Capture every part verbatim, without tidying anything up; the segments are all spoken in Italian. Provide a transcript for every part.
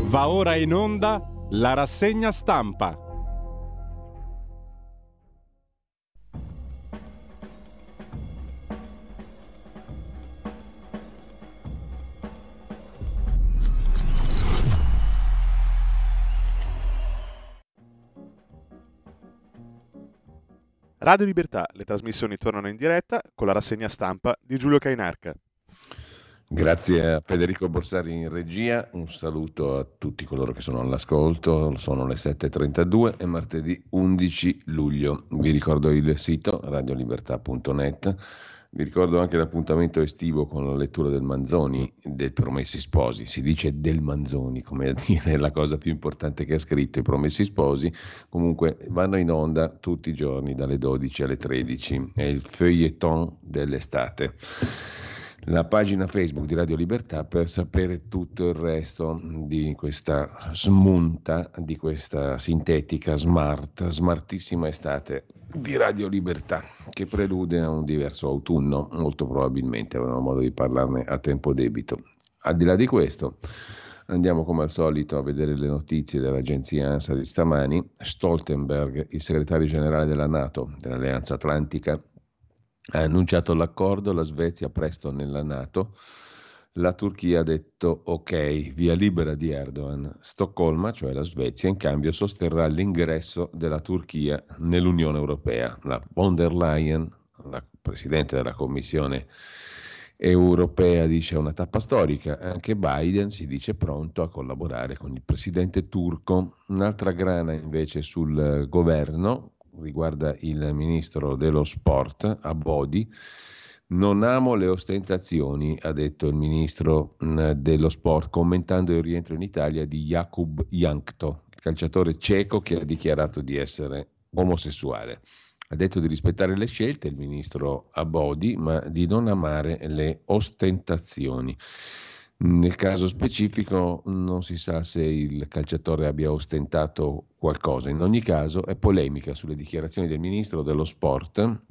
Va ora in onda la rassegna stampa. Radio Libertà, le trasmissioni tornano in diretta con la rassegna stampa di Giulio Cainarca. Grazie a Federico Borsari in regia, un saluto a tutti coloro che sono all'ascolto, sono le sette e trentadue e martedì undici luglio. Vi ricordo il sito radiolibertà punto net, vi ricordo anche l'appuntamento estivo con la lettura del Manzoni, del Promessi Sposi, si dice del Manzoni, come a dire la cosa più importante che ha scritto, i Promessi Sposi, comunque vanno in onda tutti i giorni dalle dodici alle tredici, è il feuilleton dell'estate. La pagina Facebook di Radio Libertà per sapere tutto il resto di questa smunta, di questa sintetica, smart, smartissima estate di Radio Libertà, che prelude a un diverso autunno, molto probabilmente avremo modo di parlarne a tempo debito. Al di là di questo, andiamo come al solito a vedere le notizie dell'agenzia ANSA di stamani. Stoltenberg, il segretario generale della NATO, dell'Alleanza Atlantica, ha annunciato l'accordo, la Svezia presto nella NATO, la Turchia ha detto ok, via libera di Erdogan, Stoccolma, cioè la Svezia, in cambio sosterrà l'ingresso della Turchia nell'Unione Europea. La von der Leyen, la Presidente della Commissione Europea, dice una tappa storica, anche Biden si dice pronto a collaborare con il Presidente turco. Un'altra grana invece sul governo riguarda il ministro dello sport, Abodi. Non amo le ostentazioni, ha detto il ministro dello sport, commentando il rientro in Italia di Jakub Jankto, il calciatore ceco che ha dichiarato di essere omosessuale. Ha detto di rispettare le scelte il ministro Abodi, ma di non amare le ostentazioni. Nel caso specifico non si sa se il calciatore abbia ostentato qualcosa. In ogni caso è polemica sulle dichiarazioni del ministro dello sport,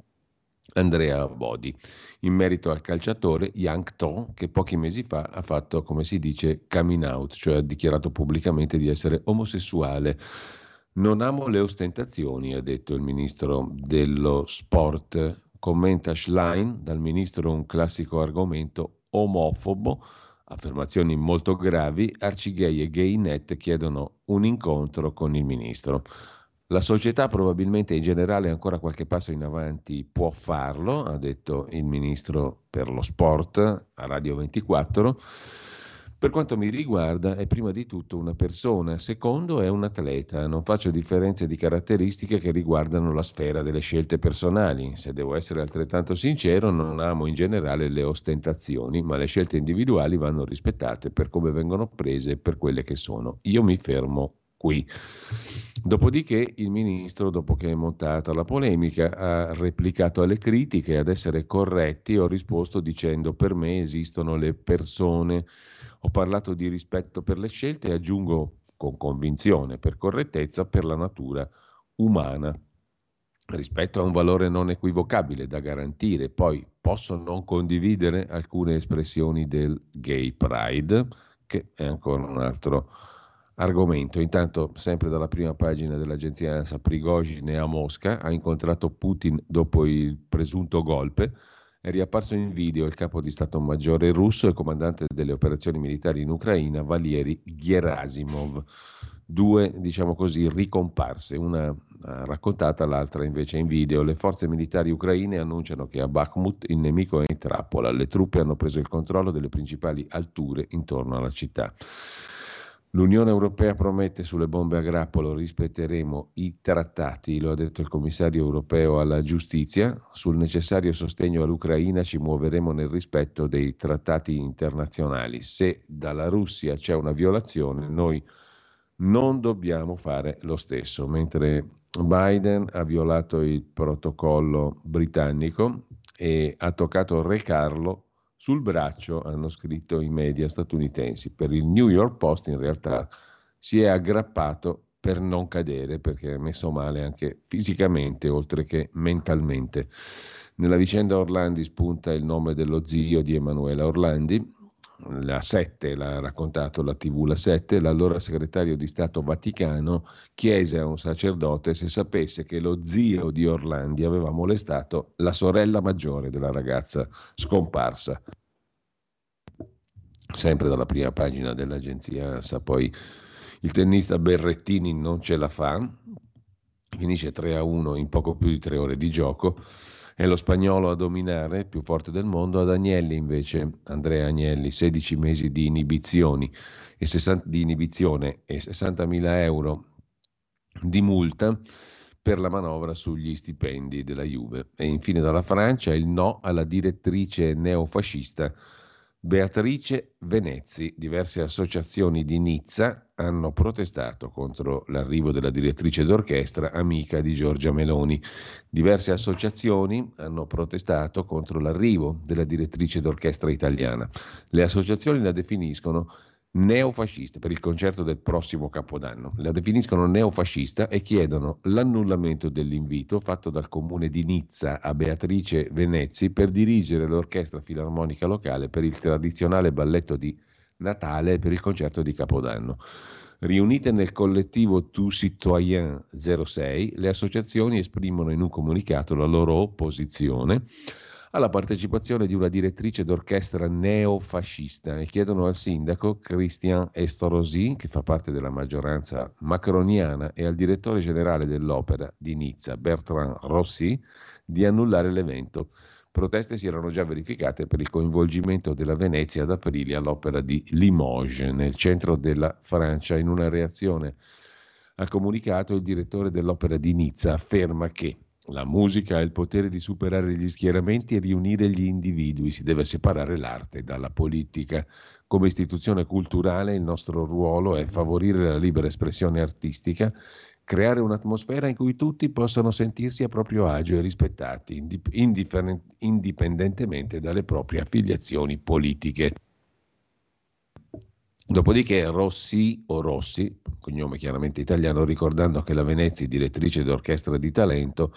Andrea Abodi, in merito al calciatore Yang To, che pochi mesi fa ha fatto, come si dice, coming out, cioè ha dichiarato pubblicamente di essere omosessuale. Non amo le ostentazioni, ha detto il ministro dello sport. Commenta Schlein, dal ministro un classico argomento omofobo, affermazioni molto gravi, Arcigay e Gaynet chiedono un incontro con il ministro. La società probabilmente in generale ancora qualche passo in avanti può farlo, ha detto il ministro per lo sport a Radio ventiquattro. Per quanto mi riguarda è prima di tutto una persona, secondo è un atleta, non faccio differenze di caratteristiche che riguardano la sfera delle scelte personali. Se devo essere altrettanto sincero, non amo in generale le ostentazioni, ma le scelte individuali vanno rispettate per come vengono prese e per quelle che sono. Io mi fermo qui. Dopodiché il ministro, dopo che è montata la polemica, ha replicato alle critiche. Ad essere corretti ho risposto dicendo: per me esistono le persone. Ho parlato di rispetto per le scelte e aggiungo con convinzione, per correttezza, per la natura umana. Rispetto a un valore non equivocabile da garantire. Poi posso non condividere alcune espressioni del gay pride, che è ancora un altro argomento. Intanto, sempre dalla prima pagina dell'agenzia ANSA, Prigozhin a Mosca, ha incontrato Putin dopo il presunto golpe. È riapparso in video il capo di Stato Maggiore russo e comandante delle operazioni militari in Ucraina, Valery Gerasimov. Due, diciamo così, ricomparse, una raccontata, l'altra invece in video. Le forze militari ucraine annunciano che a Bakhmut il nemico è in trappola. Le truppe hanno preso il controllo delle principali alture intorno alla città. L'Unione Europea promette sulle bombe a grappolo rispetteremo i trattati, lo ha detto il commissario europeo alla giustizia. Sul necessario sostegno all'Ucraina ci muoveremo nel rispetto dei trattati internazionali. Se dalla Russia c'è una violazione, noi non dobbiamo fare lo stesso. Mentre Biden ha violato il protocollo britannico e ha toccato Re Carlo sul braccio, hanno scritto i media statunitensi. Per il New York Post in realtà si è aggrappato per non cadere, perché è messo male anche fisicamente oltre che mentalmente. Nella vicenda Orlandi spunta il nome dello zio di Emanuela Orlandi, la sette, l'ha raccontato la tivù La sette, l'allora segretario di Stato Vaticano chiese a un sacerdote se sapesse che lo zio di Orlandi aveva molestato la sorella maggiore della ragazza scomparsa. Sempre dalla prima pagina dell'agenzia ANSA. Poi il tennista Berrettini non ce la fa, finisce tre a uno in poco più di tre ore di gioco. È lo spagnolo a dominare, più forte del mondo. Ad Agnelli invece, Andrea Agnelli, sedici mesi di inibizioni e sessanta di inibizione e sessantamila euro di multa per la manovra sugli stipendi della Juve. E infine dalla Francia il no alla direttrice neofascista Beatrice Venezzi. Diverse associazioni di Nizza hanno protestato contro l'arrivo della direttrice d'orchestra amica di Giorgia Meloni. Diverse associazioni hanno protestato contro l'arrivo della direttrice d'orchestra italiana. Le associazioni la definiscono neofascista per il concerto del prossimo Capodanno. La definiscono neofascista e chiedono l'annullamento dell'invito fatto dal comune di Nizza a Beatrice Venezzi per dirigere l'orchestra filarmonica locale per il tradizionale balletto di Natale e per il concerto di Capodanno. Riunite nel collettivo Tous Citoyens zero sei, le associazioni esprimono in un comunicato la loro opposizione alla partecipazione di una direttrice d'orchestra neofascista e chiedono al sindaco Christian Estrosi, che fa parte della maggioranza macroniana, e al direttore generale dell'opera di Nizza, Bertrand Rossi, di annullare l'evento. Proteste si erano già verificate per il coinvolgimento della Venezia ad aprile all'opera di Limoges, nel centro della Francia. In una reazione al comunicato, il direttore dell'opera di Nizza afferma che la musica ha il potere di superare gli schieramenti e riunire gli individui, si deve separare l'arte dalla politica. Come istituzione culturale il nostro ruolo è favorire la libera espressione artistica, creare un'atmosfera in cui tutti possano sentirsi a proprio agio e rispettati, indip- indipendentemente dalle proprie affiliazioni politiche. Dopodiché Rossi o Rossi, cognome chiaramente italiano, ricordando che la Venezia, direttrice d'orchestra di talento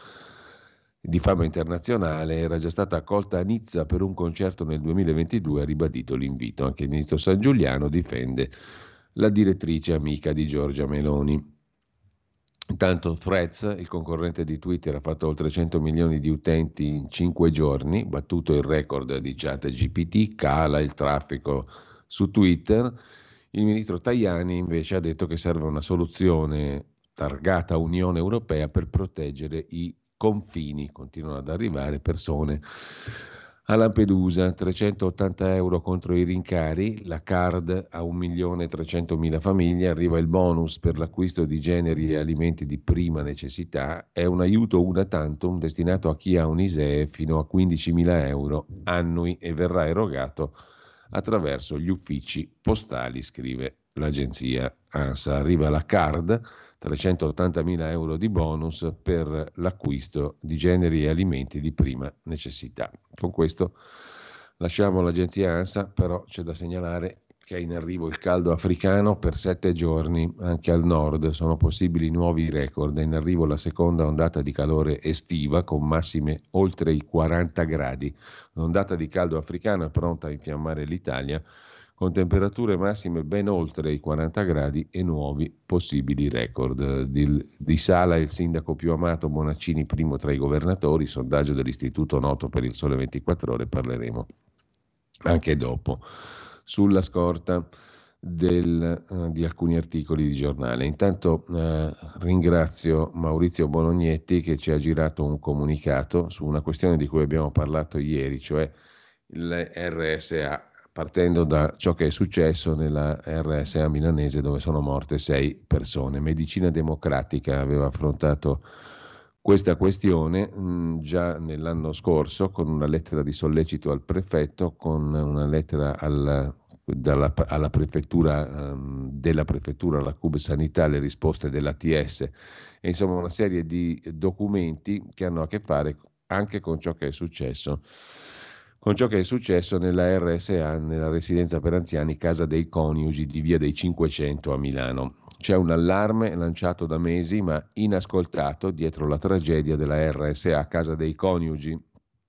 di fama internazionale, era già stata accolta a Nizza per un concerto nel duemilaventidue, ha ribadito l'invito. Anche il ministro San Giuliano difende la direttrice amica di Giorgia Meloni. Intanto Threads, il concorrente di Twitter, ha fatto oltre cento milioni di utenti in cinque giorni, battuto il record di ChatGPT, cala il traffico su Twitter. Il ministro Tajani invece ha detto che serve una soluzione targata Unione Europea per proteggere i confini. Continuano ad arrivare persone a Lampedusa, trecentottanta euro contro i rincari, la card a un milione trecentomila famiglie, arriva il bonus per l'acquisto di generi e alimenti di prima necessità, è un aiuto una tantum destinato a chi ha un I S E E fino a quindicimila euro annui e verrà erogato attraverso gli uffici postali, scrive l'agenzia ANSA. Arriva la card, trecentottantamila euro di bonus per l'acquisto di generi e alimenti di prima necessità. Con questo lasciamo l'agenzia ANSA, però c'è da segnalare che è in arrivo il caldo africano per sette giorni, anche al nord sono possibili nuovi record, è in arrivo la seconda ondata di calore estiva con massime oltre i quaranta gradi, l'ondata di caldo africano è pronta a infiammare l'Italia con temperature massime ben oltre i quaranta gradi e nuovi possibili record. Di, di Sala il sindaco più amato, Bonaccini primo tra i governatori, sondaggio dell'Istituto Noto per il Sole ventiquattro Ore, parleremo anche dopo, sulla scorta del, uh, di alcuni articoli di giornale. Intanto uh, ringrazio Maurizio Bolognetti che ci ha girato un comunicato su una questione di cui abbiamo parlato ieri, cioè il R S A, partendo da ciò che è successo nella R S A milanese dove sono morte sei persone. Medicina Democratica aveva affrontato questa questione mh, già nell'anno scorso con una lettera di sollecito al prefetto, con una lettera alla, dalla, alla prefettura, um, della prefettura alla Cub Sanità, le risposte dell'A T S e insomma una serie di documenti che hanno a che fare anche con ciò che è successo con ciò che è successo nella R S A, nella residenza per anziani Casa dei Coniugi di Via dei Cinquecento a Milano. C'è un allarme lanciato da mesi ma inascoltato dietro la tragedia della R S A Casa dei Coniugi.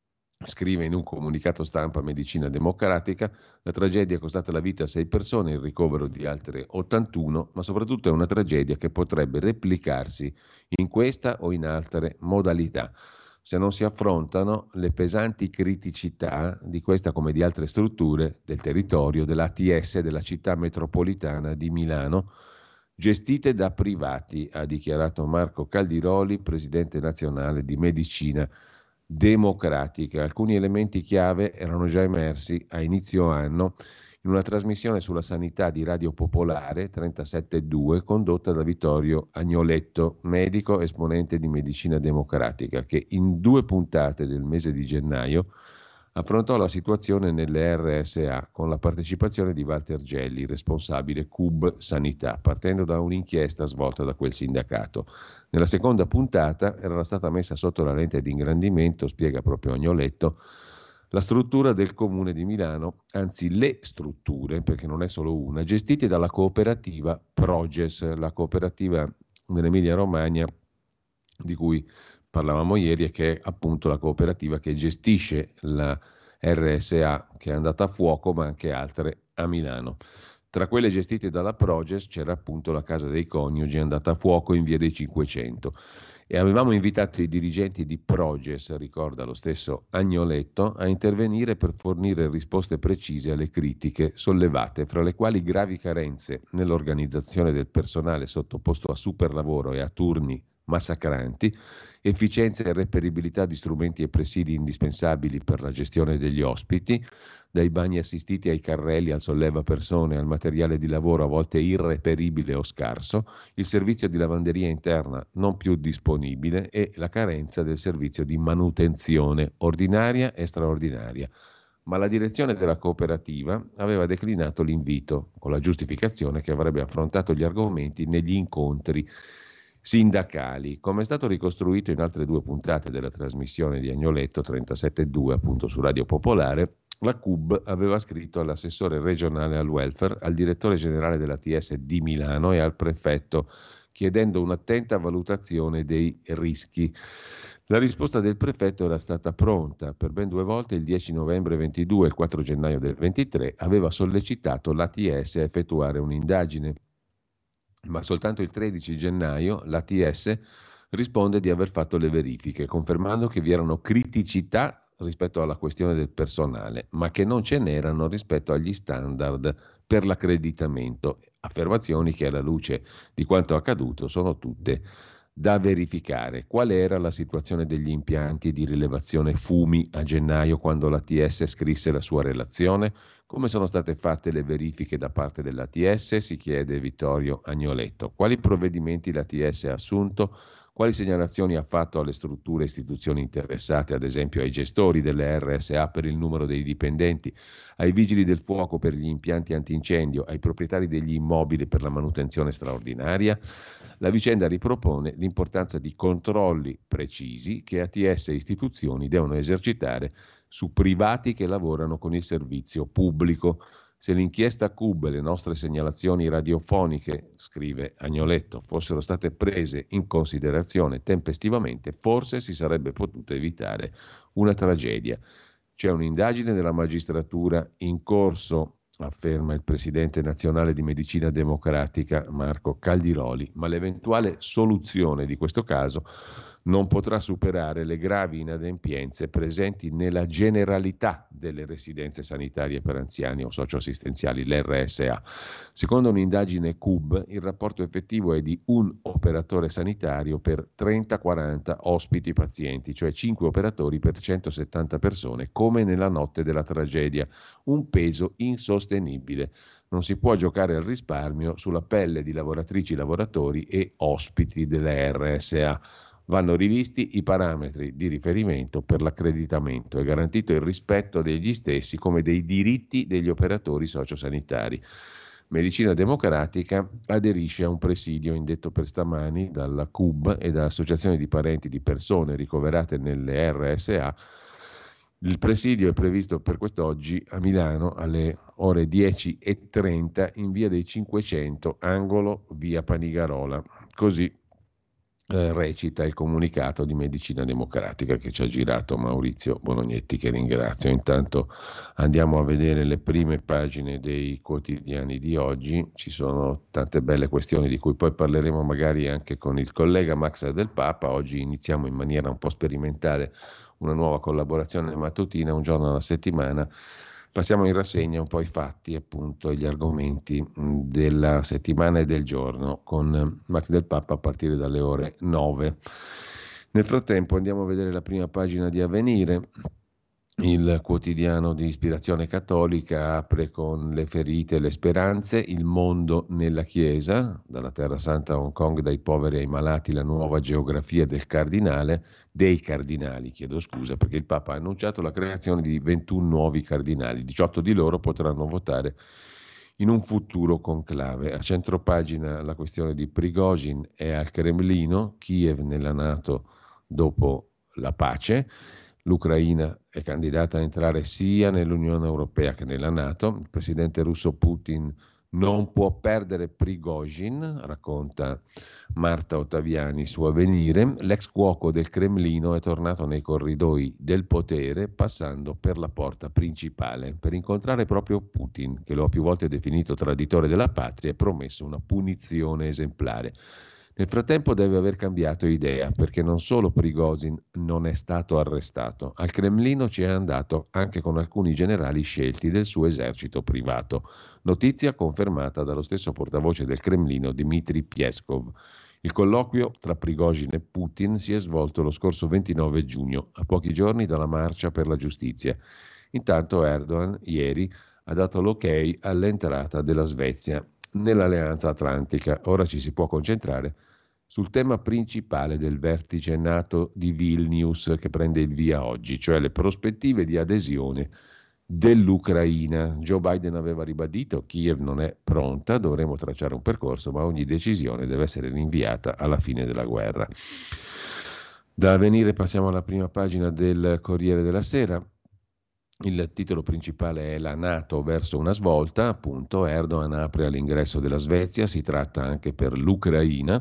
Scrive in un comunicato stampa Medicina Democratica: la tragedia è costata la vita a sei persone, il ricovero di altre ottantuno, ma soprattutto è una tragedia che potrebbe replicarsi in questa o in altre modalità, se non si affrontano le pesanti criticità di questa come di altre strutture del territorio dell'A T S della città metropolitana di Milano, gestite da privati, ha dichiarato Marco Caldiroli, presidente nazionale di Medicina Democratica. Alcuni elementi chiave erano già emersi a inizio anno in una trasmissione sulla sanità di Radio Popolare trentasette due condotta da Vittorio Agnoletto, medico esponente di Medicina Democratica, che in due puntate del mese di gennaio affrontò la situazione nelle R S A con la partecipazione di Walter Gelli, responsabile C U B Sanità, partendo da un'inchiesta svolta da quel sindacato. Nella seconda puntata era stata messa sotto la lente di ingrandimento, spiega proprio Agnoletto, la struttura del Comune di Milano, anzi le strutture, perché non è solo una, gestite dalla cooperativa Proges, la cooperativa dell'Emilia Romagna di cui parlavamo ieri e che è appunto la cooperativa che gestisce la R S A che è andata a fuoco, ma anche altre a Milano. Tra quelle gestite dalla Proges c'era appunto la Casa dei Coniugi andata a fuoco in via dei Cinquecento e avevamo invitato i dirigenti di Proges, ricorda lo stesso Agnoletto, a intervenire per fornire risposte precise alle critiche sollevate, fra le quali gravi carenze nell'organizzazione del personale sottoposto a superlavoro e a turni massacranti, efficienza e reperibilità di strumenti e presidi indispensabili per la gestione degli ospiti, dai bagni assistiti ai carrelli, al solleva persone, al materiale di lavoro a volte irreperibile o scarso, il servizio di lavanderia interna non più disponibile e la carenza del servizio di manutenzione ordinaria e straordinaria. Ma la direzione della cooperativa aveva declinato l'invito, con la giustificazione che avrebbe affrontato gli argomenti negli incontri sindacali. Come è stato ricostruito in altre due puntate della trasmissione di Agnoletto trentasette due appunto su Radio Popolare, la C U B aveva scritto all'assessore regionale al welfare, al direttore generale dell'A T S di Milano e al prefetto chiedendo un'attenta valutazione dei rischi. La risposta del prefetto era stata pronta. Per ben due volte, il dieci novembre ventidue e il quattro gennaio del ventitré, aveva sollecitato l'A T S a effettuare un'indagine. Ma soltanto il tredici gennaio l'A T S risponde di aver fatto le verifiche, confermando che vi erano criticità rispetto alla questione del personale, ma che non ce n'erano rispetto agli standard per l'accreditamento, affermazioni che alla luce di quanto accaduto sono tutte da verificare. Qual era la situazione degli impianti di rilevazione fumi a gennaio quando l'A T S scrisse la sua relazione? Come sono state fatte le verifiche da parte dell'A T S? Si chiede Vittorio Agnoletto. Quali provvedimenti l'A T S ha assunto? Quali segnalazioni ha fatto alle strutture e istituzioni interessate, ad esempio ai gestori delle R S A per il numero dei dipendenti, ai vigili del fuoco per gli impianti antincendio, ai proprietari degli immobili per la manutenzione straordinaria? La vicenda ripropone l'importanza di controlli precisi che A T S e istituzioni devono esercitare su privati che lavorano con il servizio pubblico. Se l'inchiesta C U B e le nostre segnalazioni radiofoniche, scrive Agnoletto, fossero state prese in considerazione tempestivamente, forse si sarebbe potuto evitare una tragedia. C'è un'indagine della magistratura in corso, afferma il presidente nazionale di Medicina Democratica Marco Caldiroli, ma l'eventuale soluzione di questo caso non potrà superare le gravi inadempienze presenti nella generalità delle residenze sanitarie per anziani o socioassistenziali, le R S A. Secondo un'indagine C U B, il rapporto effettivo è di un operatore sanitario per trenta quaranta ospiti pazienti, cioè cinque operatori per centosettanta persone, come nella notte della tragedia, un peso insostenibile. Non si può giocare al risparmio sulla pelle di lavoratrici, lavoratori e ospiti delle R S A. Vanno rivisti i parametri di riferimento per l'accreditamento e garantito il rispetto degli stessi come dei diritti degli operatori sociosanitari. Medicina Democratica aderisce a un presidio indetto per stamani dalla C U B e da associazioni di parenti di persone ricoverate nelle R S A. Il presidio è previsto per quest'oggi a Milano alle ore dieci e trenta in via dei Cinquecento, angolo via Panigarola. Così Eh, recita il comunicato di Medicina Democratica che ci ha girato Maurizio Bolognetti, che ringrazio. Intanto andiamo a vedere le prime pagine dei quotidiani di oggi. Ci sono tante belle questioni di cui poi parleremo magari anche con il collega Max Del Papa. Oggi iniziamo in maniera un po' sperimentale una nuova collaborazione mattutina, un giorno alla settimana. Passiamo in rassegna un po' i fatti, appunto, e gli argomenti mh, della settimana e del giorno con eh, Max Del Papa a partire dalle ore nove. Nel frattempo andiamo a vedere la prima pagina di Avvenire. Il quotidiano di ispirazione cattolica apre con le ferite e le speranze, il mondo nella Chiesa, dalla Terra Santa a Hong Kong, dai poveri ai malati, la nuova geografia del cardinale, dei cardinali, chiedo scusa, perché il Papa ha annunciato la creazione di ventuno nuovi cardinali, diciotto di loro potranno votare in un futuro conclave. A centropagina la questione di Prigozhin e al Cremlino, Kiev nella NATO dopo la pace. L'Ucraina è candidata a entrare sia nell'Unione Europea che nella NATO. Il presidente russo Putin non può perdere Prigozhin, racconta Marta Ottaviani su Avvenire. L'ex cuoco del Cremlino è tornato nei corridoi del potere passando per la porta principale per incontrare proprio Putin, che lo ha più volte definito traditore della patria e promesso una punizione esemplare. Nel frattempo deve aver cambiato idea, perché non solo Prigozhin non è stato arrestato, al Cremlino ci è andato anche con alcuni generali scelti del suo esercito privato. Notizia confermata dallo stesso portavoce del Cremlino, Dmitry Peskov. Il colloquio tra Prigozhin e Putin si è svolto lo scorso ventinove giugno, a pochi giorni dalla marcia per la giustizia. Intanto Erdogan, ieri, ha dato l'ok all'entrata della Svezia nell'Alleanza Atlantica. Ora ci si può concentrare sul tema principale del vertice NATO di Vilnius che prende il via oggi, cioè le prospettive di adesione dell'Ucraina. Joe Biden aveva ribadito: Kiev non è pronta, dovremo tracciare un percorso, ma ogni decisione deve essere rinviata alla fine della guerra. Da Avvenire passiamo alla prima pagina del Corriere della Sera. Il titolo principale è la NATO verso una svolta, appunto. Erdogan apre all'ingresso della Svezia, si tratta anche per l'Ucraina.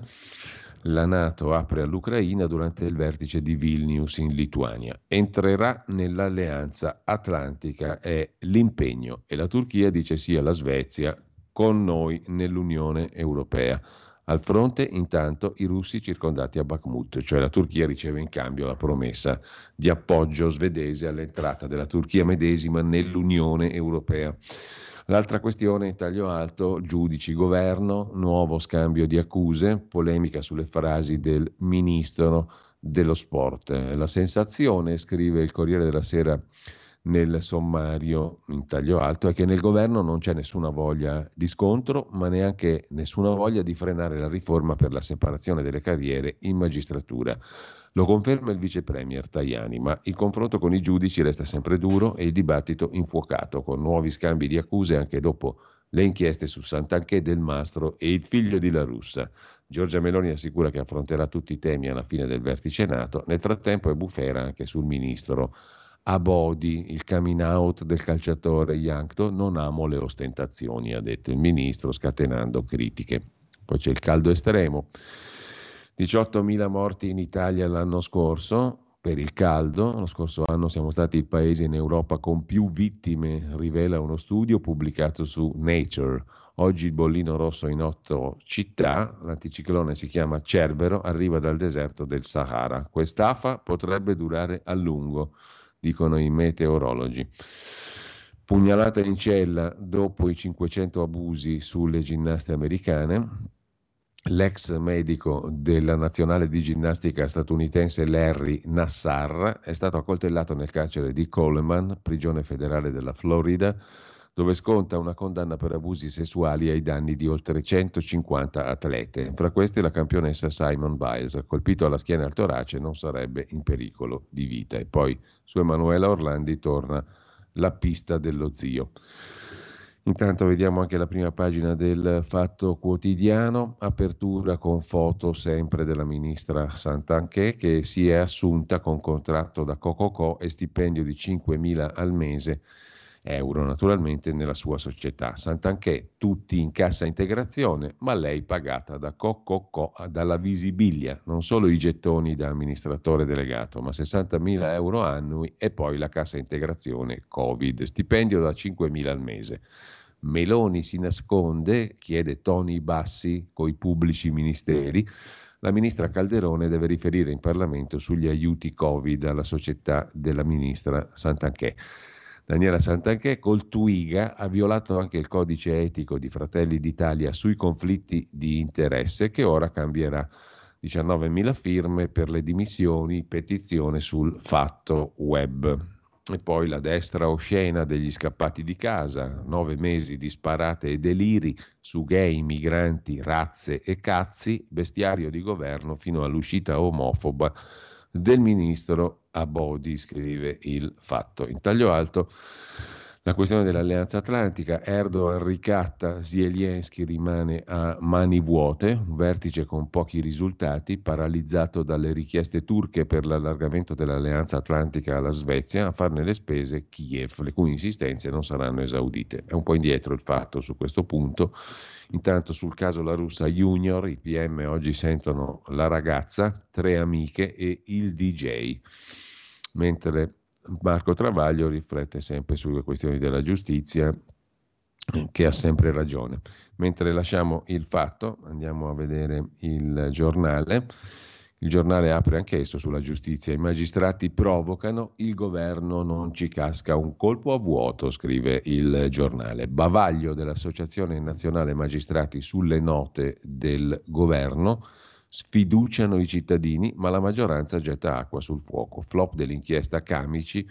La NATO apre all'Ucraina durante il vertice di Vilnius in Lituania. Entrerà nell'Alleanza Atlantica, è l'impegno, e la Turchia dice sì alla Svezia con noi nell'Unione Europea. Al fronte, intanto, i russi circondati a Bakhmut, cioè la Turchia riceve in cambio la promessa di appoggio svedese all'entrata della Turchia medesima nell'Unione Europea. L'altra questione in taglio alto, giudici, governo, nuovo scambio di accuse, polemica sulle frasi del ministro dello sport. La sensazione, scrive il Corriere della Sera nel sommario in taglio alto, è che nel governo non c'è nessuna voglia di scontro, ma neanche nessuna voglia di frenare la riforma per la separazione delle carriere in magistratura. Lo conferma il vice premier Tajani, ma il confronto con i giudici resta sempre duro e il dibattito infuocato, con nuovi scambi di accuse anche dopo le inchieste su Santanchè, Del Mastro e il figlio di La Russa. Giorgia Meloni assicura che affronterà tutti i temi alla fine del vertice NATO. Nel frattempo è bufera anche sul ministro Abodi, il coming out del calciatore Yankto. Non amo le ostentazioni, ha detto il ministro, scatenando critiche. Poi c'è il caldo estremo. diciottomila morti in Italia l'anno scorso per il caldo. Lo scorso anno siamo stati il paese in Europa con più vittime, rivela uno studio pubblicato su Nature. Oggi il bollino rosso in otto città. L'anticiclone si chiama Cerbero, arriva dal deserto del Sahara. Quest'afa potrebbe durare a lungo, dicono i meteorologi. Pugnalata in cella dopo i cinquecento abusi sulle ginnaste americane. L'ex medico della nazionale di ginnastica statunitense Larry Nassar è stato accoltellato nel carcere di Coleman, prigione federale della Florida, dove sconta una condanna per abusi sessuali ai danni di oltre centocinquanta atlete. Fra questi la campionessa Simone Biles, colpito alla schiena e al torace, non sarebbe in pericolo di vita. E poi su Emanuela Orlandi torna la pista dello zio. Intanto vediamo anche la prima pagina del Fatto Quotidiano, apertura con foto sempre della ministra Santanchè, che si è assunta con contratto da Cococò e stipendio di cinquemila al mese euro naturalmente nella sua società. Sant'Anché tutti in cassa integrazione, ma lei pagata da Cococò, dalla Visibilia, non solo i gettoni da amministratore delegato, ma sessantamila euro annui e poi la cassa integrazione Covid, stipendio da cinquemila al mese. Meloni si nasconde, chiede toni bassi coi pubblici ministeri. La ministra Calderone deve riferire in Parlamento sugli aiuti Covid alla società della ministra Sant'Anché. Daniela Sant'Anché col Twiga ha violato anche il codice etico di Fratelli d'Italia sui conflitti di interesse, che ora cambierà. diciannovemila firme per le dimissioni, petizione sul Fatto Web. E poi la destra oscena degli scappati di casa, nove mesi di sparate e deliri su gay, migranti, razze e cazzi, bestiario di governo fino all'uscita omofoba del ministro Abodi, scrive il Fatto. In taglio alto la questione dell'Alleanza Atlantica, Erdogan ricatta, Zelensky rimane a mani vuote, un vertice con pochi risultati, paralizzato dalle richieste turche per l'allargamento dell'Alleanza Atlantica alla Svezia, a farne le spese Kiev, le cui insistenze non saranno esaudite. È un po' indietro il Fatto su questo punto. Intanto sul caso La Russa Junior, i P M oggi sentono la ragazza, tre amiche e il D J, mentre Marco Travaglio riflette sempre sulle questioni della giustizia, che ha sempre ragione. Mentre lasciamo il Fatto, andiamo a vedere il Giornale. Il Giornale apre anch'esso sulla giustizia. I magistrati provocano, il governo non ci casca un colpo a vuoto, scrive il Giornale. Bavaglio dell'Associazione Nazionale Magistrati sulle note del governo. Sfiduciano i cittadini, ma la maggioranza getta acqua sul fuoco. Flop dell'inchiesta Camici.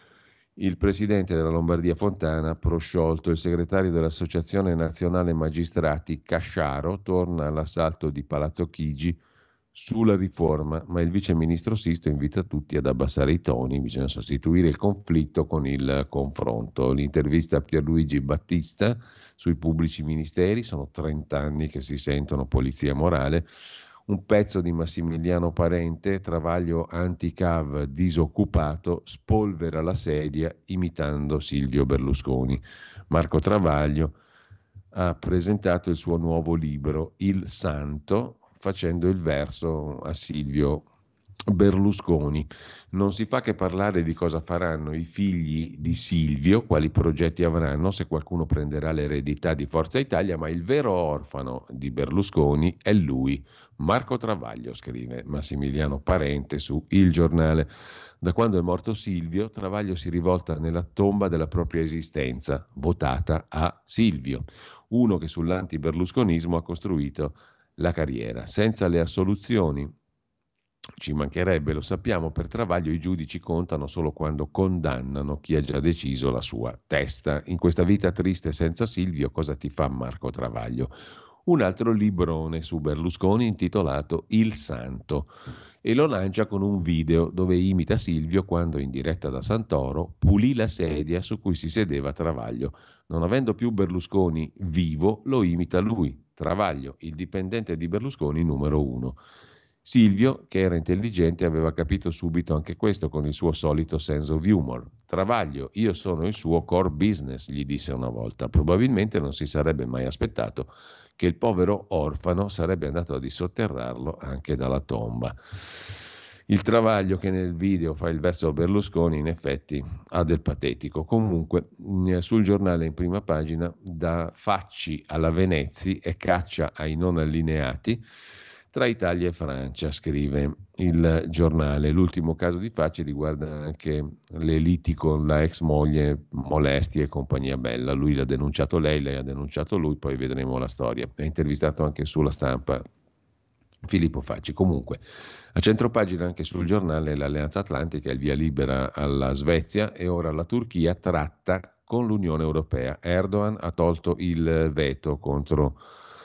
Il presidente della Lombardia Fontana, prosciolto. Il segretario dell'Associazione Nazionale Magistrati Casciaro torna all'assalto di Palazzo Chigi sulla riforma, ma il vice ministro Sisto invita tutti ad abbassare i toni, bisogna sostituire il conflitto con il confronto. L'intervista a Pierluigi Battista sui pubblici ministeri, sono trenta anni che si sentono polizia morale. Un pezzo di Massimiliano Parente, Travaglio anti-Cav disoccupato, spolvera la sedia imitando Silvio Berlusconi. Marco Travaglio ha presentato il suo nuovo libro, Il Santo, facendo il verso a Silvio Berlusconi. Non si fa che parlare di cosa faranno i figli di Silvio, quali progetti avranno, se qualcuno prenderà l'eredità di Forza Italia, ma il vero orfano di Berlusconi è lui, Marco Travaglio, scrive Massimiliano Parente su Il Giornale. Da quando è morto Silvio, Travaglio si rivolta nella tomba della propria esistenza, votata a Silvio, uno che sull'anti-berlusconismo ha costruito la carriera. Senza le assoluzioni, ci mancherebbe, lo sappiamo, per Travaglio i giudici contano solo quando condannano chi ha già deciso la sua testa. In questa vita triste senza Silvio, cosa ti fa Marco Travaglio? Un altro librone su Berlusconi intitolato Il Santo, e lo lancia con un video dove imita Silvio quando, in diretta da Santoro, pulì la sedia su cui si sedeva Travaglio. Non avendo più Berlusconi vivo, lo imita lui, Travaglio, il dipendente di Berlusconi numero uno. Silvio, che era intelligente, aveva capito subito anche questo con il suo solito sense of humor. Travaglio, io sono il suo core business, gli disse una volta. Probabilmente non si sarebbe mai aspettato che il povero orfano sarebbe andato a dissotterrarlo anche dalla tomba. Il Travaglio che nel video fa il verso a Berlusconi in effetti ha del patetico. Comunque sul Giornale in prima pagina, da Facci alla Venezzi e caccia ai non allineati tra Italia e Francia, scrive il Giornale. L'ultimo caso di Facci riguarda anche le liti con la ex moglie, molestie e compagnia bella. Lui l'ha denunciato lei, lei ha denunciato lui, poi vedremo la storia. È intervistato anche sulla Stampa Filippo Facci. Comunque, a centropagina anche sul Giornale l'Alleanza Atlantica, il via libera alla Svezia, e ora la Turchia tratta con l'Unione Europea. Erdogan ha tolto il veto contro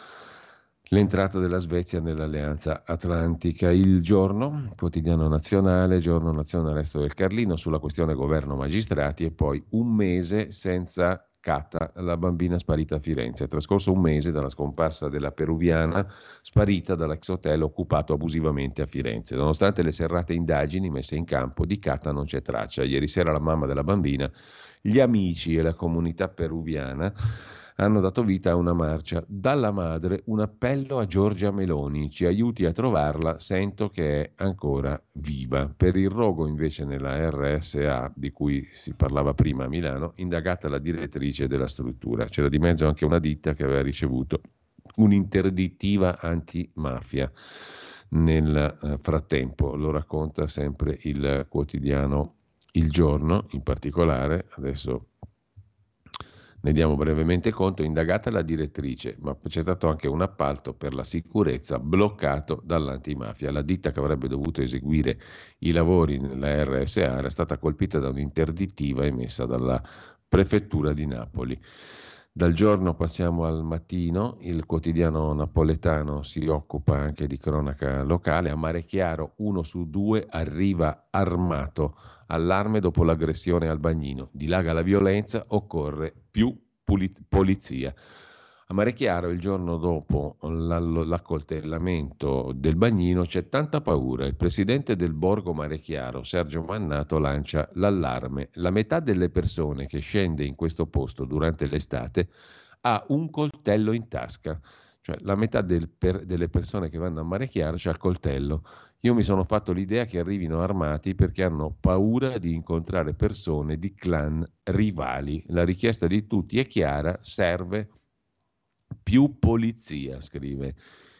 l'entrata della Svezia nell'Alleanza Atlantica. Il Giorno, quotidiano nazionale, Giorno Nazione Resto del Carlino, sulla questione governo magistrati, e poi un mese senza Cata, la bambina sparita a Firenze. È trascorso un mese dalla scomparsa della peruviana sparita dall'ex hotel occupato abusivamente a Firenze. Nonostante le serrate indagini messe in campo, di Cata non c'è traccia. Ieri sera la mamma della bambina Gli amici e la comunità peruviana hanno dato vita a una marcia. Dalla madre un appello a Giorgia Meloni: ci aiuti a trovarla, sento che è ancora viva. Per il rogo invece nella R S A, di cui si parlava prima a Milano, indagata la direttrice della struttura. C'era di mezzo anche una ditta che aveva ricevuto un'interdittiva antimafia nel eh, frattempo, lo racconta sempre il quotidiano Il Giorno, in particolare, adesso ne diamo brevemente conto. Indagata la direttrice, ma c'è stato anche un appalto per la sicurezza bloccato dall'antimafia. La ditta che avrebbe dovuto eseguire i lavori nella R S A era stata colpita da un'interdittiva emessa dalla prefettura di Napoli. Dal Giorno passiamo al Mattino. Il quotidiano napoletano si occupa anche di cronaca locale. A Mare Chiaro uno su due arriva armato. Allarme dopo l'aggressione al bagnino. Dilaga la violenza, occorre più pulit- polizia. A Mare Chiaro, il giorno dopo l'accoltellamento del bagnino, c'è tanta paura. Il presidente del Borgo Mare Chiaro, Sergio Mannato, lancia l'allarme. La metà delle persone che scende in questo posto durante l'estate ha un coltello in tasca. Cioè la metà del per, delle persone che vanno a Mare Chiaro c'ha il coltello. Io mi sono fatto l'idea che arrivino armati perché hanno paura di incontrare persone di clan rivali. La richiesta di tutti è chiara: serve più polizia, scrive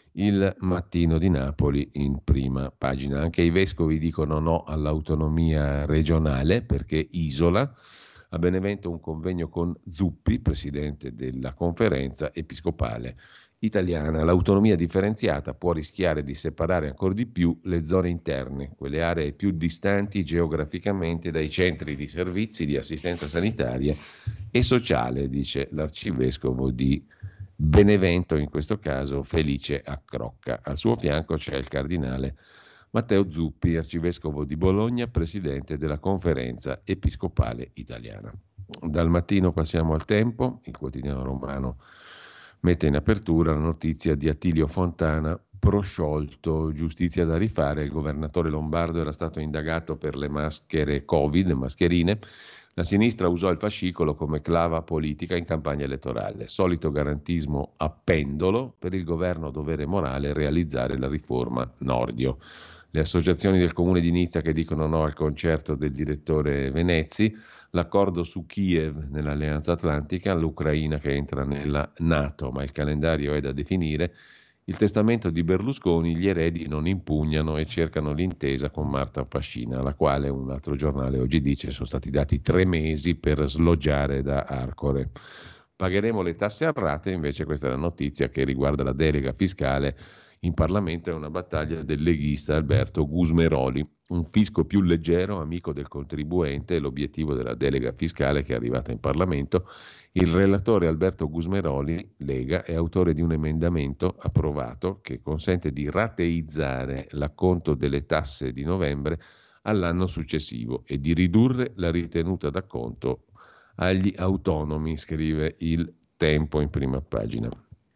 il Mattino di Napoli in prima pagina. Anche i vescovi dicono no all'autonomia regionale perché isola. A Benevento un convegno con Zuppi, presidente della conferenza episcopale italiana. L'autonomia differenziata può rischiare di separare ancora di più le zone interne, quelle aree più distanti geograficamente dai centri di servizi di assistenza sanitaria e sociale, dice l'arcivescovo di Benevento, in questo caso Felice Accrocca. Al suo fianco c'è il cardinale Matteo Zuppi, arcivescovo di Bologna, presidente della Conferenza Episcopale Italiana. Dal Mattino passiamo al Tempo. Il quotidiano romano mette in apertura la notizia di Attilio Fontana, prosciolto, giustizia da rifare. Il governatore lombardo era stato indagato per le maschere Covid, mascherine. La sinistra usò il fascicolo come clava politica in campagna elettorale. Solito garantismo a pendolo, per il governo dovere morale realizzare la riforma Nordio. Le associazioni del comune di Nizza che dicono no al concerto del direttore Venezzi, l'accordo su Kiev nell'Alleanza Atlantica, l'Ucraina che entra nella NATO, ma il calendario è da definire. Il testamento di Berlusconi, gli eredi non impugnano e cercano l'intesa con Marta Fascina, alla quale un altro giornale oggi dice sono stati dati tre mesi per sloggiare da Arcore. Pagheremo le tasse a rate, invece questa è la notizia che riguarda la delega fiscale. In Parlamento è una battaglia del leghista Alberto Gusmeroli, un fisco più leggero, amico del contribuente, è l'obiettivo della delega fiscale che è arrivata in Parlamento. Il relatore Alberto Gusmeroli, Lega, è autore di un emendamento approvato che consente di rateizzare l'acconto delle tasse di novembre all'anno successivo e di ridurre la ritenuta d'acconto agli autonomi, scrive il Tempo in prima pagina.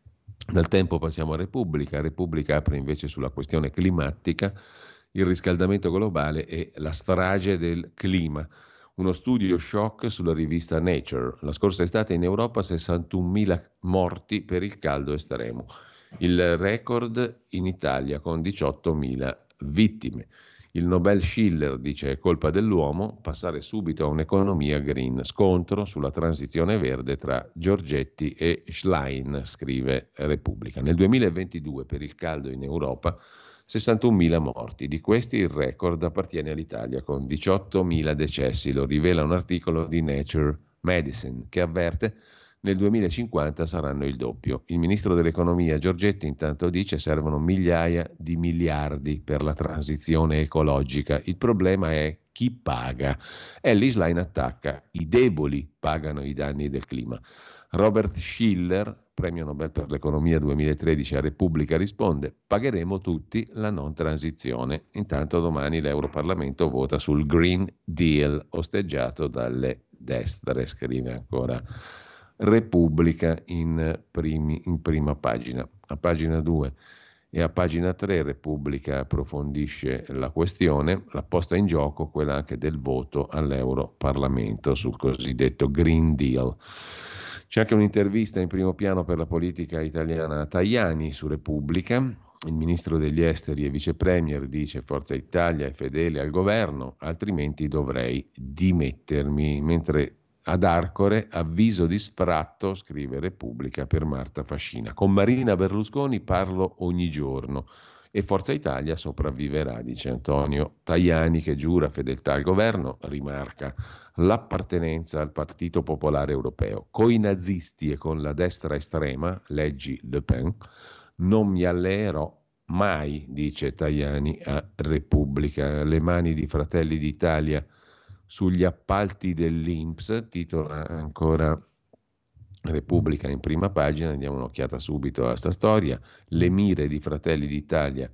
Dal Tempo passiamo a Repubblica. Repubblica apre invece sulla questione climatica, il riscaldamento globale e la strage del clima. Uno studio shock sulla rivista Nature. La scorsa estate in Europa sessantunomila morti per il caldo estremo. Il record in Italia con diciottomila vittime. Il Nobel Schiller dice è colpa dell'uomo, passare subito a un'economia green. Scontro sulla transizione verde tra Giorgetti e Schlein, scrive Repubblica. Nel duemilaventidue per il caldo in Europa sessantunomila morti, di questi il record appartiene all'Italia con diciottomila decessi, lo rivela un articolo di Nature Medicine che avverte nel duemilacinquanta saranno il doppio. Il ministro dell'economia Giorgetti intanto dice servono migliaia di miliardi per la transizione ecologica. Il problema è chi paga. Ellis Line attacca, i deboli pagano i danni del clima. Robert Schiller, premio Nobel per l'economia duemilatredici a Repubblica, risponde pagheremo tutti la non transizione. Intanto domani l'Europarlamento vota sul Green Deal osteggiato dalle destre, scrive ancora Repubblica in, primi, in prima pagina. A pagina due E a pagina tre Repubblica approfondisce la questione, la posta in gioco, quella anche del voto all'Europarlamento sul cosiddetto Green Deal. C'è anche un'intervista in primo piano per la politica italiana a Tajani su Repubblica. Il ministro degli esteri e vice premier dice: Forza Italia è fedele al governo, altrimenti dovrei dimettermi. Mentre ad Arcore, avviso di sfratto, scrive Repubblica per Marta Fascina. Con Marina Berlusconi parlo ogni giorno e Forza Italia sopravviverà, dice Antonio Tajani, che giura fedeltà al governo, rimarca l'appartenenza al Partito Popolare Europeo. Coi nazisti e con la destra estrema, leggi Le Pen, non mi alleerò mai, dice Tajani a Repubblica. Le mani di Fratelli d'Italia sugli appalti dell'I N P S, titola ancora Repubblica in prima pagina. Diamo un'occhiata subito a sta storia. Le mire di Fratelli d'Italia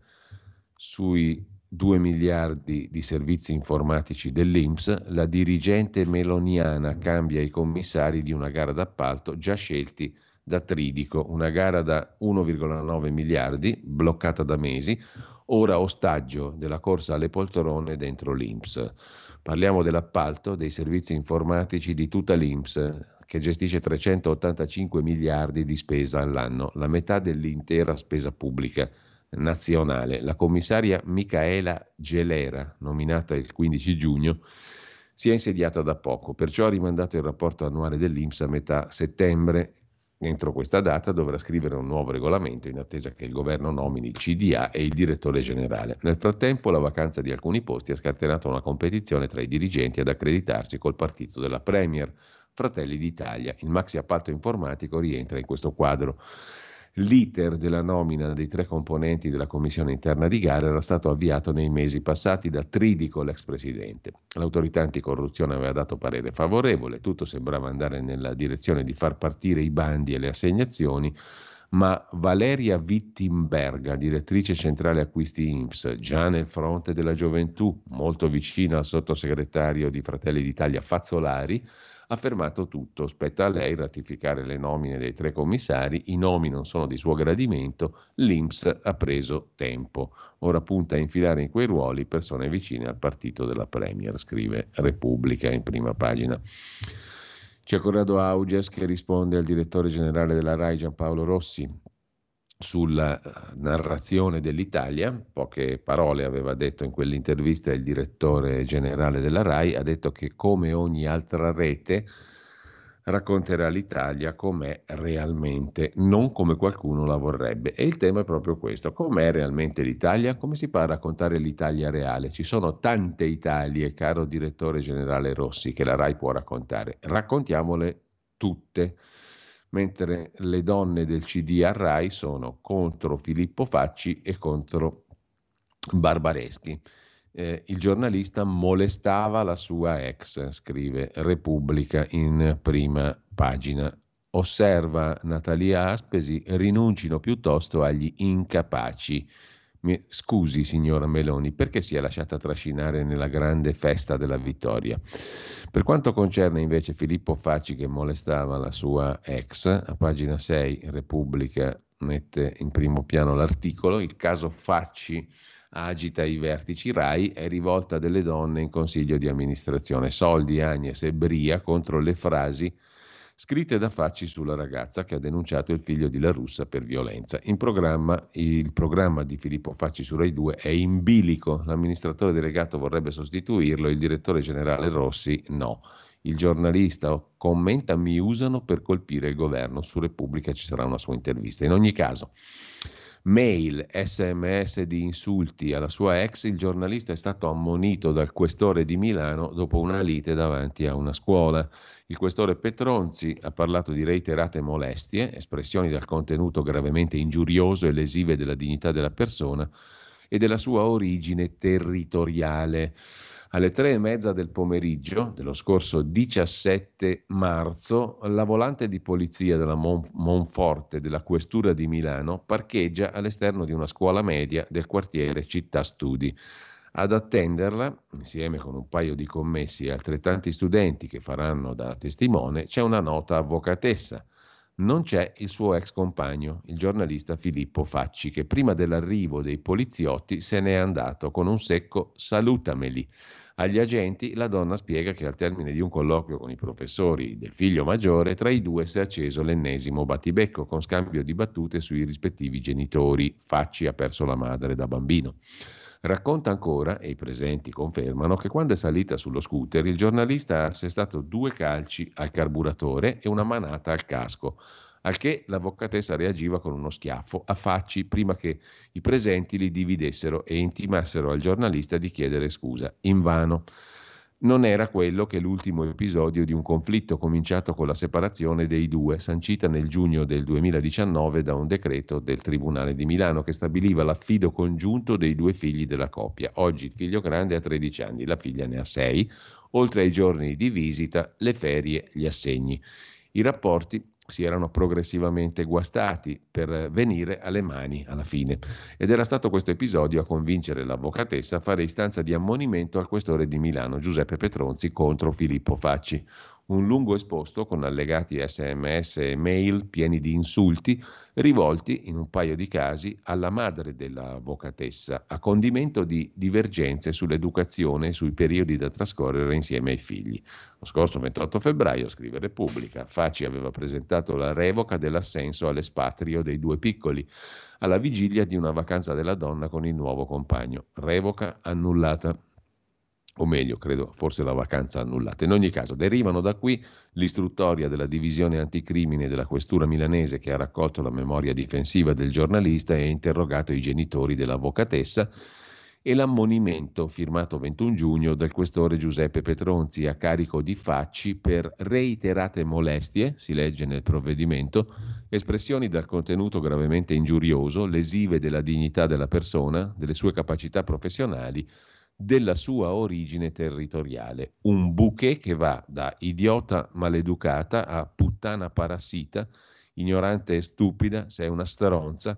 sui due miliardi di servizi informatici dell'I N P S. La dirigente meloniana cambia i commissari di una gara d'appalto già scelti da Tridico, una gara da uno virgola nove miliardi, bloccata da mesi, ora ostaggio della corsa alle poltrone dentro l'I N P S. Parliamo dell'appalto dei servizi informatici di tutta l'I N P S, che gestisce trecentottantacinque miliardi di spesa all'anno, la metà dell'intera spesa pubblica nazionale. La commissaria Micaela Gelera, nominata il quindici giugno, si è insediata da poco, perciò ha rimandato il rapporto annuale dell'I N P S a metà settembre. Entro questa data dovrà scrivere un nuovo regolamento in attesa che il governo nomini il C D A e il direttore generale. Nel frattempo la vacanza di alcuni posti ha scatenato una competizione tra i dirigenti ad accreditarsi col partito della Premier, Fratelli d'Italia. Il maxi appalto informatico rientra in questo quadro. L'iter della nomina dei tre componenti della commissione interna di gara era stato avviato nei mesi passati da Tridico, l'ex presidente. L'autorità anticorruzione aveva dato parere favorevole, tutto sembrava andare nella direzione di far partire i bandi e le assegnazioni, ma Valeria Wittenberga, direttrice centrale acquisti I N P S, già nel fronte della gioventù, molto vicina al sottosegretario di Fratelli d'Italia Fazzolari, ha fermato tutto. Spetta a lei ratificare le nomine dei tre commissari, i nomi non sono di suo gradimento, l'I N P S ha preso tempo. Ora punta a infilare in quei ruoli persone vicine al partito della Premier, scrive Repubblica in prima pagina. C'è Corrado Auges che risponde al direttore generale della RAI Giampaolo Rossi sulla narrazione dell'Italia. Poche parole aveva detto in quell'intervista il direttore generale della RAI, ha detto che come ogni altra rete racconterà l'Italia com'è realmente, non come qualcuno la vorrebbe. E il tema è proprio questo: com'è realmente l'Italia? Come si fa a raccontare l'Italia reale? Ci sono tante Italie, caro direttore generale Rossi, che la RAI può raccontare. Raccontiamole tutte. Mentre le donne del C D a RAI sono contro Filippo Facci e contro Barbareschi. Eh, il giornalista molestava la sua ex, scrive Repubblica in prima pagina. Osserva Natalia Aspesi, rinuncino piuttosto agli incapaci. Mi, scusi signora Meloni, perché si è lasciata trascinare nella grande festa della vittoria? Per quanto concerne invece Filippo Facci che molestava la sua ex, a pagina sei Repubblica mette in primo piano l'articolo: il caso Facci agita i vertici RAI, è rivolta delle donne in consiglio di amministrazione, soldi, Agnes e Bria contro le frasi scritte da Facci sulla ragazza che ha denunciato il figlio di La Russa per violenza. In programma, il programma di Filippo Facci su Rai due è in bilico, l'amministratore delegato vorrebbe sostituirlo, il direttore generale Rossi no. Il giornalista commenta: mi usano per colpire il governo. Su Repubblica ci sarà una sua intervista. In ogni caso, mail, sms di insulti alla sua ex, il giornalista è stato ammonito dal questore di Milano dopo una lite davanti a una scuola. Il questore Petronzi ha parlato di reiterate molestie, espressioni dal contenuto gravemente ingiurioso e lesive della dignità della persona e della sua origine territoriale. Alle tre e mezza del pomeriggio dello scorso diciassette marzo, la volante di polizia della Mon- Monforte della Questura di Milano parcheggia all'esterno di una scuola media del quartiere Città Studi. Ad attenderla, insieme con un paio di commessi e altrettanti studenti che faranno da testimone, c'è una nota avvocatessa. non c'è il suo ex compagno, il giornalista Filippo Facci, che prima dell'arrivo dei poliziotti se n'è andato con un secco "salutameli". Agli agenti la donna spiega che al termine di un colloquio con i professori del figlio maggiore, tra i due si è acceso l'ennesimo battibecco con scambio di battute sui rispettivi genitori. Facci ha perso la madre da bambino. Racconta ancora, e i presenti confermano, che quando è salita sullo scooter il giornalista ha assestato due calci al carburatore e una manata al casco, al che l'avvocatessa reagiva con uno schiaffo a Facci prima che i presenti li dividessero e intimassero al giornalista di chiedere scusa. Invano. Non era quello che l'ultimo episodio di un conflitto cominciato con la separazione dei due, sancita nel giugno del duemiladiciannove da un decreto del Tribunale di Milano che stabiliva l'affido congiunto dei due figli della coppia. Oggi il figlio grande ha tredici anni, la figlia ne ha sei, oltre ai giorni di visita, le ferie, gli assegni. I rapporti si erano progressivamente guastati per venire alle mani alla fine ed era stato questo episodio a convincere l'avvocatessa a fare istanza di ammonimento al questore di Milano Giuseppe Petronzi contro Filippo Facci. Un lungo esposto con allegati sms e mail pieni di insulti rivolti in un paio di casi alla madre dell'avvocatessa a condimento di divergenze sull'educazione e sui periodi da trascorrere insieme ai figli. Lo scorso ventotto febbraio, scrive Repubblica, Facci aveva presentato la revoca dell'assenso all'espatrio dei due piccoli alla vigilia di una vacanza della donna con il nuovo compagno. Revoca annullata. O meglio, credo forse la vacanza annullata. In ogni caso, derivano da qui l'istruttoria della divisione anticrimine della questura milanese che ha raccolto la memoria difensiva del giornalista e interrogato i genitori dell'avvocatessa e l'ammonimento firmato ventuno giugno del questore Giuseppe Petronzi a carico di Facci per reiterate molestie, si legge nel provvedimento, espressioni dal contenuto gravemente ingiurioso, lesive della dignità della persona, delle sue capacità professionali, della sua origine territoriale. Un bouquet che va da idiota maleducata a puttana parassita, ignorante e stupida, sei una stronza,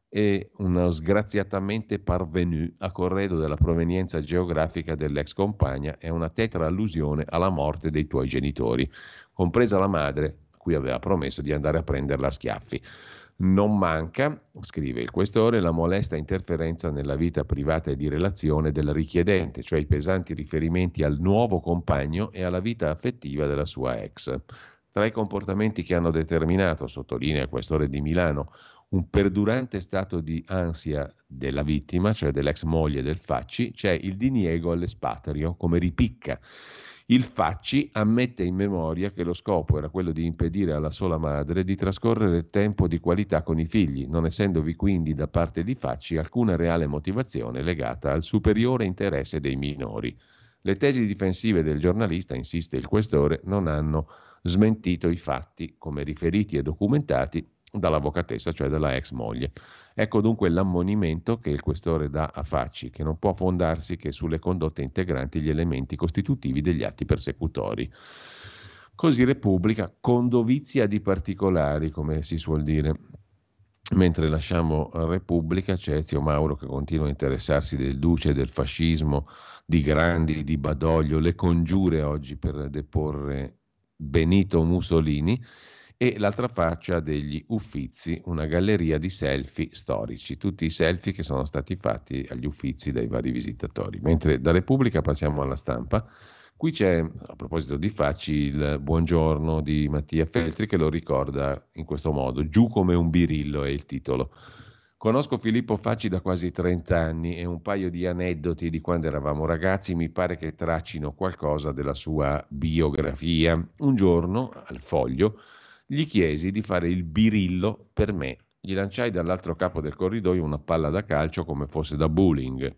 e uno sgraziatamente parvenu a corredo della provenienza geografica dell'ex compagna è una tetra allusione alla morte dei tuoi genitori, compresa la madre, a cui aveva promesso di andare a prenderla a schiaffi. Non manca, scrive il questore, la molesta interferenza nella vita privata e di relazione del richiedente, cioè i pesanti riferimenti al nuovo compagno e alla vita affettiva della sua ex. Tra i comportamenti che hanno determinato, sottolinea il questore di Milano, un perdurante stato di ansia della vittima, cioè dell'ex moglie del Facci, c'è il diniego all'espatrio come ripicca. Il Facci ammette in memoria che lo scopo era quello di impedire alla sola madre di trascorrere tempo di qualità con i figli, non essendovi quindi da parte di Facci alcuna reale motivazione legata al superiore interesse dei minori. Le tesi difensive del giornalista, insiste il questore, non hanno smentito i fatti come riferiti e documentati dall'avvocatessa, cioè dalla ex moglie. Ecco dunque l'ammonimento che il questore dà a Facci, che non può fondarsi che sulle condotte integranti gli elementi costitutivi degli atti persecutori. Così Repubblica, con dovizia di particolari, come si suol dire. Mentre lasciamo Repubblica c'è Ezio Mauro che continua a interessarsi del duce, del fascismo, di Grandi, di Badoglio, le congiure oggi per deporre Benito Mussolini, e l'altra faccia degli Uffizi, una galleria di selfie storici, tutti i selfie che sono stati fatti agli Uffizi dai vari visitatori. Mentre da Repubblica passiamo alla Stampa. Qui c'è, a proposito di Facci, il buongiorno di Mattia Feltri che lo ricorda in questo modo: giù come un birillo è il titolo. Conosco Filippo Facci da quasi trenta anni e un paio di aneddoti di quando eravamo ragazzi mi pare che tracino qualcosa della sua biografia. Un giorno, al Foglio, gli chiesi di fare il birillo per me. Gli lanciai dall'altro capo del corridoio una palla da calcio come fosse da bowling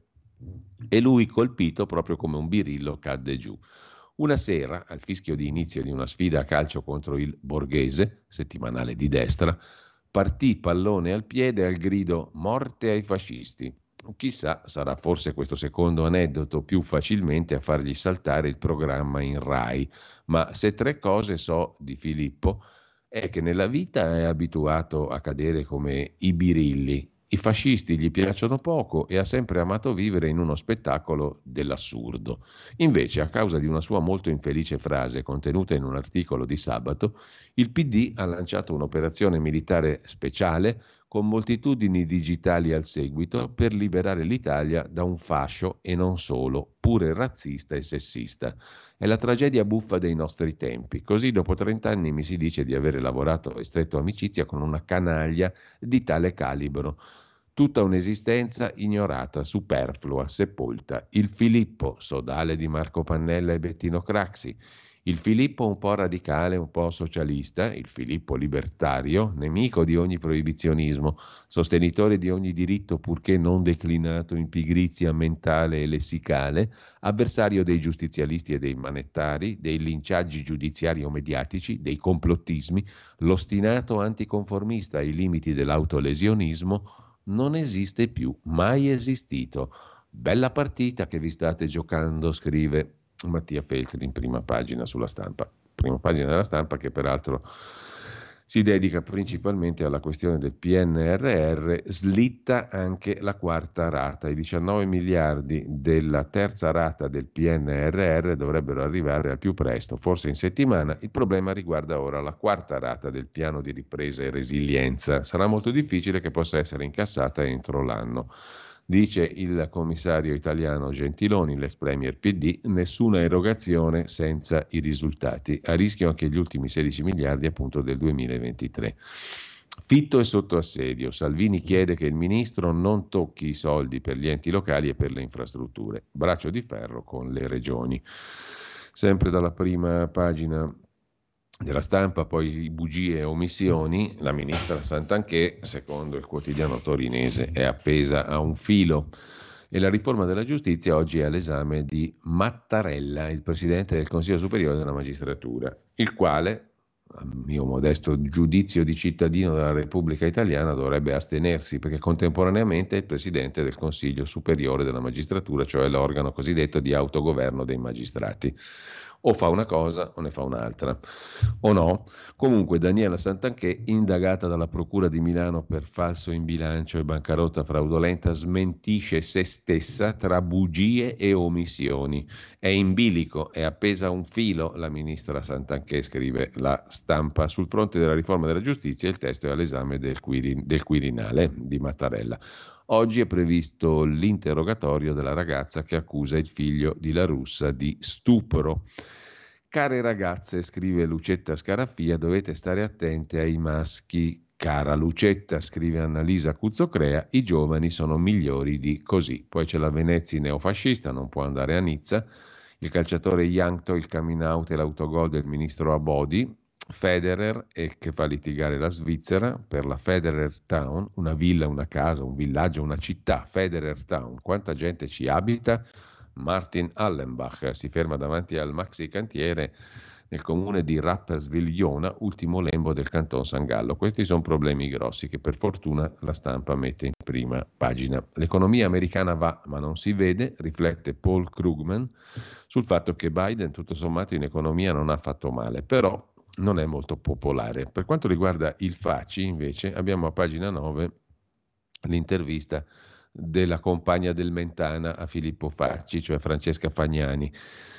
e lui, colpito proprio come un birillo, cadde giù. Una sera, al fischio di inizio di una sfida a calcio contro il Borghese, settimanale di destra, partì pallone al piede al grido «Morte ai fascisti». Chissà, sarà forse questo secondo aneddoto più facilmente a fargli saltare il programma in Rai, ma se tre cose so di Filippo è che nella vita è abituato a cadere come i birilli I fascisti gli piacciono poco e ha sempre amato vivere in uno spettacolo dell'assurdo. Invece, a causa di una sua molto infelice frase contenuta in un articolo di sabato, il P D ha lanciato un'operazione militare speciale con moltitudini digitali al seguito per liberare l'Italia da un fascio e non solo, pure razzista e sessista. È la tragedia buffa dei nostri tempi. Così dopo trent'anni mi si dice di avere lavorato e stretto amicizia con una canaglia di tale calibro. Tutta un'esistenza ignorata, superflua, sepolta. Il Filippo, sodale di Marco Pannella e Bettino Craxi. Il Filippo un po' radicale, un po' socialista, il Filippo libertario, nemico di ogni proibizionismo, sostenitore di ogni diritto purché non declinato in pigrizia mentale e lessicale, avversario dei giustizialisti e dei manettari, dei linciaggi giudiziari o mediatici, dei complottismi, l'ostinato anticonformista ai limiti dell'autolesionismo, non esiste più, mai esistito. Bella partita che vi state giocando, scrive Mattia Feltri in prima pagina sulla Stampa. Prima pagina della Stampa che peraltro si dedica principalmente alla questione del P N R R, slitta anche la quarta rata. I diciannove miliardi della terza rata del P N R R dovrebbero arrivare al più presto, forse in settimana. Il problema riguarda ora la quarta rata del piano di ripresa e resilienza. Sarà molto difficile che possa essere incassata entro l'anno. Dice il commissario italiano Gentiloni, l'ex premier P D, nessuna erogazione senza i risultati. A rischio anche gli ultimi sedici miliardi appunto del duemilaventitré. Fitto è sotto assedio. Salvini chiede che il ministro non tocchi i soldi per gli enti locali e per le infrastrutture. Braccio di ferro con le regioni. Sempre dalla prima pagina della Stampa, poi bugie e omissioni, la ministra Santanchè, secondo il quotidiano torinese, è appesa a un filo. E la riforma della giustizia oggi è all'esame di Mattarella, il presidente del Consiglio Superiore della Magistratura, il quale, a mio modesto giudizio di cittadino della Repubblica Italiana, dovrebbe astenersi, perché contemporaneamente è il presidente del Consiglio Superiore della Magistratura, cioè l'organo cosiddetto di autogoverno dei magistrati. O fa una cosa o ne fa un'altra, o no. Comunque Daniela Santanchè, indagata dalla Procura di Milano per falso in bilancio e bancarotta fraudolenta, smentisce se stessa tra bugie e omissioni. È in bilico, è appesa a un filo la ministra Santanchè, scrive la Stampa. Sul fronte della riforma della giustizia il testo è all'esame del, Quirin- del Quirinale di Mattarella. Oggi è previsto l'interrogatorio della ragazza che accusa il figlio di La Russa di stupro. Care ragazze, scrive Lucetta Scaraffia, dovete stare attente ai maschi. Cara Lucetta, scrive Annalisa Cuzzocrea, i giovani sono migliori di così. Poi c'è la Venezia neofascista, non può andare a Nizza. Il calciatore Jankto, il coming out e l'autogol del ministro Abodi. Federer e che fa litigare la Svizzera per la Federer Town, una villa, una casa, un villaggio, una città, Federer Town. Quanta gente ci abita? Martin Allenbach si ferma davanti al maxi cantiere nel comune di Rapperswil-Jona, ultimo lembo del canton San Gallo. Questi sono problemi grossi che per fortuna la Stampa mette in prima pagina. L'economia americana va, ma non si vede, riflette Paul Krugman sul fatto che Biden tutto sommato in economia non ha fatto male, però non è molto popolare. Per quanto riguarda il Facci, invece, abbiamo a pagina nove l'intervista della compagna del Mentana a Filippo Facci, cioè Francesca Fagnani.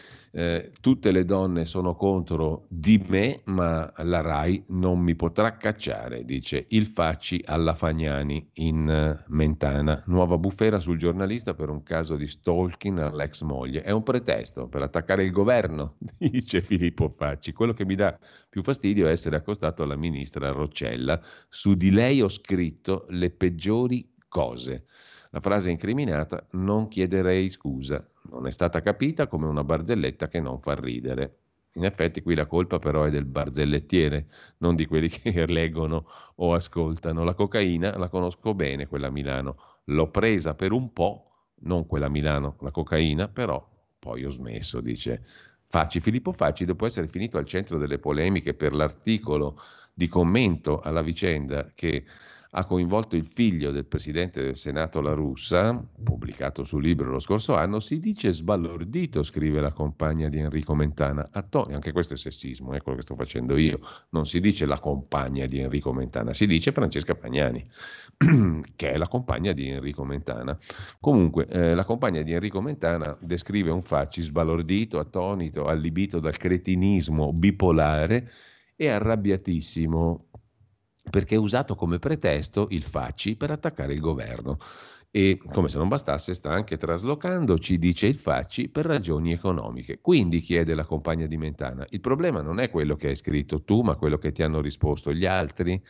Eh, tutte le donne sono contro di me, ma la RAI non mi potrà cacciare, dice il Facci alla Fagnani in uh, Mentana. Nuova bufera sul giornalista per un caso di stalking all'ex moglie. È un pretesto per attaccare il governo, dice Filippo Facci. Quello che mi dà più fastidio è essere accostato alla ministra Roccella. Su di lei ho scritto le peggiori cose. La frase incriminata: non chiederei scusa. Non è stata capita come una barzelletta che non fa ridere. In effetti qui la colpa però è del barzellettiere, non di quelli che leggono o ascoltano. La cocaina la conosco bene, quella a Milano. L'ho presa per un po', non quella a Milano, la cocaina, però poi ho smesso, dice Facci. Filippo Facci, dopo essere finito al centro delle polemiche per l'articolo di commento alla vicenda che ha coinvolto il figlio del presidente del Senato La Russa, pubblicato sul Libro lo scorso anno, si dice sbalordito, scrive la compagna di Enrico Mentana. Attoni, anche questo è sessismo, è quello che sto facendo io. Non si dice la compagna di Enrico Mentana, si dice Francesca Pagnani, che è la compagna di Enrico Mentana. Comunque, eh, la compagna di Enrico Mentana descrive un Facci sbalordito, attonito, allibito dal cretinismo bipolare e arrabbiatissimo, perché è usato come pretesto il Facci per attaccare il governo. E come se non bastasse sta anche traslocando, ci dice il Facci, per ragioni economiche. Quindi, chiede la compagna di Mentana, il problema non è quello che hai scritto tu, ma quello che ti hanno risposto gli altri?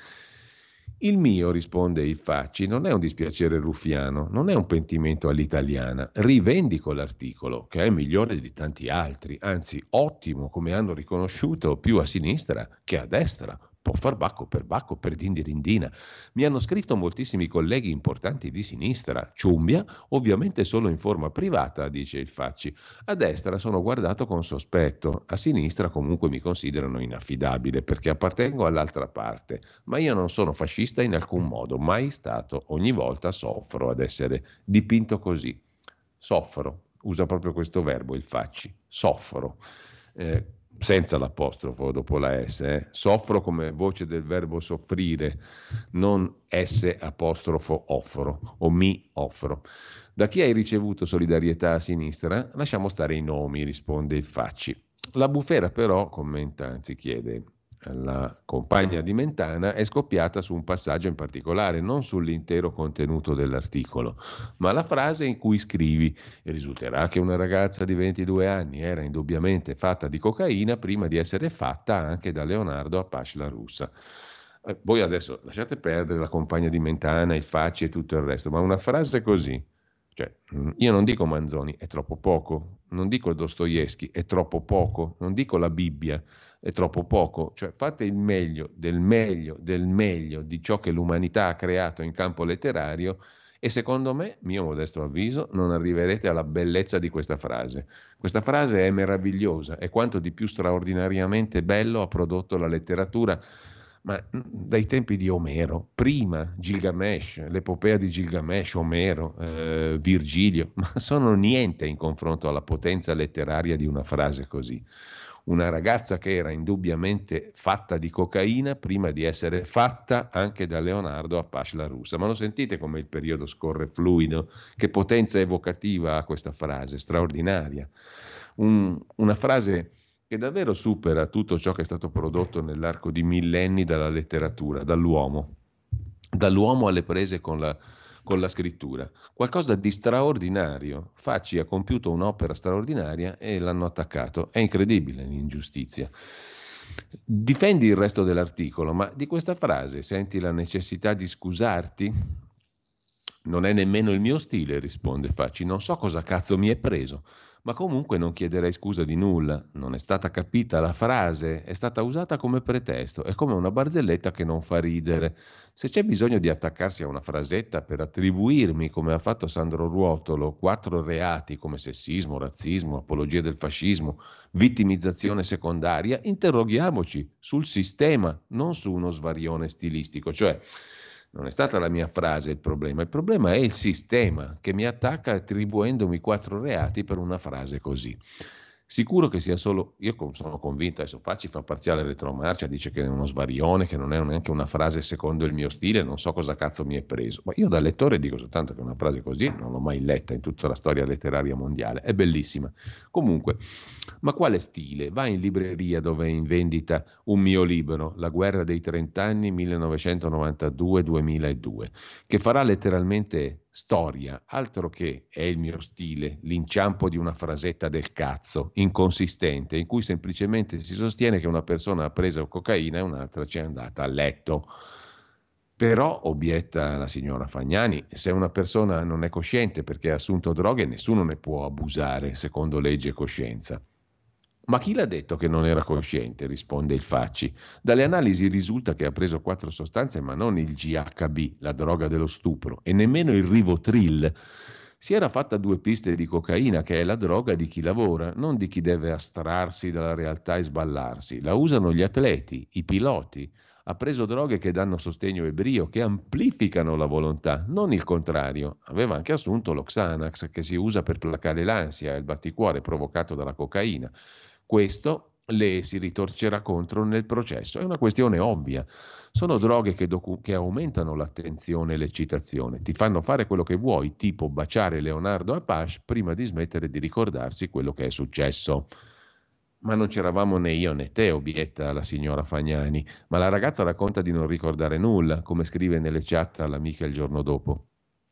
Il mio, risponde il Facci, non è un dispiacere ruffiano, non è un pentimento all'italiana. Rivendico l'articolo, che è migliore di tanti altri, anzi ottimo, come hanno riconosciuto più a sinistra che a destra. Può far bacco per bacco per dindirindina. Mi hanno scritto moltissimi colleghi importanti di sinistra. Ciumbia, ovviamente solo in forma privata, dice il Facci. A destra sono guardato con sospetto. A sinistra comunque mi considerano inaffidabile perché appartengo all'altra parte. Ma io non sono fascista in alcun modo, mai stato. Ogni volta soffro ad essere dipinto così. Soffro. Usa proprio questo verbo, il Facci. Soffro. Eh, senza l'apostrofo dopo la S, eh. Soffro come voce del verbo soffrire, non S apostrofo offro o mi offro. Da chi hai ricevuto solidarietà a sinistra? Lasciamo stare i nomi, risponde il Facci. La bufera però, commenta, anzi chiede la compagna di Mentana, è scoppiata su un passaggio in particolare, non sull'intero contenuto dell'articolo, ma la frase in cui scrivi: risulterà che una ragazza di ventidue anni era indubbiamente fatta di cocaina prima di essere fatta anche da Leonardo Apache La Russa. Eh, voi adesso lasciate perdere la compagna di Mentana, il Facci e tutto il resto, ma una frase così, cioè, io non dico Manzoni, è troppo poco, non dico Dostoevskij, è troppo poco, non dico la Bibbia, è troppo poco, cioè fate il meglio del meglio del meglio di ciò che l'umanità ha creato in campo letterario e secondo me, mio modesto avviso, non arriverete alla bellezza di questa frase. Questa frase è meravigliosa, è quanto di più straordinariamente bello ha prodotto la letteratura, ma dai tempi di Omero, prima Gilgamesh, l'epopea di Gilgamesh, Omero, eh, Virgilio, ma sono niente in confronto alla potenza letteraria di una frase così. Una ragazza che era indubbiamente fatta di cocaina prima di essere fatta anche da Leonardo Apache La Russa. Ma lo sentite come il periodo scorre fluido? Che potenza evocativa ha questa frase, straordinaria. Un, una frase che davvero supera tutto ciò che è stato prodotto nell'arco di millenni dalla letteratura, dall'uomo, dall'uomo alle prese con la, con la scrittura. Qualcosa di straordinario. Facci ha compiuto un'opera straordinaria e l'hanno attaccato. È incredibile l'ingiustizia. Difendi il resto dell'articolo, ma di questa frase senti la necessità di scusarti? Non è nemmeno il mio stile, risponde Facci, non so cosa cazzo mi è preso, ma comunque non chiederei scusa di nulla, non è stata capita la frase, è stata usata come pretesto, è come una barzelletta che non fa ridere. Se c'è bisogno di attaccarsi a una frasetta per attribuirmi, come ha fatto Sandro Ruotolo, quattro reati come sessismo, razzismo, apologia del fascismo, vittimizzazione secondaria, interroghiamoci sul sistema, non su uno svarione stilistico, cioè non è stata la mia frase il problema, il problema è il sistema che mi attacca attribuendomi quattro reati per una frase così. Sicuro che sia solo, io sono convinto, adesso Facci fa parziale retromarcia, dice che è uno svarione, che non è neanche una frase secondo il mio stile, non so cosa cazzo mi è preso, ma io da lettore dico soltanto che una frase così non l'ho mai letta in tutta la storia letteraria mondiale, è bellissima. Comunque, ma quale stile? Va in libreria dove è in vendita un mio libro, La guerra dei trent'anni millenovecentonovantadue duemiladue, che farà letteralmente storia, altro che è il mio stile, l'inciampo di una frasetta del cazzo, inconsistente, in cui semplicemente si sostiene che una persona ha preso cocaina e un'altra ci è andata a letto. Però, obietta la signora Fagnani, se una persona non è cosciente perché ha assunto droghe, nessuno ne può abusare, secondo legge e coscienza. Ma chi l'ha detto che non era cosciente? Risponde il Facci. Dalle analisi risulta che ha preso quattro sostanze, ma non il G H B, la droga dello stupro, e nemmeno il Rivotril. Si era fatta due piste di cocaina, che è la droga di chi lavora, non di chi deve astrarsi dalla realtà e sballarsi. La usano gli atleti, i piloti. Ha preso droghe che danno sostegno ebrio, che amplificano la volontà, non il contrario. Aveva anche assunto lo Xanax, che si usa per placare l'ansia e il batticuore provocato dalla cocaina. Questo le si ritorcerà contro nel processo. È una questione ovvia. Sono droghe che, docu- che aumentano l'attenzione e l'eccitazione. Ti fanno fare quello che vuoi, tipo baciare Leonardo Apache prima di smettere di ricordarsi quello che è successo. Ma non c'eravamo né io né te, obietta la signora Fagnani. Ma la ragazza racconta di non ricordare nulla, come scrive nelle chat all'amica il giorno dopo.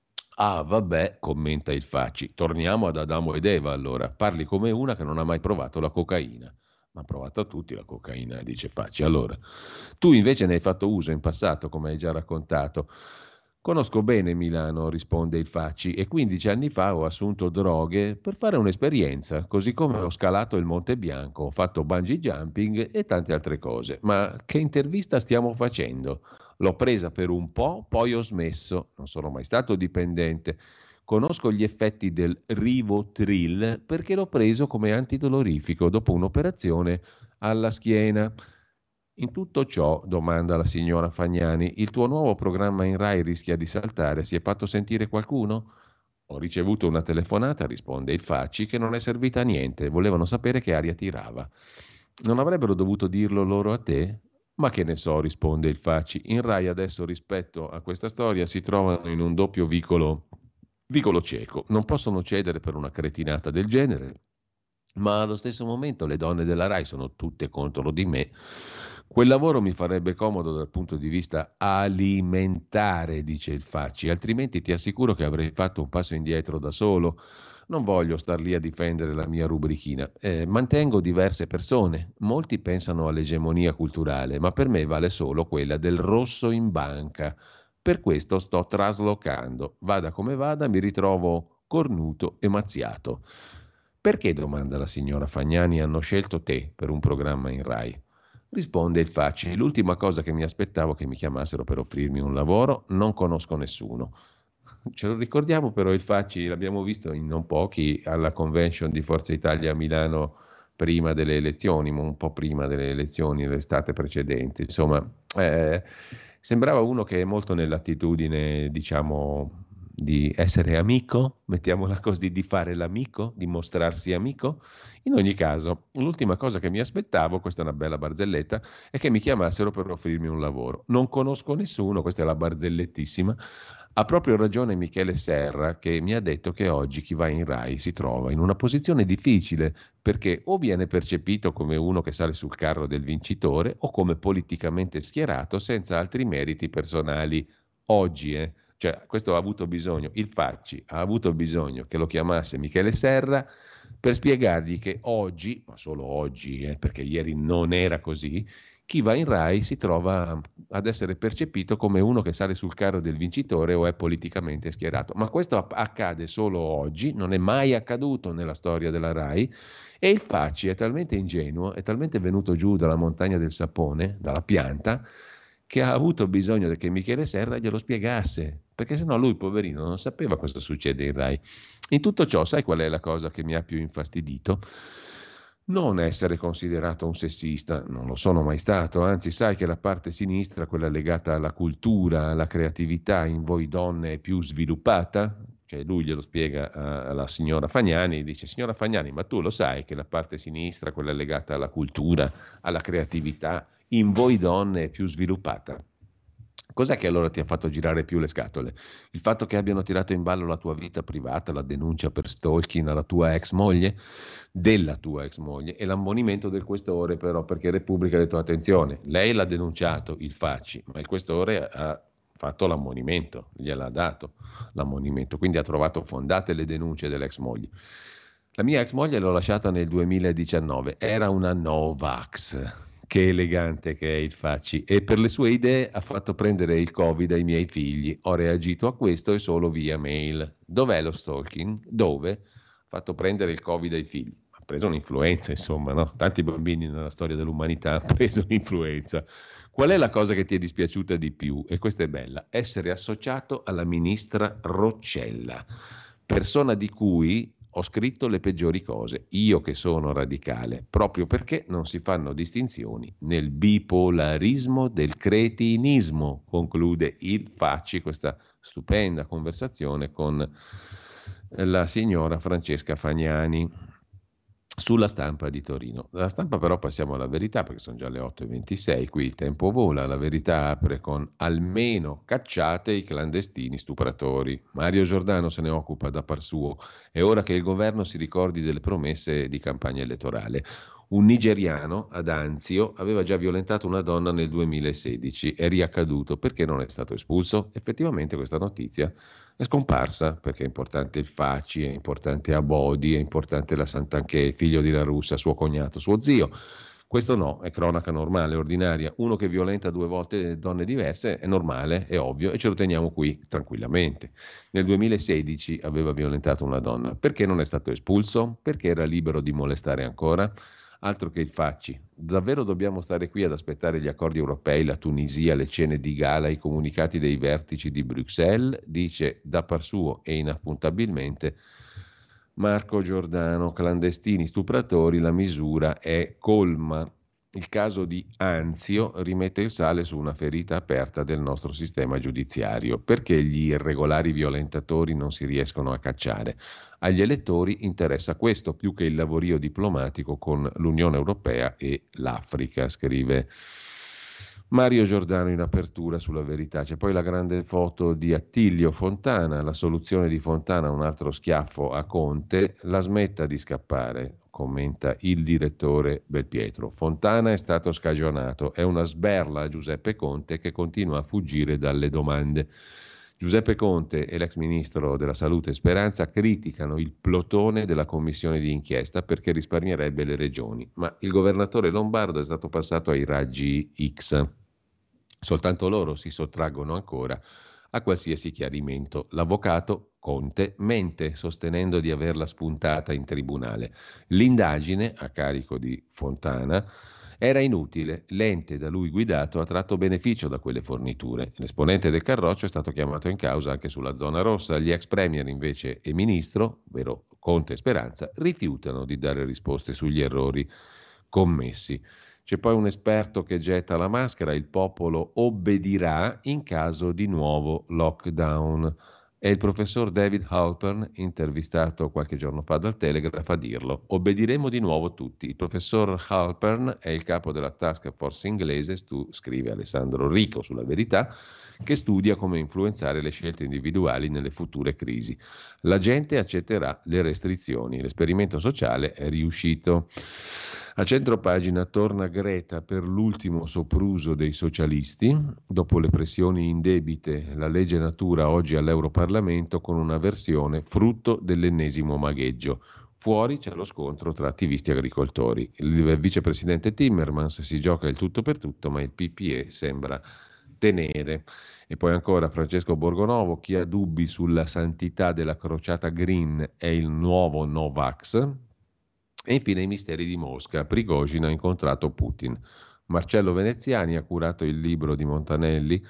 Ah, vabbè, commenta il Facci. Torniamo ad Adamo ed Eva allora. Parli come una che non ha mai provato la cocaina. Ma ha provato a tutti la cocaina, dice Facci. Allora, tu invece ne hai fatto uso in passato, come hai già raccontato. Conosco bene Milano, risponde il Facci, e quindici anni fa ho assunto droghe per fare un'esperienza, così come ho scalato il Monte Bianco, ho fatto bungee jumping e tante altre cose. Ma che intervista stiamo facendo? L'ho presa per un po', poi ho smesso, non sono mai stato dipendente. Conosco gli effetti del Rivotril perché l'ho preso come antidolorifico dopo un'operazione alla schiena. In tutto ciò, domanda la signora Fagnani, il tuo nuovo programma in Rai rischia di saltare, si è fatto sentire qualcuno? Ho ricevuto una telefonata, risponde il Facci, che non è servita a niente, volevano sapere che aria tirava. Non avrebbero dovuto dirlo loro a te? Ma che ne so, risponde il Facci, in Rai adesso rispetto a questa storia si trovano in un doppio vicolo, vicolo cieco, non possono cedere per una cretinata del genere, ma allo stesso momento le donne della Rai sono tutte contro di me. Quel lavoro mi farebbe comodo dal punto di vista alimentare, dice il Facci, altrimenti ti assicuro che avrei fatto un passo indietro da solo. Non voglio star lì a difendere la mia rubrichina. Eh, mantengo diverse persone. Molti pensano all'egemonia culturale, ma per me vale solo quella del rosso in banca. Per questo sto traslocando. Vada come vada, mi ritrovo cornuto e mazziato. Perché, domanda la signora Fagnani, hanno scelto te per un programma in Rai? Risponde il Facci, l'ultima cosa che mi aspettavo che mi chiamassero per offrirmi un lavoro, non conosco nessuno. Ce lo ricordiamo però il Facci, l'abbiamo visto in non pochi alla convention di Forza Italia a Milano prima delle elezioni, un po' prima delle elezioni, l'estate precedente. Insomma, eh, sembrava uno che è molto nell'attitudine, diciamo, di essere amico, mettiamola così, di fare l'amico, di mostrarsi amico. In ogni caso, l'ultima cosa che mi aspettavo, questa è una bella barzelletta, è che mi chiamassero per offrirmi un lavoro. Non conosco nessuno, questa è la barzellettissima. Ha proprio ragione Michele Serra che mi ha detto che oggi chi va in Rai si trova in una posizione difficile perché o viene percepito come uno che sale sul carro del vincitore o come politicamente schierato senza altri meriti personali. Oggi, eh. Cioè, questo ha avuto bisogno, il Facci ha avuto bisogno che lo chiamasse Michele Serra per spiegargli che oggi, ma solo oggi, eh, perché ieri non era così, chi va in Rai si trova ad essere percepito come uno che sale sul carro del vincitore o è politicamente schierato. Ma questo accade solo oggi, non è mai accaduto nella storia della Rai, e il Facci è talmente ingenuo, è talmente venuto giù dalla montagna del sapone, dalla pianta, che ha avuto bisogno che Michele Serra glielo spiegasse, perché sennò lui, poverino, non sapeva cosa succede in Rai. In tutto ciò, sai qual è la cosa che mi ha più infastidito? Non essere considerato un sessista, non lo sono mai stato, anzi sai che la parte sinistra, quella legata alla cultura, alla creatività in voi donne è più sviluppata? Cioè lui glielo spiega alla signora Fagnani, dice signora Fagnani, ma tu lo sai che la parte sinistra, quella legata alla cultura, alla creatività, in voi donne è più sviluppata? Cos'è che allora ti ha fatto girare più le scatole? Il fatto che abbiano tirato in ballo la tua vita privata, la denuncia per stalking alla tua ex moglie, della tua ex moglie, e l'ammonimento del questore però, perché Repubblica ha detto attenzione, lei l'ha denunciato, il Facci, ma il questore ha fatto l'ammonimento, gliel'ha dato l'ammonimento, quindi ha trovato fondate le denunce dell'ex moglie. La mia ex moglie l'ho lasciata nel duemiladiciannove, era una Novax. Che elegante che è il Facci, e per le sue idee ha fatto prendere il Covid ai miei figli. Ho reagito a questo e solo via mail. Dov'è lo stalking? Dove? Ha fatto prendere il Covid ai figli. Ha preso un'influenza, insomma, no? Tanti bambini nella storia dell'umanità hanno preso un'influenza. Qual è la cosa che ti è dispiaciuta di più? E questa è bella. Essere associato alla ministra Roccella, persona di cui Ho scritto le peggiori cose, io che sono radicale, proprio perché non si fanno distinzioni nel bipolarismo del cretinismo, conclude il Facci questa stupenda conversazione con la signora Francesca Fagnani sulla Stampa di Torino. Dalla Stampa però passiamo alla Verità, perché sono già le otto e ventisei, qui il tempo vola. La Verità apre con almeno cacciate i clandestini stupratori. Mario Giordano se ne occupa da par suo. È ora che il governo si ricordi delle promesse di campagna elettorale. Un nigeriano ad Anzio aveva già violentato una donna nel duemilasedici, è riaccaduto. Perché non è stato espulso? Effettivamente questa notizia è scomparsa, perché è importante il Facci, è importante Abodi, è importante la Santanchè, figlio di La Russa, suo cognato, suo zio. Questo no, è cronaca normale, ordinaria. Uno che violenta due volte donne diverse è normale, è ovvio, e ce lo teniamo qui tranquillamente. Nel duemilasedici aveva violentato una donna. Perché non è stato espulso? Perché era libero di molestare ancora? Altro che il Facci. Davvero dobbiamo stare qui ad aspettare gli accordi europei, la Tunisia, le cene di gala, i comunicati dei vertici di Bruxelles? Dice da par suo e inappuntabilmente Marco Giordano. Clandestini stupratori, la misura è colma. Il caso di Anzio rimette il sale su una ferita aperta del nostro sistema giudiziario. Perché gli irregolari violentatori non si riescono a cacciare? Agli elettori interessa questo più che il lavorio diplomatico con l'Unione Europea e l'Africa, scrive Mario Giordano in apertura sulla Verità. C'è poi la grande foto di Attilio Fontana, la soluzione di Fontana, un altro schiaffo a Conte, la smetta di scappare, commenta il direttore Belpietro. Fontana è stato scagionato, è una sberla a Giuseppe Conte che continua a fuggire dalle domande. Giuseppe Conte e l'ex ministro della Salute Speranza criticano il plotone della commissione di inchiesta perché risparmierebbe le regioni, ma il governatore lombardo è stato passato ai raggi X. Soltanto loro si sottraggono ancora a qualsiasi chiarimento. L'avvocato Conte mente sostenendo di averla spuntata in tribunale. L'indagine a carico di Fontana era inutile, l'ente da lui guidato ha tratto beneficio da quelle forniture. L'esponente del Carroccio è stato chiamato in causa anche sulla zona rossa. Gli ex premier invece e ministro, ovvero Conte e Speranza, rifiutano di dare risposte sugli errori commessi. C'è poi un esperto che getta la maschera, il popolo obbedirà in caso di nuovo lockdown. È il professor David Halpern, intervistato qualche giorno fa dal Telegraph, a dirlo. Obbediremo di nuovo tutti. Il professor Halpern è il capo della task force inglese, stu- scrive Alessandro Rico sulla Verità, che studia come influenzare le scelte individuali nelle future crisi. La gente accetterà le restrizioni. L'esperimento sociale è riuscito. A centropagina torna Greta per l'ultimo sopruso dei socialisti. Dopo le pressioni indebite, la legge natura oggi all'Europarlamento con una versione frutto dell'ennesimo magheggio. Fuori c'è lo scontro tra attivisti e agricoltori. Il vicepresidente Timmermans si gioca il tutto per tutto, ma il P P E sembra tenere. E poi ancora Francesco Borgonovo, chi ha dubbi sulla santità della crociata green è il nuovo Novax. E infine i misteri di Mosca. Prigozhin ha incontrato Putin. Marcello Veneziani ha curato il libro di Montanelli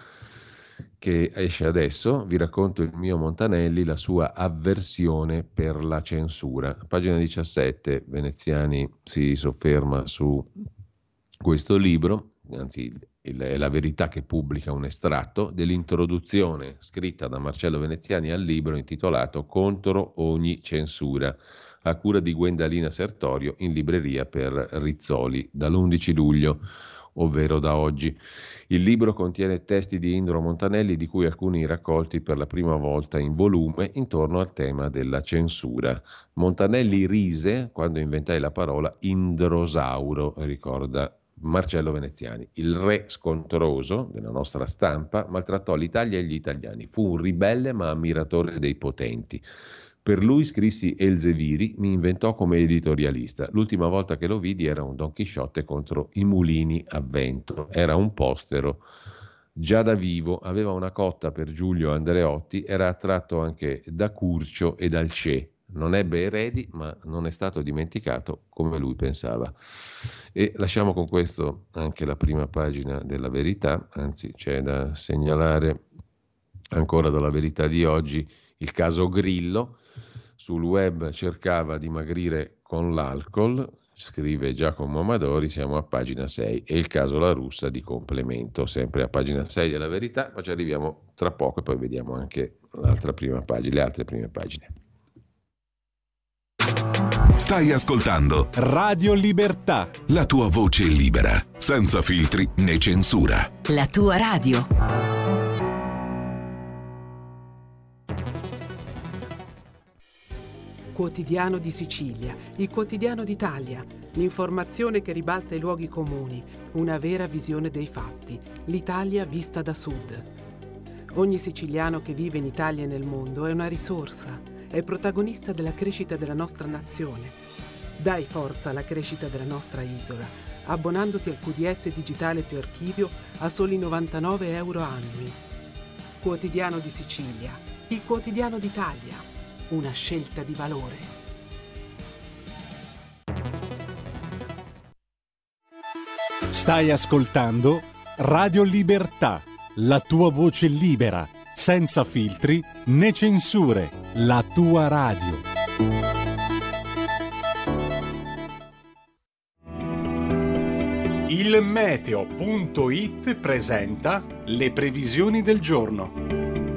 che esce adesso. Vi racconto il mio Montanelli, la sua avversione per la censura. Pagina diciassette, Veneziani si sofferma su questo libro, anzi è la Verità che pubblica un estratto dell'introduzione scritta da Marcello Veneziani al libro intitolato Contro ogni censura, a cura di Gwendalina Sertorio, in libreria per Rizzoli dall'undici luglio, ovvero da oggi. Il libro contiene testi di Indro Montanelli, di cui alcuni raccolti per la prima volta in volume intorno al tema della censura. Montanelli rise quando inventai la parola indrosauro, ricorda Marcello Veneziani. Il re scontroso della nostra stampa maltrattò l'Italia e gli italiani. Fu un ribelle ma ammiratore dei potenti. Per lui scrissi Elzeviri, mi inventò come editorialista. L'ultima volta che lo vidi era un Don Chisciotte contro i mulini a vento. Era un postero. Già da vivo aveva una cotta per Giulio Andreotti, era attratto anche da Curcio e dal Che. Non ebbe eredi, ma non è stato dimenticato come lui pensava. E lasciamo con questo anche la prima pagina della Verità, anzi c'è da segnalare ancora dalla Verità di oggi il caso Grillo. sul web cercava dimagrire con l'alcol, scrive Giacomo Amadori, siamo a pagina sei, e il caso La Russa di complemento, sempre a pagina sei della Verità, ma ci arriviamo tra poco e poi vediamo anche l'altra prima pagina, le altre prime pagine. Stai ascoltando Radio Libertà, la tua voce libera, senza filtri né censura. La tua radio. Quotidiano di Sicilia, il quotidiano d'Italia, l'informazione che ribalta i luoghi comuni, una vera visione dei fatti, l'Italia vista da sud. Ogni siciliano che vive in Italia e nel mondo è una risorsa, è protagonista della crescita della nostra nazione. Dai forza alla crescita della nostra isola, abbonandoti al Q D S digitale più archivio a soli novantanove euro annui. Quotidiano di Sicilia, il quotidiano d'Italia. Una scelta di valore. stai ascoltando Radio Libertà, la tua voce libera, senza filtri né censure, la tua radio. Il meteo punto it presenta le previsioni del giorno.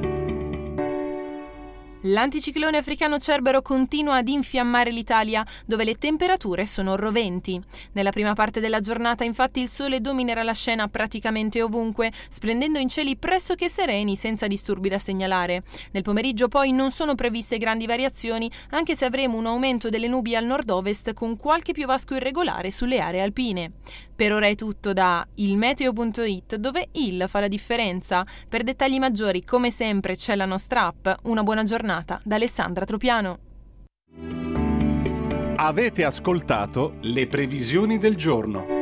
L'anticiclone africano Cerbero continua ad infiammare l'Italia, dove le temperature sono roventi. Nella prima parte della giornata, infatti, il sole dominerà la scena praticamente ovunque, splendendo in cieli pressoché sereni, senza disturbi da segnalare. Nel pomeriggio, poi, non sono previste grandi variazioni, anche se avremo un aumento delle nubi al nord-ovest con qualche piovasco irregolare sulle aree alpine. Per ora è tutto da il meteo punto it, dove il fa la differenza. Per dettagli maggiori, come sempre, c'è la nostra app. Una buona giornata da Alessandra Tropiano. Avete ascoltato le previsioni del giorno.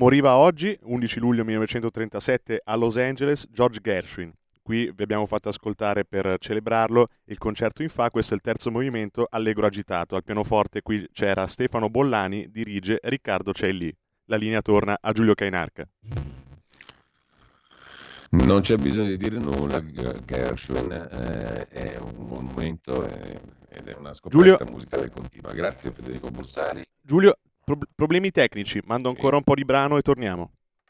Moriva oggi, undici luglio millenovecentotrentasette, a Los Angeles, George Gershwin. Qui vi abbiamo fatto ascoltare, per celebrarlo, il concerto in Fa. Questo è il terzo movimento, allegro agitato. Al pianoforte qui c'era Stefano Bollani, dirige Riccardo Celli. La linea torna a Giulio Cainarca. Non c'è bisogno di dire nulla, Gershwin eh, è un monumento eh, ed è una scoperta Giulio... musicale continua. Grazie Federico Borsari. Giulio, pro- problemi tecnici, mando ancora Sì. un po' di brano e torniamo.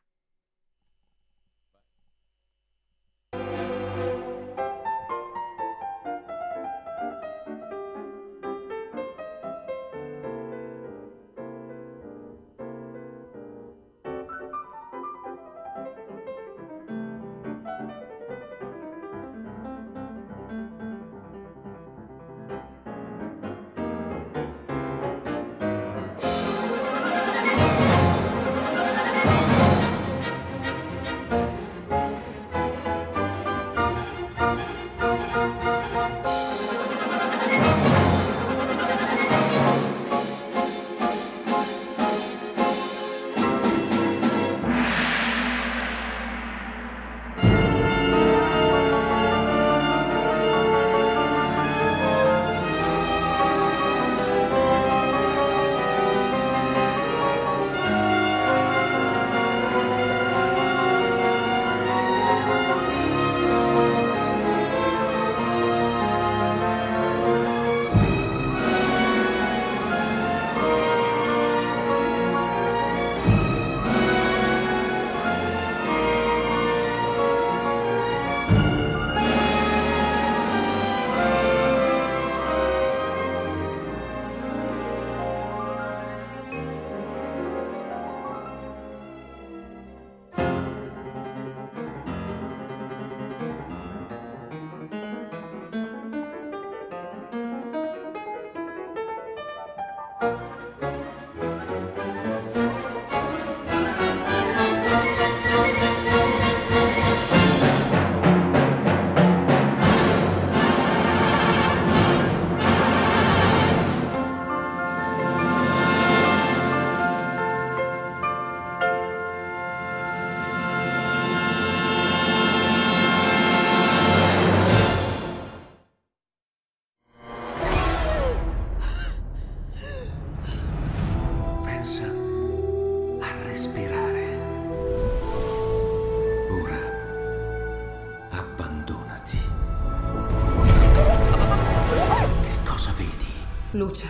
Luce,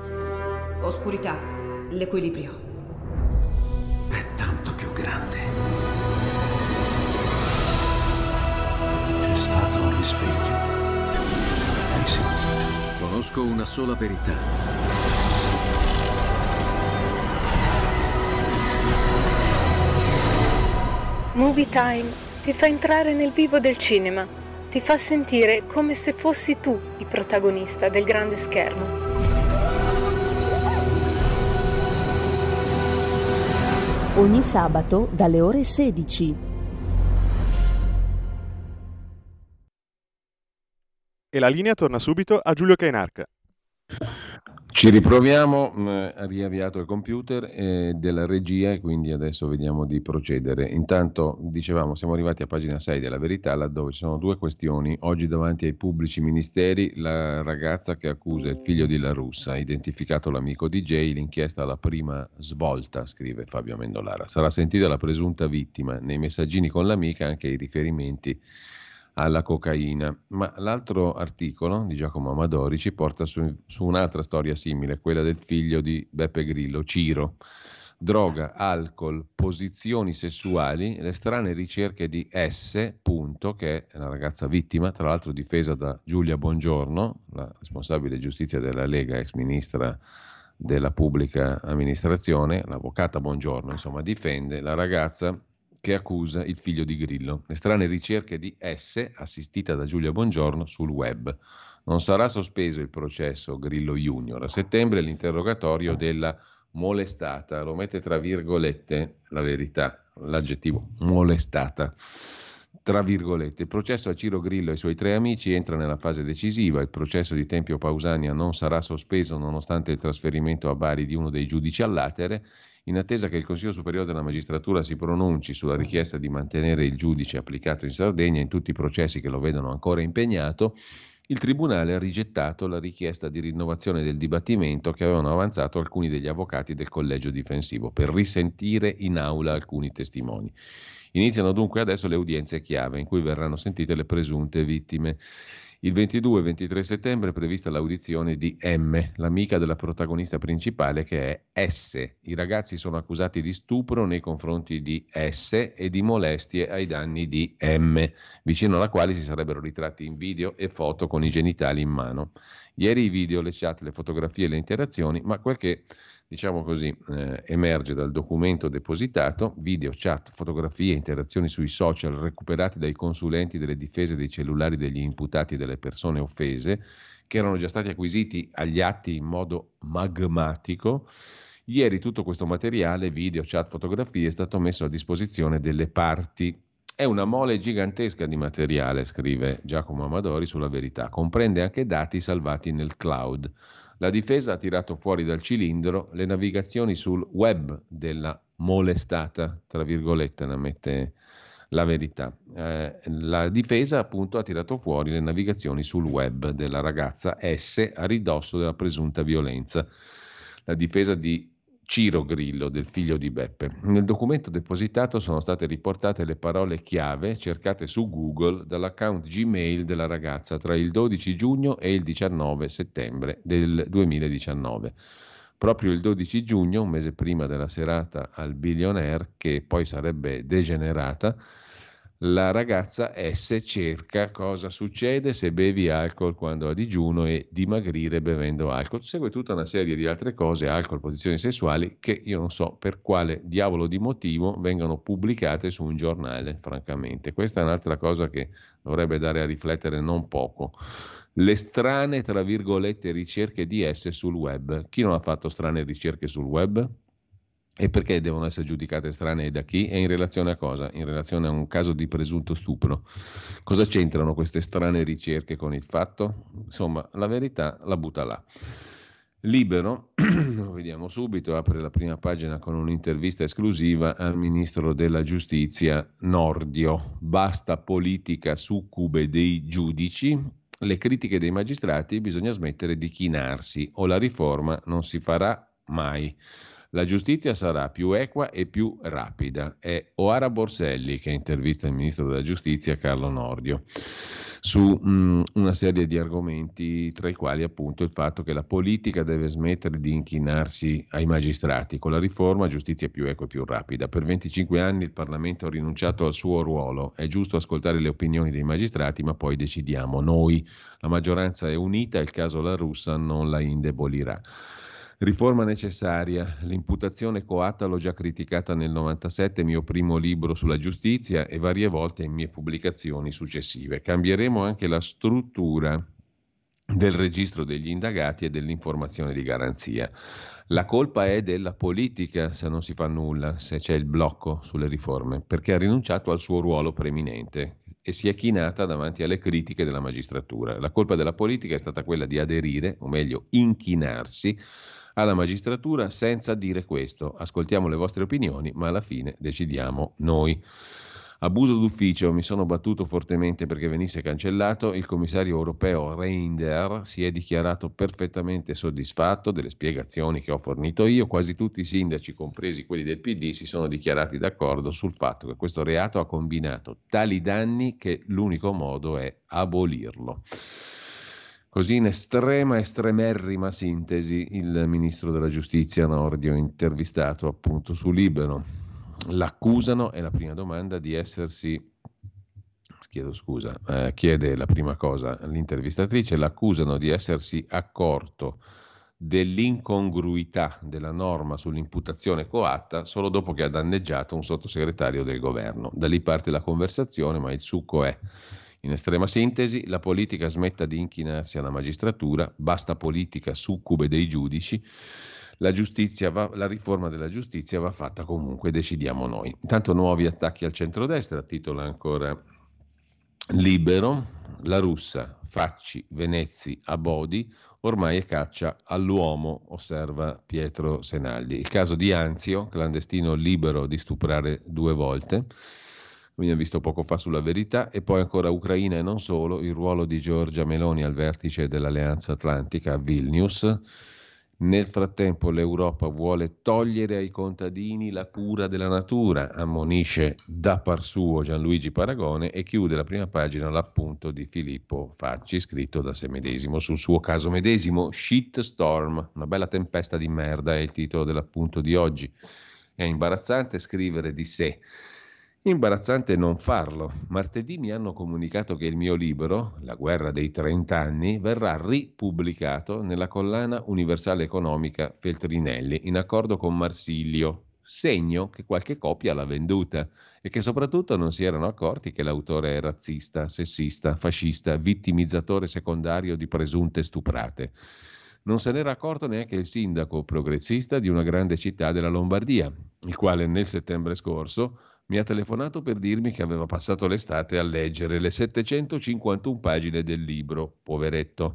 oscurità, l'equilibrio. È tanto più grande. C'è stato un risveglio. Hai sentito? Conosco una sola verità. Movie Time ti fa entrare nel vivo del cinema, ti fa sentire come se fossi tu il protagonista del grande schermo. Ogni sabato dalle ore sedici. E la linea torna subito a Giulio Cainarca. Ci riproviamo, mh, ha riavviato il computer eh, della regia e quindi adesso vediamo di procedere. Intanto, dicevamo, siamo arrivati a pagina sei della Verità, laddove ci sono due questioni. Oggi davanti ai pubblici ministeri la ragazza che accusa il figlio di La Russa, identificato l'amico D J, l'inchiesta alla prima svolta, scrive Fabio Amendolara. Sarà sentita la presunta vittima, nei messaggini con l'amica anche i riferimenti alla cocaina. Ma l'altro articolo di Giacomo Amadori ci porta su, su un'altra storia simile, quella del figlio di Beppe Grillo, Ciro. Droga, alcol, posizioni sessuali, le strane ricerche di S, punto, che è la ragazza vittima, tra l'altro difesa da Giulia Bongiorno, la responsabile giustizia della Lega, ex ministra della pubblica amministrazione, l'avvocata Bongiorno, insomma, difende la ragazza che accusa il figlio di Grillo. Le strane ricerche di S, assistita da Giulia Bongiorno, sul web. Non sarà sospeso il processo Grillo Junior. A settembre l'interrogatorio della molestata, lo mette tra virgolette la verità, l'aggettivo molestata, tra virgolette. Il processo a Ciro Grillo e ai suoi tre amici entra nella fase decisiva. Il processo di Tempio Pausania non sarà sospeso nonostante il trasferimento a Bari di uno dei giudici all'atere. In attesa che il Consiglio Superiore della Magistratura si pronunci sulla richiesta di mantenere il giudice applicato in Sardegna in tutti i processi che lo vedono ancora impegnato, il Tribunale ha rigettato la richiesta di rinnovazione del dibattimento che avevano avanzato alcuni degli avvocati del collegio difensivo per risentire in aula alcuni testimoni. Iniziano dunque adesso le udienze chiave in cui verranno sentite le presunte vittime. Il ventidue e ventitré settembre è prevista l'audizione di M, l'amica della protagonista principale che è S. I ragazzi sono accusati di stupro nei confronti di S e di molestie ai danni di M, vicino alla quale si sarebbero ritratti in video e foto con i genitali in mano. Ieri i video, le chat, le fotografie e le interazioni, ma quel che, diciamo così, eh, emerge dal documento depositato, video, chat, fotografie, interazioni sui social recuperati dai consulenti delle difese dei cellulari degli imputati e delle persone offese, che erano già stati acquisiti agli atti in modo magmatico. Ieri tutto questo materiale, video, chat, fotografie, è stato messo a disposizione delle parti. È una mole gigantesca di materiale, scrive Giacomo Amadori sulla Verità. Comprende anche dati salvati nel cloud. La difesa ha tirato fuori dal cilindro le navigazioni sul web della molestata, tra virgolette, ne mette La Verità. Eh, la difesa appunto ha tirato fuori le navigazioni sul web della ragazza S a ridosso della presunta violenza. La difesa di Ciro Grillo, del figlio di Beppe. Nel documento depositato sono state riportate le parole chiave cercate su Google dall'account Gmail della ragazza tra il dodici giugno e il diciannove settembre del duemiladiciannove. Proprio il dodici giugno, un mese prima della serata al Billionaire, che poi sarebbe degenerata, la ragazza S cerca cosa succede se bevi alcol quando a digiuno e dimagrire bevendo alcol. Segue tutta una serie di altre cose, alcol, posizioni sessuali, che io non so per quale diavolo di motivo vengano pubblicate su un giornale, francamente. Questa è un'altra cosa che dovrebbe dare a riflettere non poco. Le strane, tra virgolette, ricerche di S sul web. Chi non ha fatto strane ricerche sul web? E perché devono essere giudicate strane e da chi? E in relazione a cosa? In relazione a un caso di presunto stupro. Cosa c'entrano queste strane ricerche con il fatto? Insomma, la Verità la butta là. Libero, lo vediamo subito, apre la prima pagina con un'intervista esclusiva al ministro della giustizia Nordio. Basta politica succube dei giudici, le critiche dei magistrati, bisogna smettere di chinarsi o la riforma non si farà mai. La giustizia sarà più equa e più rapida. È Oara Borselli che intervista il ministro della giustizia Carlo Nordio su mh, una serie di argomenti, tra i quali appunto il fatto che la politica deve smettere di inchinarsi ai magistrati. Con la riforma giustizia più equa e più rapida. Per venticinque anni il Parlamento ha rinunciato al suo ruolo. È giusto ascoltare le opinioni dei magistrati, ma poi decidiamo noi. La maggioranza è unita, il caso La Russa non la indebolirà. Riforma necessaria, l'imputazione coatta l'ho già criticata nel novantasette, mio primo libro sulla giustizia, e varie volte in mie pubblicazioni successive. Cambieremo anche la struttura del registro degli indagati e dell'informazione di garanzia. La colpa è della politica se non si fa nulla, se c'è il blocco sulle riforme, perché ha rinunciato al suo ruolo preeminente e si è chinata davanti alle critiche della magistratura. La colpa della politica è stata quella di aderire, o meglio inchinarsi, alla magistratura senza dire questo. Ascoltiamo le vostre opinioni, ma alla fine decidiamo noi. Abuso d'ufficio, mi sono battuto fortemente perché venisse cancellato. Il commissario europeo Reinders si è dichiarato perfettamente soddisfatto delle spiegazioni che ho fornito io. Quasi tutti i sindaci, compresi quelli del P D, si sono dichiarati d'accordo sul fatto che questo reato ha combinato tali danni che l'unico modo è abolirlo. Così in estrema, estremerrima sintesi il ministro della giustizia Nordio, intervistato appunto su Libero. L'accusano, è la prima domanda, di essersi, chiedo scusa, eh, chiede la prima cosa l'intervistatrice, l'accusano di essersi accorto dell'incongruità della norma sull'imputazione coatta solo dopo che ha danneggiato un sottosegretario del governo. Da lì parte la conversazione, ma il succo è: in estrema sintesi, la politica smetta di inchinarsi alla magistratura, basta politica succube dei giudici, la giustizia va, la riforma della giustizia va fatta comunque, decidiamo noi. Intanto nuovi attacchi al centrodestra, titola ancora Libero, La Russa, Facci, Venezzi, Abodi, ormai è caccia all'uomo, osserva Pietro Senaldi. Il caso di Anzio, clandestino libero di stuprare due volte, abbiamo visto poco fa sulla Verità, e poi ancora Ucraina e non solo, il ruolo di Giorgia Meloni al vertice dell'Alleanza Atlantica a Vilnius. Nel frattempo l'Europa vuole togliere ai contadini la cura della natura, ammonisce da par suo Gianluigi Paragone, e chiude la prima pagina l'appunto di Filippo Facci, scritto da sé medesimo sul suo caso medesimo. Shitstorm, una bella tempesta di merda è il titolo dell'appunto di oggi. È imbarazzante scrivere di sé, imbarazzante non farlo. Martedì mi hanno comunicato che il mio libro, La guerra dei trent'anni, verrà ripubblicato nella collana Universale Economica Feltrinelli, in accordo con Marsilio, segno che qualche copia l'ha venduta e che soprattutto non si erano accorti che l'autore è razzista, sessista, fascista, vittimizzatore secondario di presunte stuprate. Non se n'era accorto neanche il sindaco progressista di una grande città della Lombardia, il quale nel settembre scorso mi ha telefonato per dirmi che aveva passato l'estate a leggere le settecentocinquantuno pagine del libro, poveretto.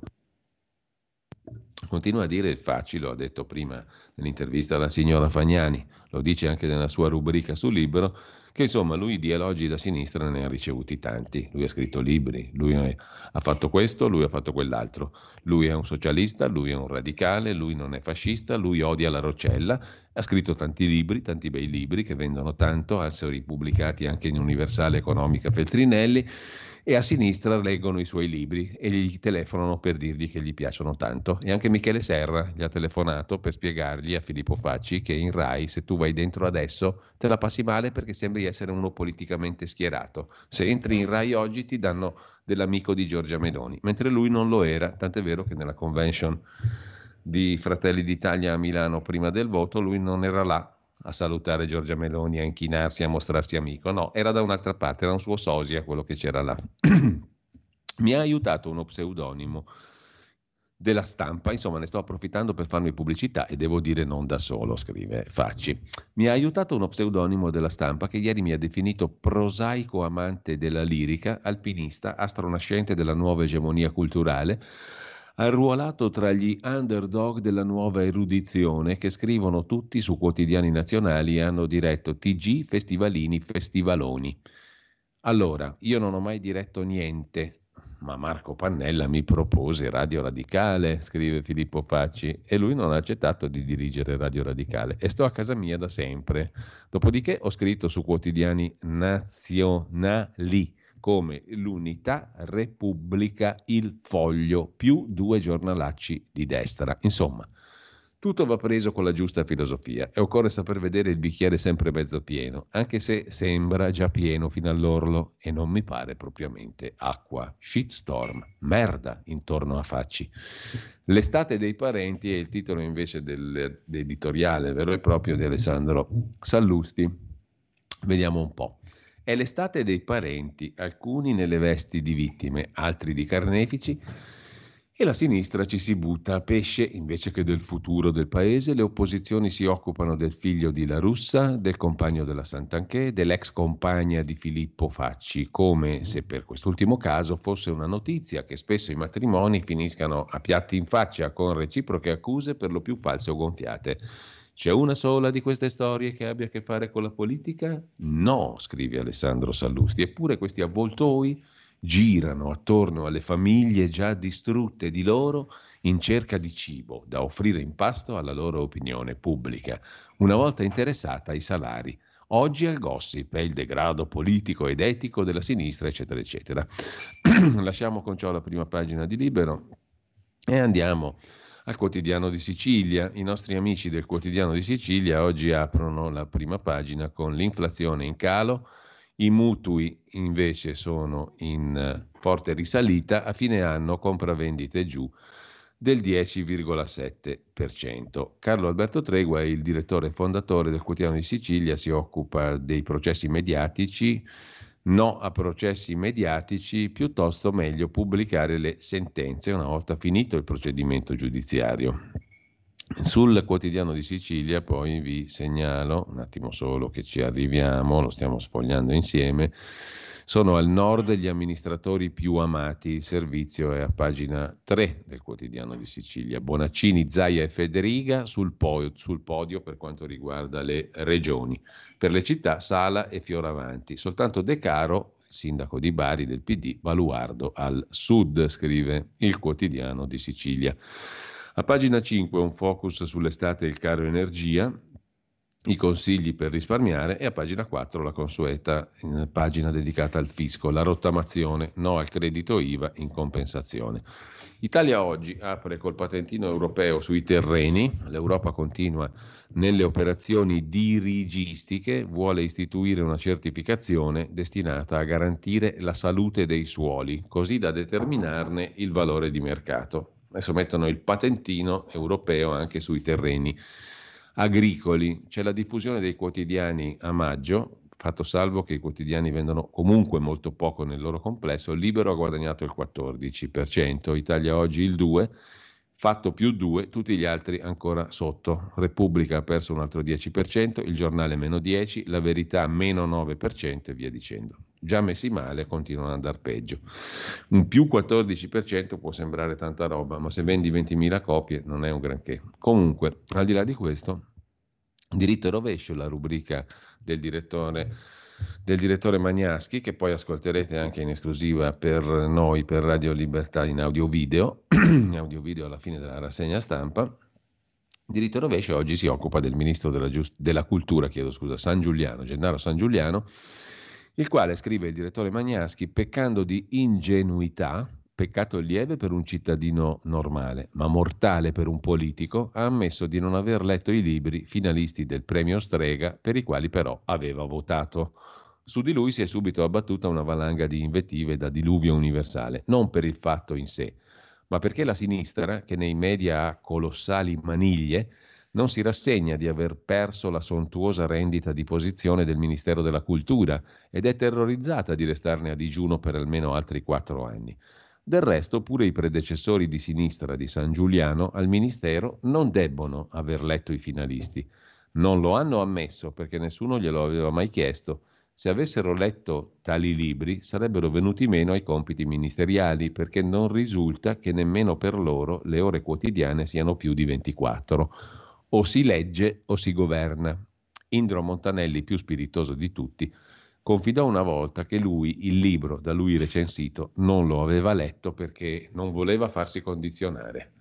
Continua a dire il Facci, lo ha detto prima nell'intervista alla signora Fagnani, lo dice anche nella sua rubrica sul Libero, che insomma lui di elogi da sinistra ne ha ricevuti tanti. Lui ha scritto libri, lui ha fatto questo, lui ha fatto quell'altro, lui è un socialista, lui è un radicale, lui non è fascista, lui odia la Roccella, ha scritto tanti libri, tanti bei libri che vendono tanto, essere ripubblicati anche in Universale Economica Feltrinelli, e a sinistra leggono i suoi libri e gli telefonano per dirgli che gli piacciono tanto. E anche Michele Serra gli ha telefonato per spiegargli a Filippo Facci che in Rai, se tu vai dentro adesso, te la passi male perché sembri essere uno politicamente schierato. Se entri in Rai oggi ti danno dell'amico di Giorgia Meloni, mentre lui non lo era, tant'è vero che nella convention di Fratelli d'Italia a Milano prima del voto lui non era là a salutare Giorgia Meloni, a inchinarsi, a mostrarsi amico. No, era da un'altra parte, era un suo sosia quello che c'era là. Mi ha aiutato uno pseudonimo della Stampa, insomma ne sto approfittando per farmi pubblicità e devo dire non da solo, scrive Facci. Mi ha aiutato uno pseudonimo della Stampa che ieri mi ha definito prosaico amante della lirica, alpinista, astronascente della nuova egemonia culturale, arruolato tra gli underdog della nuova erudizione che scrivono tutti su quotidiani nazionali e hanno diretto T G, festivalini, festivaloni. Allora, io non ho mai diretto niente, ma Marco Pannella mi propose Radio Radicale, scrive Filippo Facci, e lui non ha accettato di dirigere Radio Radicale e sto a casa mia da sempre. Dopodiché ho scritto su quotidiani nazionali come l'Unità, Repubblica, Il Foglio, più due giornalacci di destra. Insomma, tutto va preso con la giusta filosofia e occorre saper vedere il bicchiere sempre mezzo pieno, anche se sembra già pieno fino all'orlo e non mi pare propriamente acqua. Shitstorm, merda intorno a Facci. L'estate dei parenti è il titolo invece dell'editoriale vero e proprio di Alessandro Sallusti. Vediamo un po'. È l'estate dei parenti, alcuni nelle vesti di vittime, altri di carnefici, e la sinistra ci si butta a pesce invece che del futuro del paese. Le opposizioni si occupano del figlio di La Russa, del compagno della Santanchè, dell'ex compagna di Filippo Facci, come se per quest'ultimo caso fosse una notizia che spesso i matrimoni finiscano a piatti in faccia con reciproche accuse per lo più false o gonfiate. C'è una sola di queste storie che abbia a che fare con la politica? No, scrive Alessandro Sallusti, eppure questi avvoltoi girano attorno alle famiglie già distrutte di loro in cerca di cibo da offrire in pasto alla loro opinione pubblica, una volta interessata ai salari, oggi al gossip e il degrado politico ed etico della sinistra, eccetera, eccetera. Lasciamo con ciò la prima pagina di Libero e andiamo al Quotidiano di Sicilia. I nostri amici del Quotidiano di Sicilia oggi aprono la prima pagina con l'inflazione in calo, i mutui invece sono in forte risalita, a fine anno compravendite giù del dieci virgola sette per cento. Carlo Alberto Tregua è il direttore e fondatore del Quotidiano di Sicilia, si occupa dei processi mediatici. No a processi mediatici, piuttosto meglio pubblicare le sentenze una volta finito il procedimento giudiziario. Sul Quotidiano di Sicilia poi vi segnalo, un attimo solo che ci arriviamo, lo stiamo sfogliando insieme, Sono al nord gli amministratori più amati. Il servizio è a pagina tre del Quotidiano di Sicilia. Bonaccini, Zaia e Federiga sul, po- sul podio per quanto riguarda le regioni. Per le città Sala e Fioravanti. Soltanto De Caro, sindaco di Bari del P D, baluardo al sud, scrive il Quotidiano di Sicilia. A pagina cinque un focus sull'estate e il caro energia, i consigli per risparmiare, e a pagina quattro la consueta eh, pagina dedicata al fisco, la rottamazione, no al credito I V A in compensazione. Italia Oggi apre col patentino europeo sui terreni. L'Europa continua nelle operazioni dirigistiche, vuole istituire una certificazione destinata a garantire la salute dei suoli, così da determinarne il valore di mercato. Adesso mettono il patentino europeo anche sui terreni agricoli. C'è la diffusione dei quotidiani a maggio, fatto salvo che i quotidiani vendono comunque molto poco nel loro complesso. Libero ha guadagnato il quattordici per cento, Italia Oggi il due per cento, Fatto più due, tutti gli altri ancora sotto. Repubblica ha perso un altro dieci per cento, Il Giornale meno dieci per cento, La Verità meno nove per cento e via dicendo. Già messi male, continuano ad andare peggio. Un più quattordici per cento può sembrare tanta roba, ma se vendi ventimila copie non è un granché. Comunque, al di là di questo, Diritto e rovescio, la rubrica del direttore del direttore Magnaschi, che poi ascolterete anche in esclusiva per noi, per Radio Libertà, in audio video, in audio video alla fine della rassegna stampa. Diritto e rovescio oggi si occupa del ministro della, Giust- della cultura, chiedo scusa, San Giuliano, Gennaro San Giuliano, il quale, scrive il direttore Magnaschi, peccando di ingenuità, peccato lieve per un cittadino normale, ma mortale per un politico, ha ammesso di non aver letto i libri finalisti del premio Strega, per i quali però aveva votato. Su di lui si è subito abbattuta una valanga di invettive da diluvio universale, non per il fatto in sé, ma perché la sinistra, che nei media ha colossali maniglie, non si rassegna di aver perso la sontuosa rendita di posizione del Ministero della Cultura ed è terrorizzata di restarne a digiuno per almeno altri quattro anni. Del resto, pure i predecessori di sinistra di San Giuliano al Ministero non debbono aver letto i finalisti. Non lo hanno ammesso perché nessuno glielo aveva mai chiesto. Se avessero letto tali libri sarebbero venuti meno ai compiti ministeriali, perché non risulta che nemmeno per loro le ore quotidiane siano più di ventiquattro. O si legge o si governa. Indro Montanelli, più spiritoso di tutti, confidò una volta che lui il libro da lui recensito non lo aveva letto perché non voleva farsi condizionare.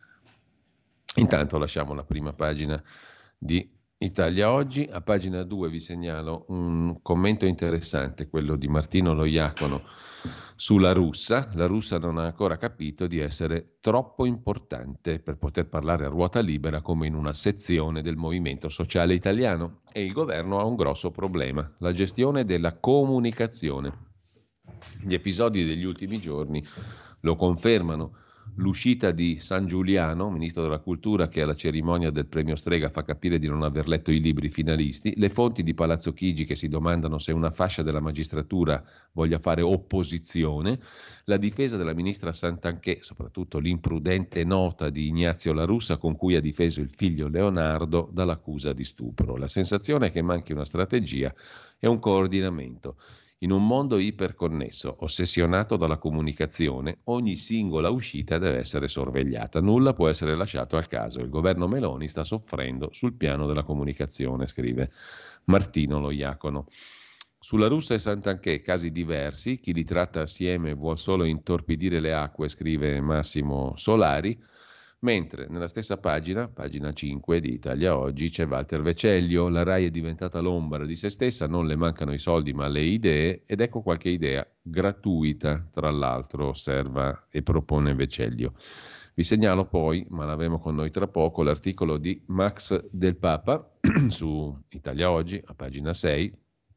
Intanto lasciamo la prima pagina di Italia Oggi. A pagina due vi segnalo un commento interessante, quello di Martino Loiacono sulla Russa. La Russa non ha ancora capito di essere troppo importante per poter parlare a ruota libera come in una sezione del movimento sociale italiano, e il governo ha un grosso problema: la gestione della comunicazione. Gli episodi degli ultimi giorni lo confermano. L'uscita di San Giuliano, ministro della cultura, che alla cerimonia del premio Strega fa capire di non aver letto i libri finalisti, le fonti di Palazzo Chigi che si domandano se una fascia della magistratura voglia fare opposizione, la difesa della ministra Santanchè, soprattutto l'imprudente nota di Ignazio La Russa con cui ha difeso il figlio Leonardo dall'accusa di stupro. La sensazione è che manchi una strategia e un coordinamento. In un mondo iperconnesso, ossessionato dalla comunicazione, ogni singola uscita deve essere sorvegliata. Nulla può essere lasciato al caso. Il governo Meloni sta soffrendo sul piano della comunicazione, scrive Martino Loiacono. Sulla Russa e Santanchè, casi diversi. Chi li tratta assieme vuol solo intorpidire le acque, scrive Massimo Solari. Mentre nella stessa pagina, pagina cinque di Italia Oggi, c'è Walter Vecellio. La RAI è diventata l'ombra di se stessa, non le mancano i soldi ma le idee, ed ecco qualche idea gratuita, tra l'altro, osserva e propone Vecellio. Vi segnalo poi, ma l'avremo con noi tra poco, l'articolo di Max Del Papa su Italia Oggi, a pagina sei.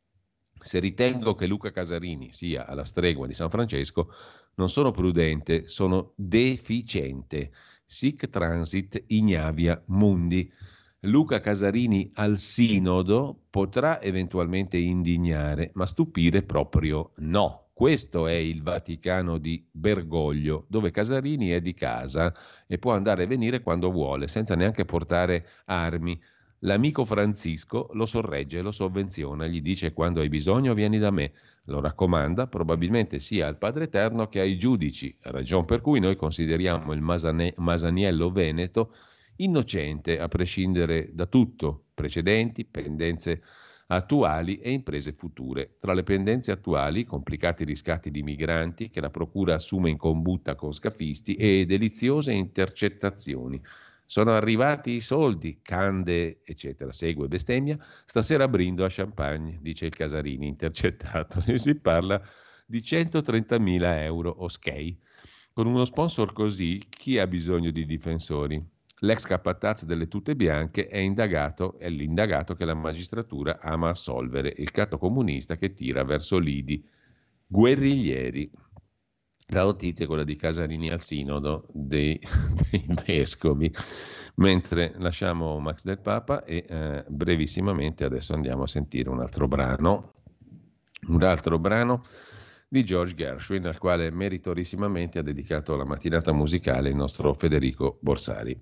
Se ritengo che Luca Casarini sia alla stregua di San Francesco, non sono prudente, sono deficiente. Sic transit ignavia mundi. Luca Casarini al sinodo potrà eventualmente indignare, ma stupire proprio no. Questo è il Vaticano di Bergoglio, dove Casarini è di casa e può andare e venire quando vuole, senza neanche portare armi. L'amico Francisco lo sorregge e lo sovvenziona, gli dice: quando hai bisogno vieni da me. Lo raccomanda probabilmente sia al Padre Eterno che ai giudici, ragion per cui noi consideriamo il Masane- Masaniello veneto innocente a prescindere da tutto, precedenti, pendenze attuali e imprese future. Tra le pendenze attuali, complicati riscatti di migranti che la procura assume in combutta con scafisti e deliziose intercettazioni. Sono arrivati i soldi, cande, eccetera. Segue bestemmia. Stasera brindo a champagne, dice il Casarini, intercettato. E si parla di centotrentamila euro o skei. Con uno sponsor così, chi ha bisogno di difensori? L'ex capataz delle tute bianche è indagato, è l'indagato che la magistratura ama assolvere, il catto comunista che tira verso lidi guerriglieri. La notizia è quella di Casarini al sinodo dei, dei vescovi. Mentre lasciamo Max del Papa e eh, brevissimamente adesso andiamo a sentire un altro brano, un altro brano di George Gershwin, al quale meritorissimamente ha dedicato la mattinata musicale il nostro Federico Borsari.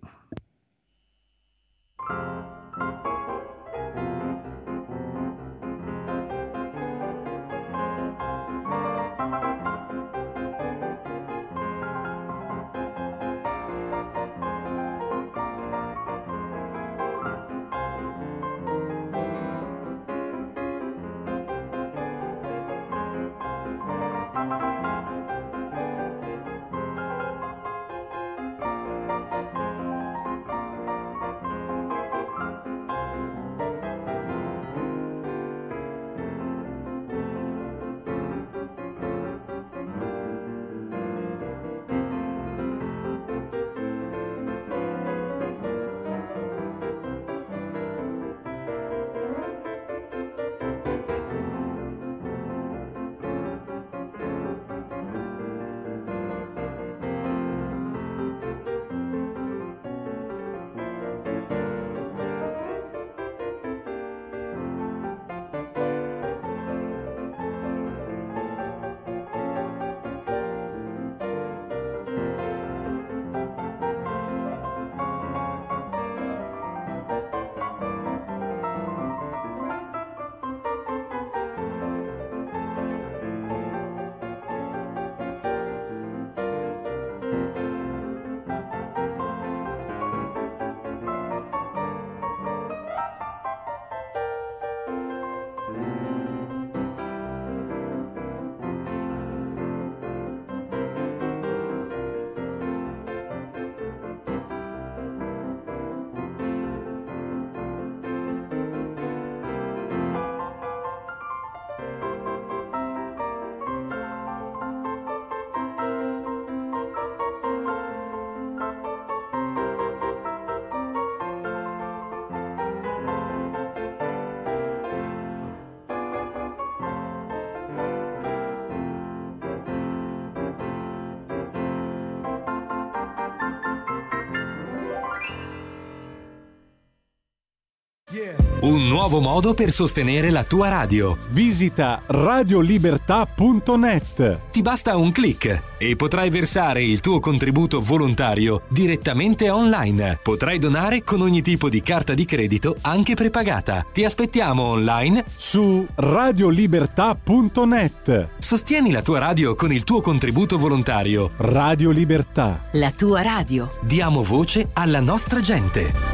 Un nuovo modo per sostenere la tua radio. Visita radiolibertà punto net. Ti basta un click e potrai versare il tuo contributo volontario direttamente online. Potrai donare con ogni tipo di carta di credito, anche prepagata. Ti aspettiamo online su radiolibertà punto net. Sostieni la tua radio con il tuo contributo volontario. Radio Libertà. La tua radio. Diamo voce alla nostra gente.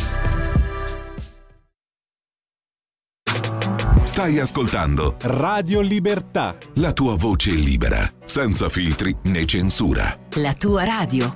Stai ascoltando Radio Libertà. La tua voce libera, senza filtri né censura. La tua radio.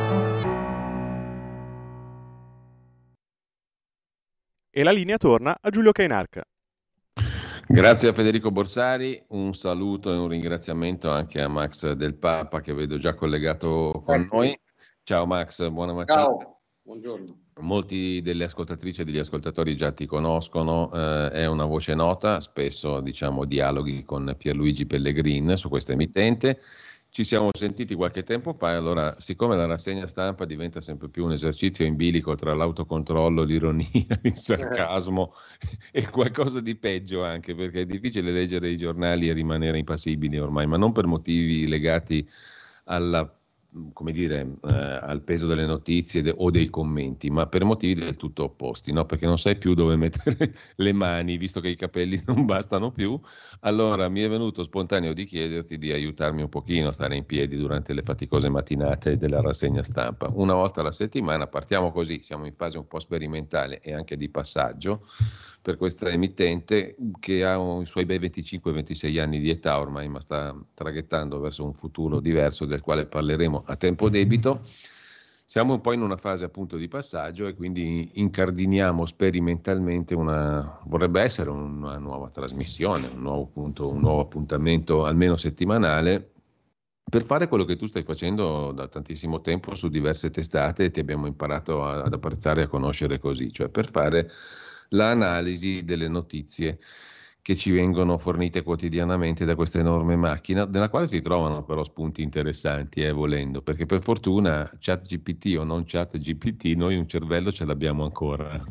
E la linea torna a Giulio Cainarca. Grazie a Federico Borsari, un saluto e un ringraziamento anche a Max del Papa che vedo già collegato con ecco. noi. Ciao Max, buona mattina. Ciao, buongiorno. Molti delle ascoltatrici e degli ascoltatori già ti conoscono, eh, è una voce nota, spesso diciamo dialoghi con Pierluigi Pellegrin su questa emittente. Ci siamo sentiti qualche tempo fa e allora, siccome la rassegna stampa diventa sempre più un esercizio in bilico tra l'autocontrollo, l'ironia, il sarcasmo e qualcosa di peggio anche, perché è difficile leggere i giornali e rimanere impassibili ormai, ma non per motivi legati alla come dire, eh, al peso delle notizie de- o dei commenti, ma per motivi del tutto opposti, no? Perché non sai più dove mettere le mani, visto che i capelli non bastano più. Allora mi è venuto spontaneo di chiederti di aiutarmi un pochino a stare in piedi durante le faticose mattinate della rassegna stampa. Una volta alla settimana partiamo così, siamo in fase un po' sperimentale e anche di passaggio per questa emittente che ha i suoi bei venticinque ventisei anni di età ormai, ma sta traghettando verso un futuro diverso del quale parleremo a tempo debito. Siamo un po' in una fase appunto di passaggio e quindi incardiniamo sperimentalmente una, vorrebbe essere una nuova trasmissione, un nuovo punto, un nuovo appuntamento almeno settimanale per fare quello che tu stai facendo da tantissimo tempo su diverse testate e ti abbiamo imparato a, ad apprezzare e a conoscere così, cioè per fare l'analisi delle notizie che ci vengono fornite quotidianamente da questa enorme macchina, nella quale si trovano però spunti interessanti, eh, volendo, perché per fortuna ChatGPT o non ChatGPT, noi un cervello ce l'abbiamo ancora,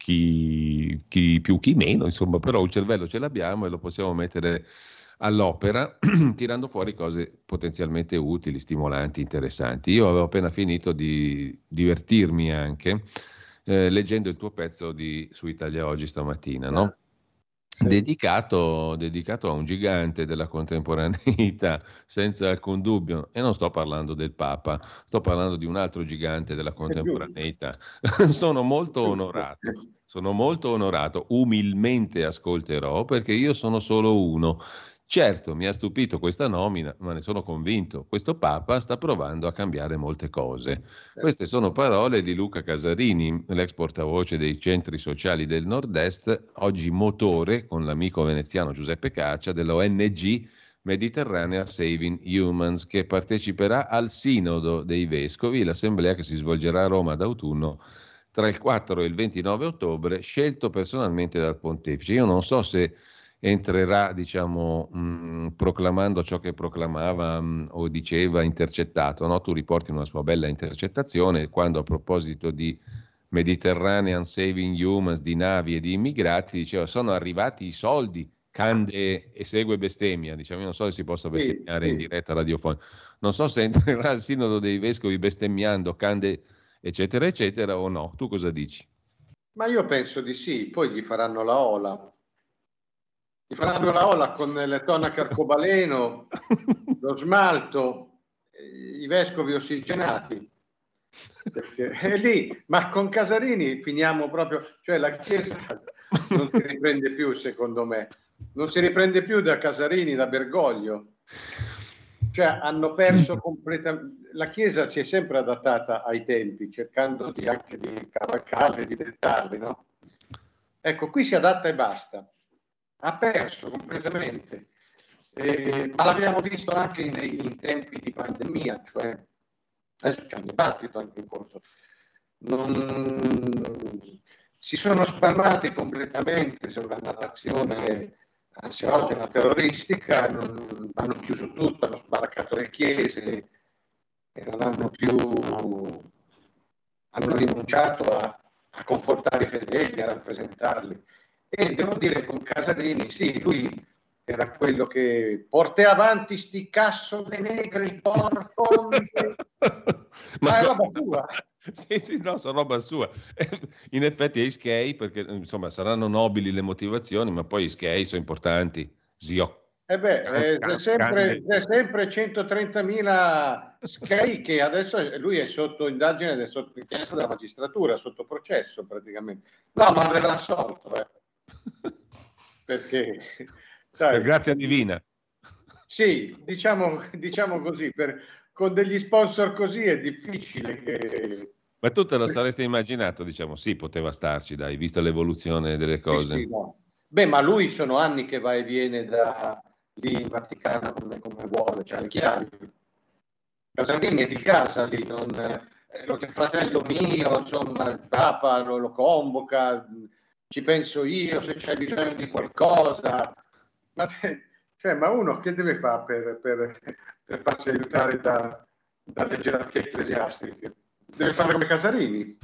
chi, chi più chi meno, insomma, però un cervello ce l'abbiamo e lo possiamo mettere all'opera tirando fuori cose potenzialmente utili, stimolanti, interessanti. Io avevo appena finito di divertirmi anche eh, leggendo il tuo pezzo di, su Italia Oggi stamattina, no? Sì. Dedicato, dedicato a un gigante della contemporaneità, senza alcun dubbio, e non sto parlando del Papa, sto parlando di un altro gigante della contemporaneità. Sono molto onorato, sono molto onorato, umilmente ascolterò, perché io sono solo uno. Certo, mi ha stupito questa nomina, ma ne sono convinto. Questo Papa sta provando a cambiare molte cose. Queste sono parole di Luca Casarini, l'ex portavoce dei centri sociali del Nord-Est, oggi motore, con l'amico veneziano Giuseppe Caccia, dell'O N G Mediterranea Saving Humans, che parteciperà al Sinodo dei Vescovi, l'assemblea che si svolgerà a Roma d'autunno tra il quattro e il ventinove ottobre, scelto personalmente dal Pontefice. Io non so se entrerà, diciamo, mh, proclamando ciò che proclamava mh, o diceva intercettato, no? Tu riporti una sua bella intercettazione quando, a proposito di Mediterranean Saving Humans, di navi e di immigrati, diceva sono arrivati i soldi, cande, e segue bestemmia, diciamo, io non so se si possa bestemmiare sì, in sì. diretta radiofonica, non so se entrerà al Sinodo dei Vescovi bestemmiando, cande, eccetera, eccetera, o no. Tu cosa dici? Ma io penso di sì, poi gli faranno la ola. Gli faranno la ola con le tonache arcobaleno, lo smalto, i vescovi ossigenati. Perché è lì, ma con Casarini finiamo proprio, cioè la Chiesa non si riprende più, secondo me. Non si riprende più da Casarini, da Bergoglio. Cioè hanno perso completamente. La Chiesa si è sempre adattata ai tempi, cercando di, anche di cavalcarli, di dettarli, no? Ecco, qui si adatta e basta. Ha perso completamente, eh, ma l'abbiamo visto anche in, in tempi di pandemia, cioè adesso c'è un dibattito anche in corso, non, si sono spalmati completamente sulla narrazione ansiogena, terroristica, non, hanno chiuso tutto, hanno sbaraccato le chiese e non hanno più, hanno rinunciato a, a confortare i fedeli, a rappresentarli. E devo dire con Casarini, sì, lui era quello che porta avanti sti cazzo de negri, porco. Ma, ma è roba sua. Sì, sì, no, sono roba sua. In effetti è ischei, perché insomma saranno nobili le motivazioni, ma poi ischei sono importanti. Zio. Eh beh, è, è sempre, è sempre centotrentamila schei che adesso lui è sotto indagine ed è sotto inchiesta della magistratura, sotto processo praticamente. No, ma verrà assolto, eh. Perché sai, per grazia divina, sì, diciamo, diciamo così, per, con degli sponsor così è difficile che... Ma tu te lo saresti immaginato, diciamo, sì, poteva starci, dai, vista l'evoluzione delle cose. Sì, sì, no. Beh, ma lui sono anni che va e viene da lì in Vaticano come, come vuole, cioè le chiavi. Casarini è di casa lì, non, eh, lo che fratello mio, insomma, il Papa lo, lo convoca, ci penso io se c'è bisogno di qualcosa, ma, cioè, ma uno che deve fare per, per, per farsi aiutare da, dalle gerarchie ecclesiastiche? Deve fare come Casarini,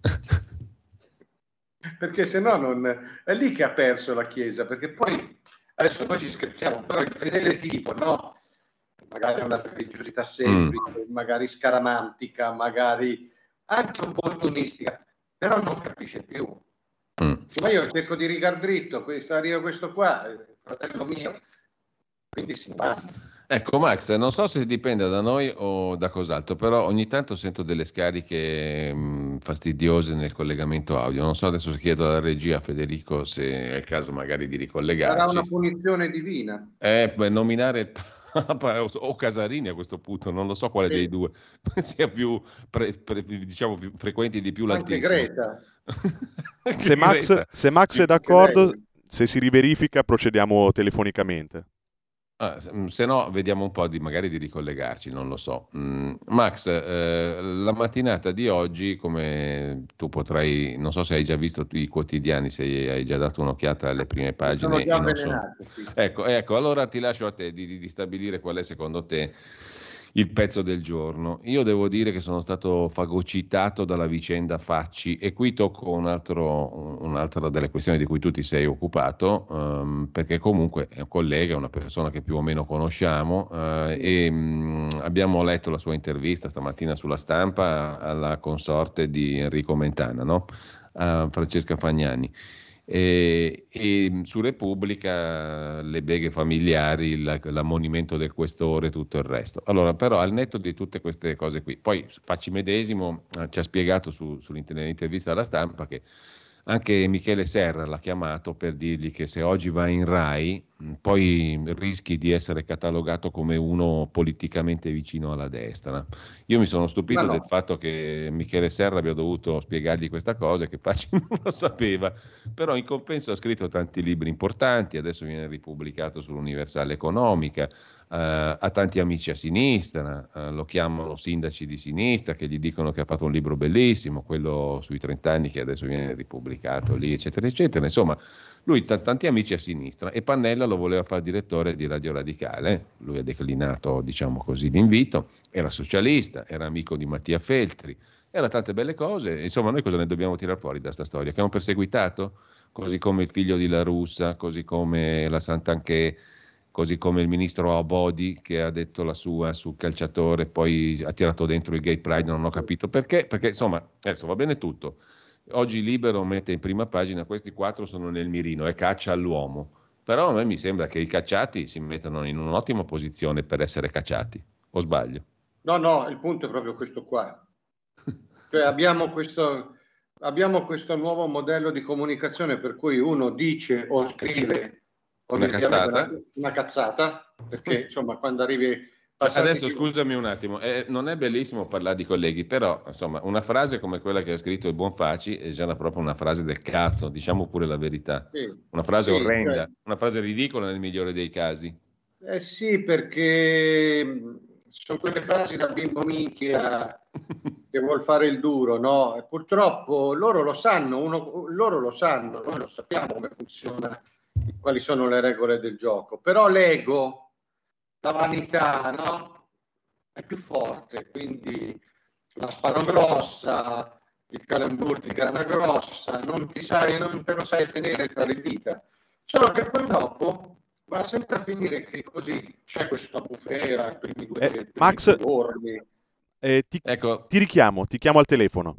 perché se no non è lì che ha perso la Chiesa, perché poi adesso noi ci scherziamo, però il fedele tipo, no? magari una religiosità semplice, mm. magari scaramantica, magari anche un po' opportunistica, però non capisce più. Mm. Ma io cerco di rigar dritto, questo, arriva questo qua, fratello mio, quindi si va. Ecco Max, non so se dipende da noi o da cos'altro, però ogni tanto sento delle scariche mh, fastidiose nel collegamento audio. Non so, adesso chiedo alla regia, Federico, se è il caso magari di ricollegarci. Sarà una punizione divina. Eh, beh, nominare Papa o Casarini a questo punto, non lo so quale sì. dei due sia più, pre, pre, diciamo, più frequenti di più l'altissimo. Anche Greta. Anche se, Max, Greta. se Max è d'accordo, se si riverifica procediamo telefonicamente. Ah, se no vediamo un po' di magari di ricollegarci, non lo so. Mm, Max, eh, la mattinata di oggi, come tu potrai, non so se hai già visto i quotidiani, se hai già dato un'occhiata alle prime pagine. Sono già non so. sì. ecco, ecco, allora ti lascio a te di, di stabilire qual è secondo te il pezzo del giorno. Io devo dire che sono stato fagocitato dalla vicenda Facci e qui tocco un altro, un'altra delle questioni di cui tu ti sei occupato, um, perché comunque è un collega, una persona che più o meno conosciamo uh, e um, abbiamo letto la sua intervista stamattina sulla Stampa alla consorte di Enrico Mentana, no? A Francesca Fagnani. E, e su Repubblica le beghe familiari, la, l'ammonimento del questore, tutto il resto. Allora, però, al netto di tutte queste cose qui, poi Facci medesimo eh, ci ha spiegato su, sull'intervista alla Stampa che anche Michele Serra l'ha chiamato per dirgli che se oggi va in Rai poi rischi di essere catalogato come uno politicamente vicino alla destra. Io mi sono stupito no. del fatto che Michele Serra abbia dovuto spiegargli questa cosa, che Facci non lo sapeva, però in compenso ha scritto tanti libri importanti, adesso viene ripubblicato sull'Universale Economica, Uh, ha tanti amici a sinistra, uh, lo chiamano sindaci di sinistra che gli dicono che ha fatto un libro bellissimo, quello sui trent'anni che adesso viene ripubblicato lì, eccetera, eccetera. Insomma, lui ha tanti amici a sinistra e Pannella lo voleva fare direttore di Radio Radicale. Lui ha declinato, diciamo così, l'invito, era socialista, era amico di Mattia Feltri, era tante belle cose. Insomma, noi cosa ne dobbiamo tirare fuori da sta storia? Che è un perseguitato, così come il figlio di La Russa, così come la Santanchè, così come il ministro Abodi che ha detto la sua sul calciatore, poi ha tirato dentro il Gay Pride, non ho capito perché, perché insomma, adesso va bene tutto. Oggi Libero mette in prima pagina, questi quattro sono nel mirino, è caccia all'uomo, però a me mi sembra che i cacciati si mettano in un'ottima posizione per essere cacciati, o sbaglio? No, no, il punto è proprio questo qua. Cioè abbiamo questo, abbiamo questo nuovo modello di comunicazione per cui uno dice o scrive una cazzata, una, una cazzata perché insomma quando arrivi adesso più... scusami un attimo, eh, non è bellissimo parlare di colleghi, però insomma una frase come quella che ha scritto il buon Facci è già una, proprio una frase del cazzo, diciamo pure la verità, sì, una frase sì, orrenda, cioè... una frase ridicola nel migliore dei casi. Eh sì, perché sono quelle frasi da bimbo minchia che vuol fare il duro, no? E purtroppo loro lo sanno, uno, loro lo sanno, noi lo sappiamo come funziona, quali sono le regole del gioco, però l'ego, la vanità, no? È più forte, quindi la sparo grossa, il calembur di grana grossa, non ti sai, non te lo sai tenere tra le dita, solo che poi dopo va sempre a finire che così c'è questa bufera, i primi due, eh, primi Max, giorni. Eh, ti, ecco. ti richiamo, ti chiamo al telefono.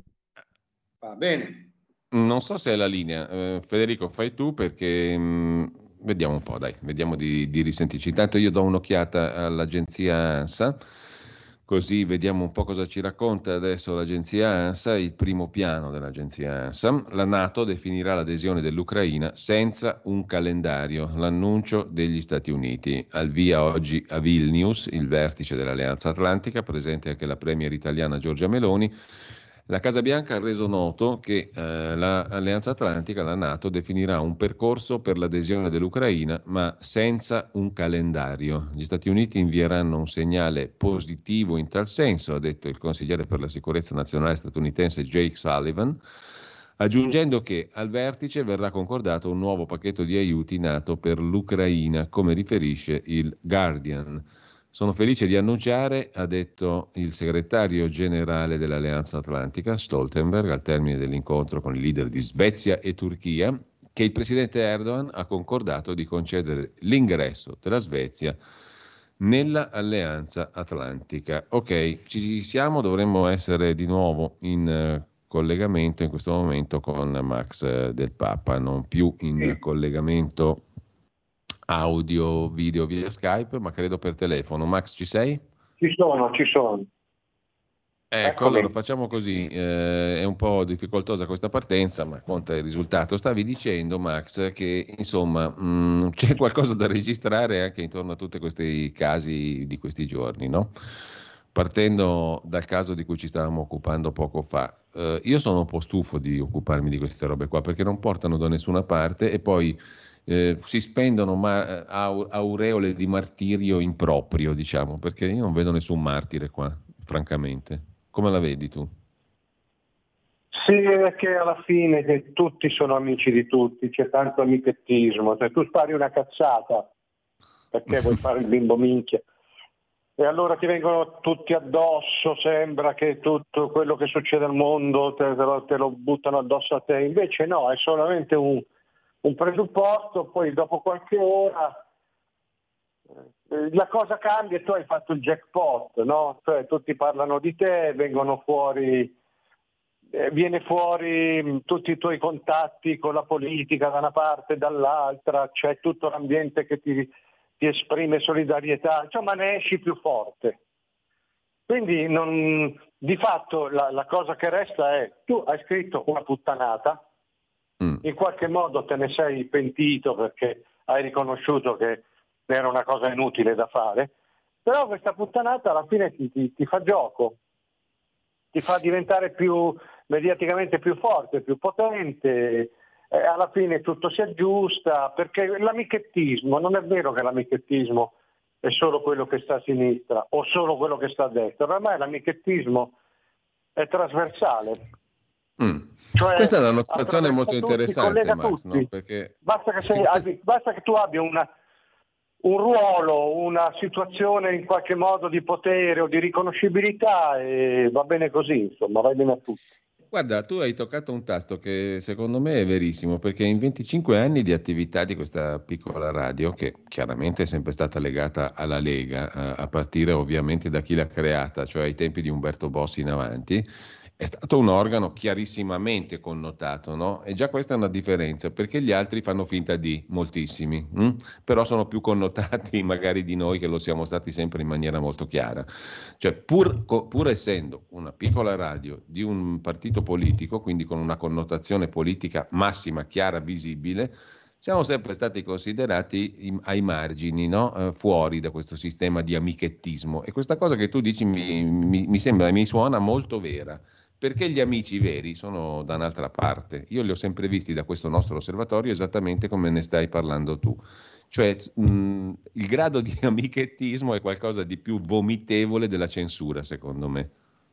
Va bene. Non so se è la linea, eh, Federico fai tu perché mh, vediamo un po', dai, vediamo di, di risentirci. Intanto io do un'occhiata all'agenzia ANSA, così vediamo un po' cosa ci racconta adesso l'agenzia ANSA, il primo piano dell'agenzia ANSA. La NATO definirà l'adesione dell'Ucraina senza un calendario, l'annuncio degli Stati Uniti. Al via oggi a Vilnius, il vertice dell'Alleanza Atlantica, presente anche la premier italiana Giorgia Meloni. La Casa Bianca ha reso noto che eh, l'Alleanza Atlantica, la NATO, definirà un percorso per l'adesione dell'Ucraina, ma senza un calendario. Gli Stati Uniti invieranno un segnale positivo in tal senso, ha detto il consigliere per la sicurezza nazionale statunitense Jake Sullivan, aggiungendo che al vertice verrà concordato un nuovo pacchetto di aiuti NATO per l'Ucraina, come riferisce il Guardian. Sono felice di annunciare, ha detto il segretario generale dell'Alleanza Atlantica, Stoltenberg, al termine dell'incontro con i leader di Svezia e Turchia, che il presidente Erdogan ha concordato di concedere l'ingresso della Svezia nella Alleanza Atlantica. Ok, ci siamo, dovremmo essere di nuovo in eh, collegamento in questo momento con Max eh, Del Papa, non più in Sì. collegamento audio, video via Skype, ma credo per telefono. Max, ci sei? Ci sono, ci sono. Ecco, Eccomi. allora facciamo così, eh, è un po' difficoltosa questa partenza, ma conta il risultato. Stavi dicendo, Max, che insomma mh, c'è qualcosa da registrare anche intorno a tutti questi casi di questi giorni, no? Partendo dal caso di cui ci stavamo occupando poco fa. Eh, io sono un po' stufo di occuparmi di queste robe qua, perché non portano da nessuna parte e poi eh, si spendono ma- au- aureole di martirio improprio, diciamo, perché io non vedo nessun martire qua, francamente. Come la vedi tu? Sì, è che alla fine che tutti sono amici di tutti, c'è tanto amichettismo, cioè tu spari una cazzata perché vuoi fare il bimbo minchia e allora ti vengono tutti addosso, sembra che tutto quello che succede al mondo te, te, lo, te lo buttano addosso a te, invece no, è solamente un, un presupposto, poi dopo qualche ora la cosa cambia e tu hai fatto il jackpot, no? Cioè tutti parlano di te, vengono fuori, eh, viene fuori mh, tutti i tuoi contatti con la politica da una parte e dall'altra, c'è tutto l'ambiente che ti, ti esprime solidarietà, insomma ne esci più forte. Quindi non, di fatto la, la cosa che resta è tu hai scritto una puttanata, mm. in qualche modo te ne sei pentito perché hai riconosciuto che era una cosa inutile da fare, però questa puttanata alla fine ti, ti, ti fa gioco, ti fa diventare più mediaticamente più forte, più potente, e alla fine tutto si aggiusta, perché l'amichettismo, non è vero che l'amichettismo è solo quello che sta a sinistra o solo quello che sta a destra, ormai l'amichettismo è trasversale. Mm. Cioè, questa è una notazione molto tutti, interessante, Max, tutti. No? Perché... Basta, che sei, basta che tu abbia una un ruolo, una situazione in qualche modo di potere o di riconoscibilità e va bene così, insomma, va bene a tutti. Guarda, tu hai toccato un tasto che secondo me è verissimo, perché in venticinque anni di attività di questa piccola radio, che chiaramente è sempre stata legata alla Lega, a partire ovviamente da chi l'ha creata, cioè ai tempi di Umberto Bossi in avanti, è stato un organo chiarissimamente connotato, no? E già questa è una differenza, perché gli altri fanno finta di moltissimi, hm? però sono più connotati magari di noi che lo siamo stati sempre in maniera molto chiara. Cioè pur, pur essendo una piccola radio di un partito politico, quindi con una connotazione politica massima, chiara, visibile, siamo sempre stati considerati ai margini, no? eh, fuori da questo sistema di amichettismo. E questa cosa che tu dici mi, mi, mi sembra, mi suona molto vera. Perché gli amici veri sono da un'altra parte. Io li ho sempre visti da questo nostro osservatorio esattamente come ne stai parlando tu. Cioè mh, il grado di amichettismo è qualcosa di più vomitevole della censura, secondo me.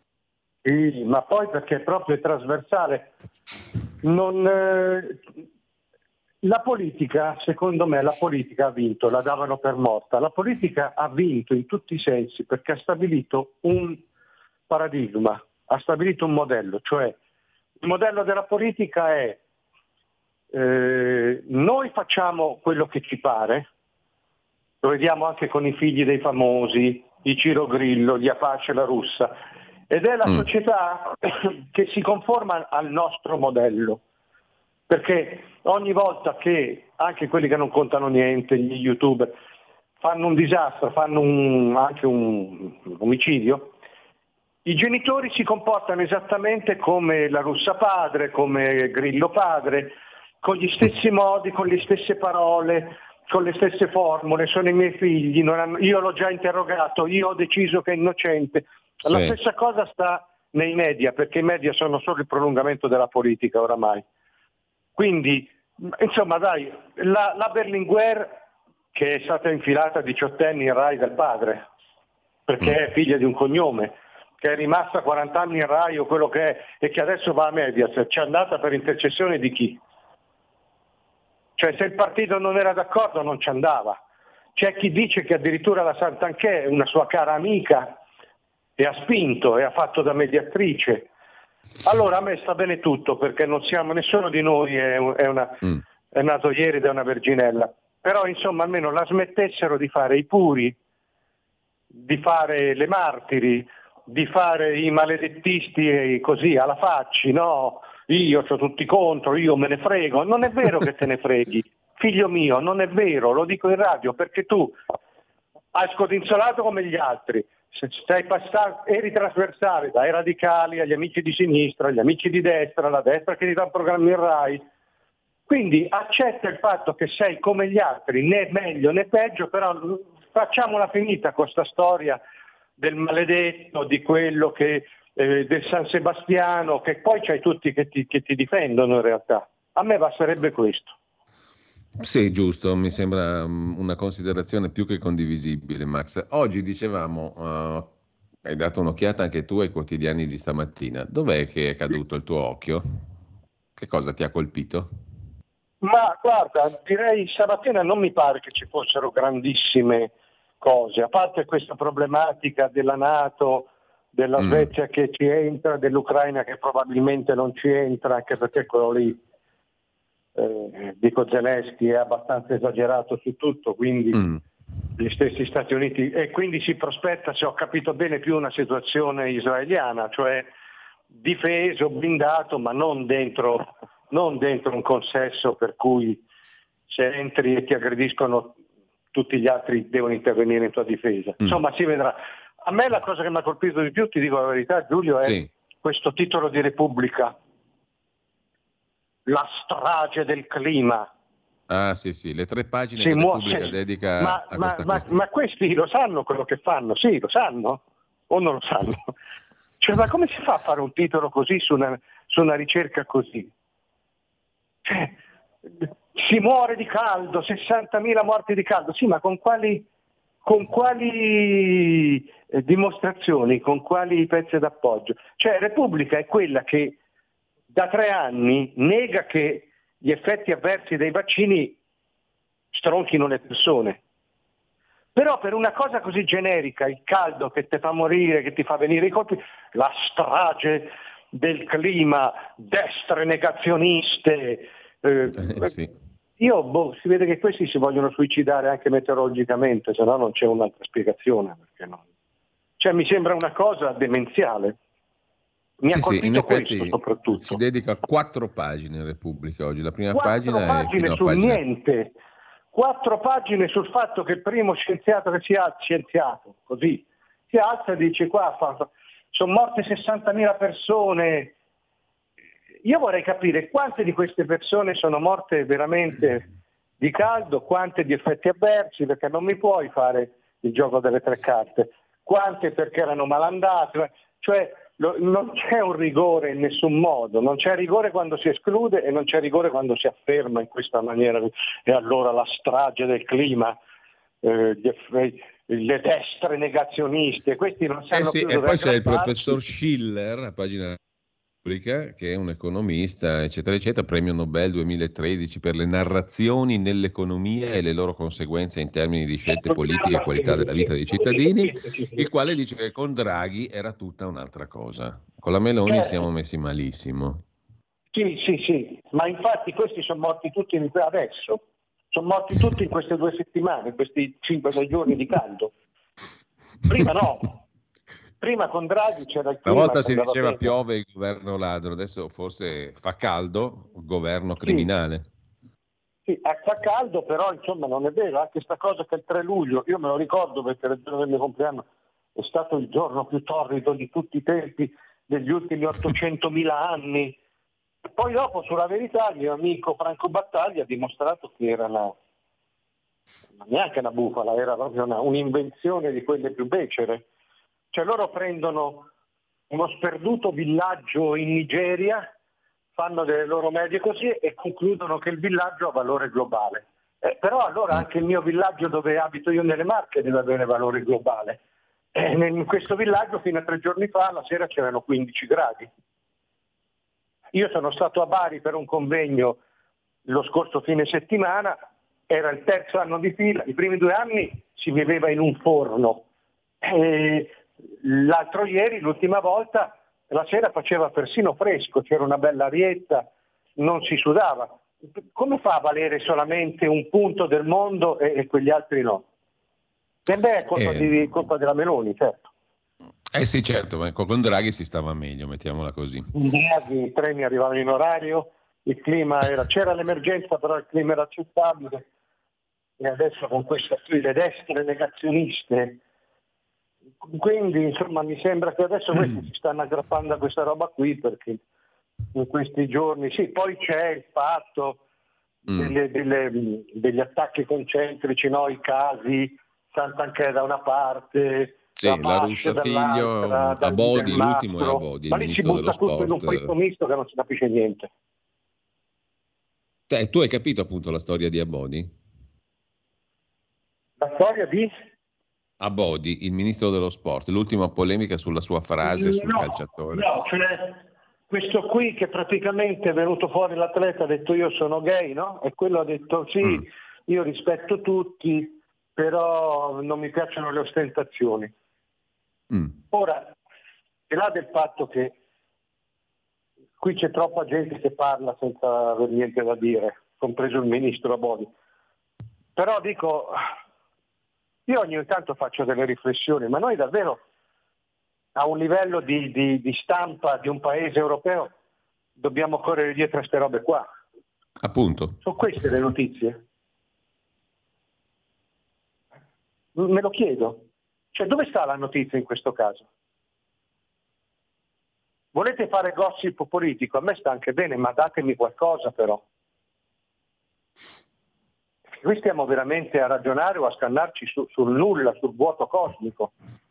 Sì, ma poi perché è proprio trasversale. Non, eh, la politica, secondo me, la politica ha vinto, la davano per morta. La politica ha vinto in tutti i sensi perché ha stabilito un paradigma. Ha stabilito un modello, cioè il modello della politica è eh, noi facciamo quello che ci pare, lo vediamo anche con i figli dei famosi, i Ciro Grillo, gli Apache, la Russa, ed è la mm. società che si conforma al nostro modello, perché ogni volta che anche quelli che non contano niente, gli youtuber, fanno un disastro, fanno un, anche un, un omicidio, i genitori si comportano esattamente come la Russa padre, come Grillo padre, con gli stessi modi, con le stesse parole, con le stesse formule, sono i miei figli, non hanno, io l'ho già interrogato, io ho deciso che è innocente. Sì. La stessa cosa sta nei media, perché i media sono solo il prolungamento della politica oramai. Quindi, insomma dai, la, la Berlinguer, che è stata infilata a diciotto anni in Rai dal padre, perché mm. è figlia di un cognome, che è rimasta quaranta anni in Rai o quello che è e che adesso va a Mediaset, c'è andata per intercessione di chi? Cioè se il partito non era d'accordo non ci andava. C'è chi dice che addirittura la Santanchè è una sua cara amica e ha spinto e ha fatto da mediatrice. Allora a me sta bene tutto perché non siamo, nessuno di noi è, è, una, mm. è nato ieri da una verginella, però insomma almeno la smettessero di fare i puri di fare le martiri, di fare i maledettisti così alla facci, no? Io c'ho tutti contro, io me ne frego. Non è vero che te ne freghi, figlio mio, non è vero, lo dico in radio, perché tu hai scodinzolato come gli altri, sei passato, eri trasversale dai radicali agli amici di sinistra, agli amici di destra, la destra che ti dà programmi in Rai. Quindi accetta il fatto che sei come gli altri, né meglio né peggio, però facciamola finita con questa storia del maledetto, di quello che eh, del San Sebastiano, che poi c'hai tutti che ti, che ti difendono in realtà. A me basterebbe questo. Sì, giusto, mi sembra una considerazione più che condivisibile, Max. Oggi dicevamo, uh, hai dato un'occhiata anche tu ai quotidiani di stamattina. Dov'è che è caduto il tuo occhio? Che cosa ti ha colpito? Ma guarda, direi stamattina non mi pare che ci fossero grandissime cose, a parte questa problematica della NATO, della Mm. Svezia che ci entra, dell'Ucraina che probabilmente non ci entra, anche perché quello lì, eh, dico Zelensky, è abbastanza esagerato su tutto, quindi Mm. gli stessi Stati Uniti, e quindi si prospetta, se ho capito bene, più una situazione israeliana, cioè difeso, blindato, ma non dentro, non dentro un consesso per cui se entri e ti aggrediscono tutti gli altri devono intervenire in tua difesa. Mm. Insomma, si vedrà. A me la cosa che mi ha colpito di più, ti dico la verità, Giulio, è Sì. questo titolo di Repubblica, la strage del clima. Ah, sì, sì, le tre pagine Si che muo- Repubblica sì. dedica ma, a ma, questa ma, questione. ma questi lo sanno quello che fanno? Sì, lo sanno o non lo sanno? Cioè, ma come si fa a fare un titolo così su una, su una ricerca così? Cioè, si muore di caldo, sessantamila morti di caldo, sì, ma con quali, con quali eh, dimostrazioni, con quali pezzi d'appoggio? Cioè, Repubblica è quella che da tre anni nega che gli effetti avversi dei vaccini stronchino le persone. Però per una cosa così generica, il caldo che ti fa morire, che ti fa venire i colpi, la strage del clima, destre negazioniste, eh, Eh, sì. io boh, si vede che questi si vogliono suicidare anche meteorologicamente, se no non c'è un'altra spiegazione. Perché no? Cioè mi sembra una cosa demenziale. Mi Sì, ha sì, colpito in questo effetti soprattutto. si dedica quattro pagine a Repubblica oggi. La prima Quattro pagina è pagine fino a sul pagina... niente, quattro pagine sul fatto che il primo scienziato che si alza, scienziato, così, si alza e dice qua fa- sono morte sessantamila persone. Io vorrei capire quante di queste persone sono morte veramente di caldo, quante di effetti avversi, perché non mi puoi fare il gioco delle tre carte, quante perché erano malandate, cioè lo- non c'è un rigore in nessun modo, non c'è rigore quando si esclude e non c'è rigore quando si afferma in questa maniera. E allora la strage del clima, eh, gli eff- le destre negazioniste, questi non sanno Eh sì, più e dove poi c'è il aggrapparsi. professor Schiller, a pagina Repubblica, che è un economista, eccetera, eccetera, premio Nobel duemilatredici per le narrazioni nell'economia e le loro conseguenze in termini di scelte politiche e qualità della vita dei cittadini, il quale dice che con Draghi era tutta un'altra cosa. Con la Meloni Certo. siamo messi malissimo. Sì, sì, sì, ma infatti questi sono morti tutti in- adesso, sono morti tutti in queste due settimane, in questi cinque sei giorni di caldo. Prima no, prima con Draghi c'era il Una clima volta che si andava diceva bene. piove il governo ladro, adesso forse fa caldo il governo criminale. Sì, fa caldo, però insomma non è vero, anche sta cosa che il tre luglio, io me lo ricordo perché il giorno del mio compleanno è stato il giorno più torrido di tutti i tempi, degli ultimi ottocentomila anni. Poi dopo, sulla verità, il mio amico Franco Battaglia ha dimostrato che era una, neanche una bufala, era proprio una, un'invenzione di quelle più becere. Cioè loro prendono uno sperduto villaggio in Nigeria, fanno delle loro medie così e concludono che il villaggio ha valore globale. Eh, però allora anche il mio villaggio dove abito io nelle Marche deve avere valore globale. Eh, in questo villaggio fino a tre giorni fa la sera c'erano quindici gradi. Io sono stato a Bari per un convegno lo scorso fine settimana, era il terzo anno di fila, i primi due anni si viveva in un forno. E l'altro ieri, l'ultima volta, la sera faceva persino fresco, c'era una bella arietta, non si sudava. Come fa a valere solamente un punto del mondo e, e quegli altri no? E beh, è colpa, Eh. di, colpa della Meloni, certo. Eh sì, certo, ma con Draghi si stava meglio, mettiamola così. Draghi, i treni arrivavano in orario, il clima era, c'era l'emergenza, però il clima era accettabile. E adesso con queste le destre negazioniste, quindi insomma mi sembra che adesso questi si stanno aggrappando a questa roba qui, perché in questi giorni sì, poi c'è il fatto delle, delle, degli attacchi concentrici, no? I casi Santanchè da una parte, Sì, la Basce Russa figlio, dall'altra, Abodi, del l'ultimo è Mastro. Abodi, il Ma lì si ministro butta dello tutto in un sport. fritto misto che non si capisce niente. Cioè, tu hai capito appunto la storia di Abodi? La storia di? Abodi, il ministro dello sport, l'ultima polemica sulla sua frase sul no, calciatore. No, cioè questo qui che praticamente è venuto fuori l'atleta, ha detto io sono gay, no? E quello ha detto sì, Mm. io rispetto tutti, però non mi piacciono le ostentazioni. Mm. Ora, al di là del fatto che qui c'è troppa gente che parla senza aver niente da dire, compreso il ministro Abodi, però dico, io ogni tanto faccio delle riflessioni, ma noi davvero a un livello di, di, di stampa di un paese europeo dobbiamo correre dietro a queste robe qua. Appunto. Sono queste le notizie? Me lo chiedo. Cioè, dove sta la notizia in questo caso? Volete fare gossip politico? A me sta anche bene, ma datemi qualcosa però. Qui stiamo veramente a ragionare o a scannarci su, sul nulla, sul vuoto cosmico.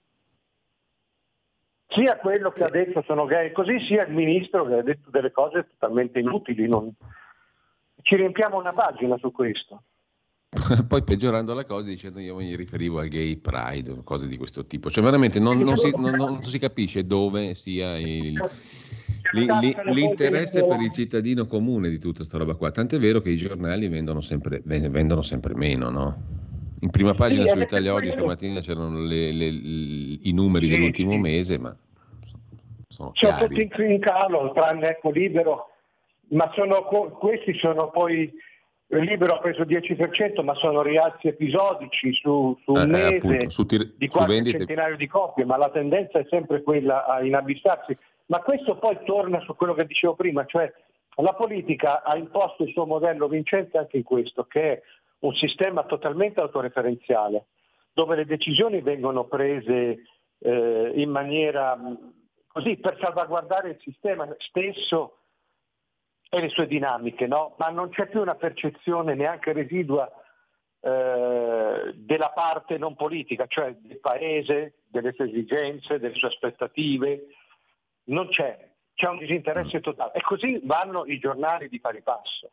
Sia quello che ha detto sono gay così, sia il ministro che ha detto delle cose totalmente inutili. Non... Ci riempiamo una pagina su questo. Poi peggiorando la cosa dicendo io mi riferivo al gay pride, cose di questo tipo. Cioè veramente non, non, si, non, non si capisce dove sia il, li, li, l'interesse per il cittadino comune di tutta sta roba qua. Tant'è vero che i giornali vendono sempre, vendono sempre meno, no? In prima pagina su Italia Oggi stamattina c'erano le, le, le, i numeri dell'ultimo mese, ma sono Sono chiari. tutti in calo, tranne ecco Libero, ma sono, questi sono poi... Libero ha preso dieci per cento, ma sono rialzi episodici su, su un Eh, mese appunto, su tir- di su qualche vendite- centinaio di copie, ma la tendenza è sempre quella a inabissarsi. Ma questo poi torna su quello che dicevo prima, cioè la politica ha imposto il suo modello vincente anche in questo, che è un sistema totalmente autoreferenziale, dove le decisioni vengono prese eh, in maniera mh, così per salvaguardare il sistema stesso e le sue dinamiche, no? Ma non c'è più una percezione neanche residua eh, della parte non politica, cioè del paese, delle sue esigenze, delle sue aspettative. Non c'è, c'è un disinteresse totale. E così vanno i giornali di pari passo.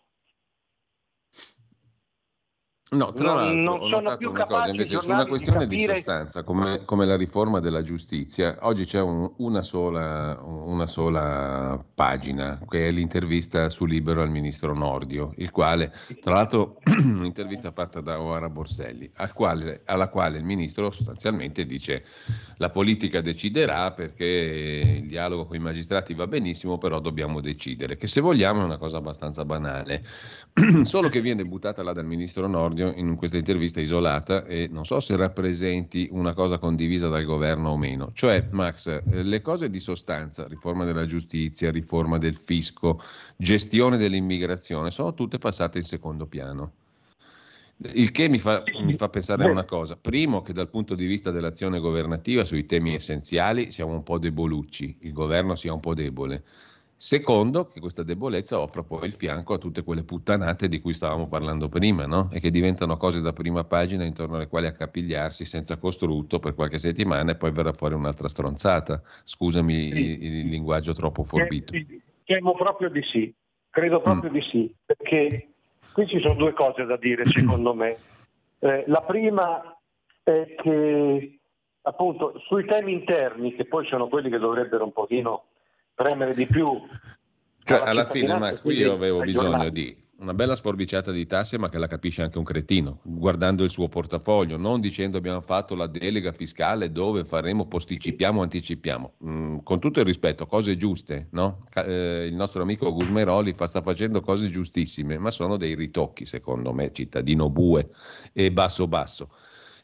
No, tra Non- l'altro non ho sono notato più una cosa capaci i invece su giornali una di questione di, capire- sostanza come, come la riforma della giustizia. Oggi c'è un- una, sola, una sola pagina che è l'intervista su Libero al ministro Nordio, il quale tra l'altro un'intervista fatta da Oara Borselli, al quale- alla quale il ministro sostanzialmente dice la politica deciderà perché il dialogo con i magistrati va benissimo, però dobbiamo decidere, che se vogliamo è una cosa abbastanza banale. Solo che viene buttata là dal ministro Nordio in questa intervista isolata e non so se rappresenti una cosa condivisa dal governo o meno. Cioè, Max, eh, le cose di sostanza, riforma della giustizia, riforma del fisco, gestione dell'immigrazione, sono tutte passate in secondo piano. Il che mi fa, mi fa pensare a una cosa. Primo, che dal punto di vista dell'azione governativa sui temi essenziali siamo un po' debolucci, il governo sia un po' debole. Secondo, che questa debolezza offra poi il fianco a tutte quelle puttanate di cui stavamo parlando prima, no? E che diventano cose da prima pagina intorno alle quali accapigliarsi senza costrutto per qualche settimana e poi verrà fuori un'altra stronzata. Scusami il, il linguaggio troppo forbito. Temo proprio di sì, credo proprio di sì, perché qui ci sono due cose da dire secondo me. Eh, la prima è che appunto sui temi interni, che poi sono quelli che dovrebbero un pochino premere di più. Cioè, alla fine, Max, qui io avevo ai bisogno giornali. di una bella sforbiciata di tasse, ma che la capisce anche un cretino, guardando il suo portafoglio, non dicendo abbiamo fatto la delega fiscale dove faremo, posticipiamo, anticipiamo. Mm, con tutto il rispetto, cose giuste, no? Ca- eh, il nostro amico Gusmeroli fa, sta facendo cose giustissime, ma sono dei ritocchi, secondo me, cittadino bue e basso basso.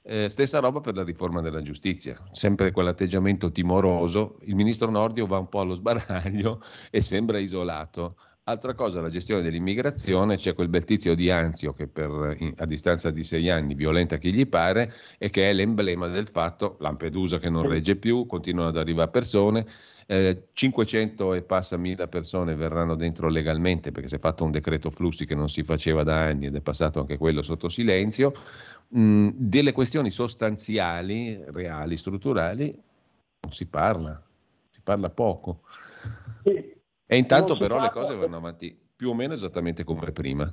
Eh, stessa roba per la riforma della giustizia, sempre quell'atteggiamento timoroso. Il ministro Nordio va un po' allo sbaraglio e sembra isolato. Altra cosa, la gestione dell'immigrazione, c'è quel bel tizio di Anzio che per, in, a distanza di sei anni violenta chi gli pare e che è l'emblema del fatto, Lampedusa che non regge più, continuano ad arrivare persone, eh, cinquecento e passa mila persone verranno dentro legalmente perché si è fatto un decreto flussi che non si faceva da anni ed è passato anche quello sotto silenzio. Mm, delle questioni sostanziali, reali, strutturali, non si parla, si parla poco. Sì. E intanto Non si però le parla cose vanno avanti più o meno esattamente come prima.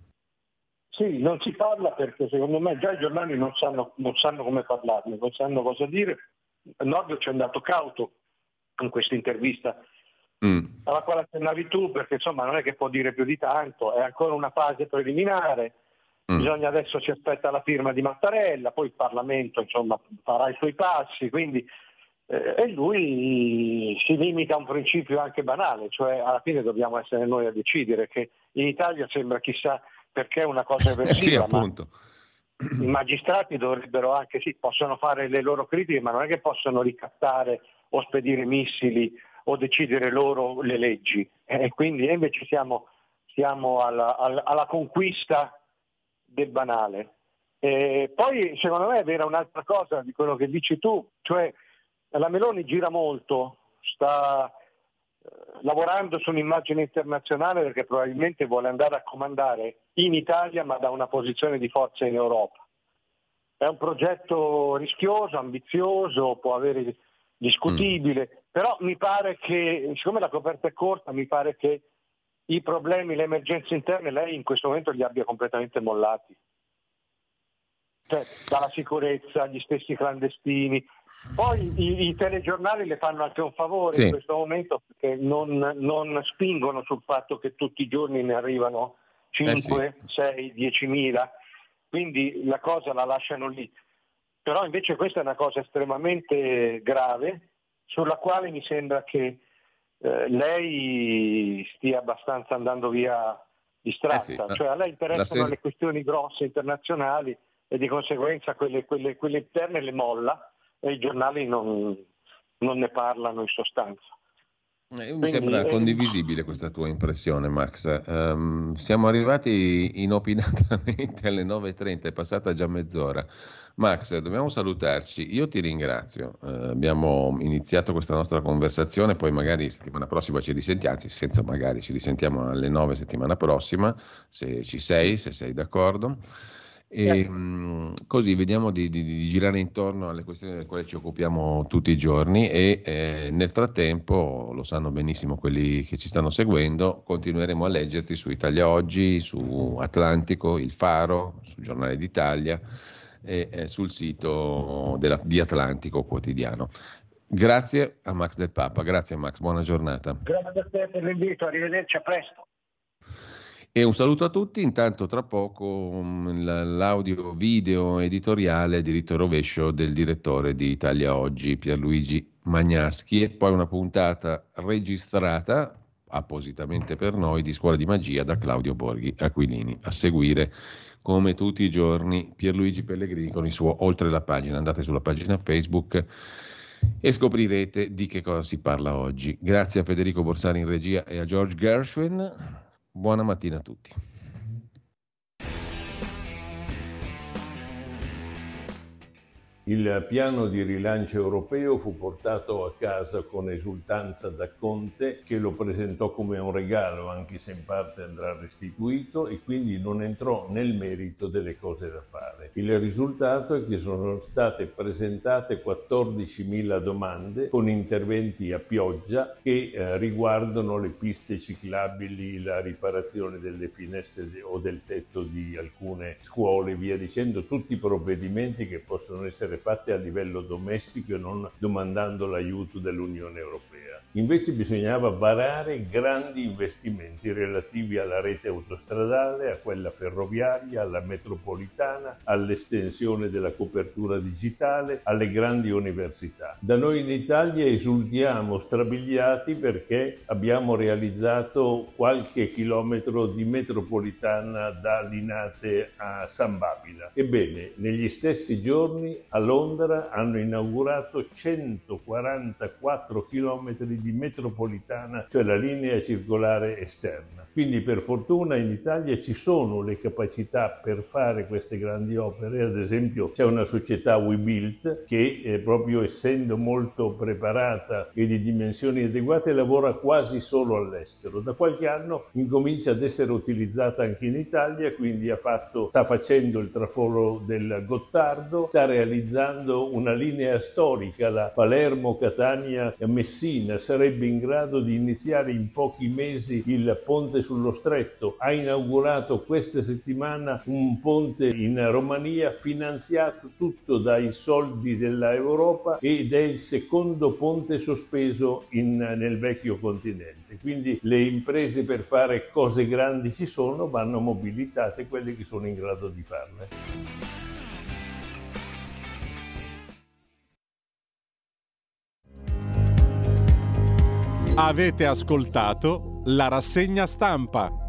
Sì, non si parla perché secondo me già i giornali non sanno, non sanno come parlarne, non sanno cosa dire. Nordio ci è andato cauto in questa intervista mm. alla quale accennavi tu, perché insomma non è che può dire più di tanto, è ancora una fase preliminare, mm. bisogna adesso si aspetta la firma di Mattarella, poi il Parlamento insomma farà i suoi passi, quindi eh, e lui si limita a un principio anche banale, cioè alla fine dobbiamo essere noi a decidere, che in Italia sembra chissà perché è una cosa eversiva, eh sì, appunto. Ma i magistrati dovrebbero anche, sì, possono fare le loro critiche, ma non è che possono ricattare o spedire missili o decidere loro le leggi. E eh, quindi invece siamo, siamo alla, alla, alla conquista del banale. E poi secondo me è vera un'altra cosa di quello che dici tu, cioè la Meloni gira molto, sta eh, lavorando su un'immagine internazionale perché probabilmente vuole andare a comandare in Italia ma da una posizione di forza in Europa. È un progetto rischioso, ambizioso, può avere discutibile, mm. però mi pare che, siccome la coperta è corta, mi pare che i problemi, le emergenze interne lei in questo momento li abbia completamente mollati. Cioè, dalla sicurezza, gli stessi clandestini. Poi i, i telegiornali le fanno anche un favore sì. in questo momento perché non, non spingono sul fatto che tutti i giorni ne arrivano cinque, sei, diecimila, quindi la cosa la lasciano lì. Però invece questa è una cosa estremamente grave sulla quale mi sembra che eh, lei stia abbastanza andando via distratta, eh sì, cioè a lei interessano sen- le questioni grosse internazionali e di conseguenza quelle, quelle, quelle interne le molla e i giornali non, non ne parlano in sostanza. Eh, mi Quindi, sembra eh, condivisibile questa tua impressione, Max. Um, siamo arrivati inopinatamente alle nove e trenta, è passata già mezz'ora. Max, dobbiamo salutarci. Io ti ringrazio. Uh, abbiamo iniziato questa nostra conversazione, poi magari settimana prossima ci risentiamo, anzi senza magari ci risentiamo alle nove settimana prossima, se ci sei, se sei d'accordo. E mh, così vediamo di, di, di girare intorno alle questioni delle quali ci occupiamo tutti i giorni e eh, nel frattempo, lo sanno benissimo quelli che ci stanno seguendo, continueremo a leggerti su Italia Oggi, su Atlantico, Il Faro, sul Giornale d'Italia e eh, sul sito della, di Atlantico Quotidiano. Grazie a Max Del Papa, grazie Max, buona giornata. Grazie a te per l'invito, arrivederci, a presto. E un saluto a tutti, intanto tra poco um, l'audio video editoriale diritto e rovescio del direttore di Italia Oggi, Pierluigi Magnaschi, e poi una puntata registrata appositamente per noi di Scuola di Magia da Claudio Borghi Aquilini. A seguire, come tutti i giorni, Pierluigi Pellegrini con il suo Oltre la pagina. Andate sulla pagina Facebook e scoprirete di che cosa si parla oggi. Grazie a Federico Borsari in regia e a George Gershwin. Buona mattina a tutti. Il piano di rilancio europeo fu portato a casa con esultanza da Conte, che lo presentò come un regalo, anche se in parte andrà restituito, e quindi non entrò nel merito delle cose da fare. Il risultato è che sono state presentate quattordicimila domande con interventi a pioggia che eh, riguardano le piste ciclabili, la riparazione delle finestre o del tetto di alcune scuole, via dicendo, tutti i provvedimenti che possono essere fatte a livello domestico e non domandando l'aiuto dell'Unione Europea. Invece bisognava varare grandi investimenti relativi alla rete autostradale, a quella ferroviaria, alla metropolitana, all'estensione della copertura digitale, alle grandi università. Da noi in Italia esultiamo strabiliati perché abbiamo realizzato qualche chilometro di metropolitana da Linate a San Babila. Ebbene, negli stessi giorni a Londra hanno inaugurato centoquarantaquattro chilometri di metropolitana, cioè la linea circolare esterna. Quindi per fortuna in Italia ci sono le capacità per fare queste grandi opere. Ad esempio c'è una società Webuilt che eh, proprio essendo molto preparata e di dimensioni adeguate lavora quasi solo all'estero. Da qualche anno incomincia ad essere utilizzata anche in Italia, quindi ha fatto, sta facendo il traforo del Gottardo, sta realizzando una linea storica, la Palermo-Catania-Messina, sarebbe in grado di iniziare in pochi mesi il ponte sullo Stretto. Ha inaugurato questa settimana un ponte in Romania finanziato tutto dai soldi dell'Europa ed è il secondo ponte sospeso in, nel vecchio continente. Quindi le imprese per fare cose grandi ci sono, vanno mobilitate quelle che sono in grado di farle. Avete ascoltato la rassegna stampa.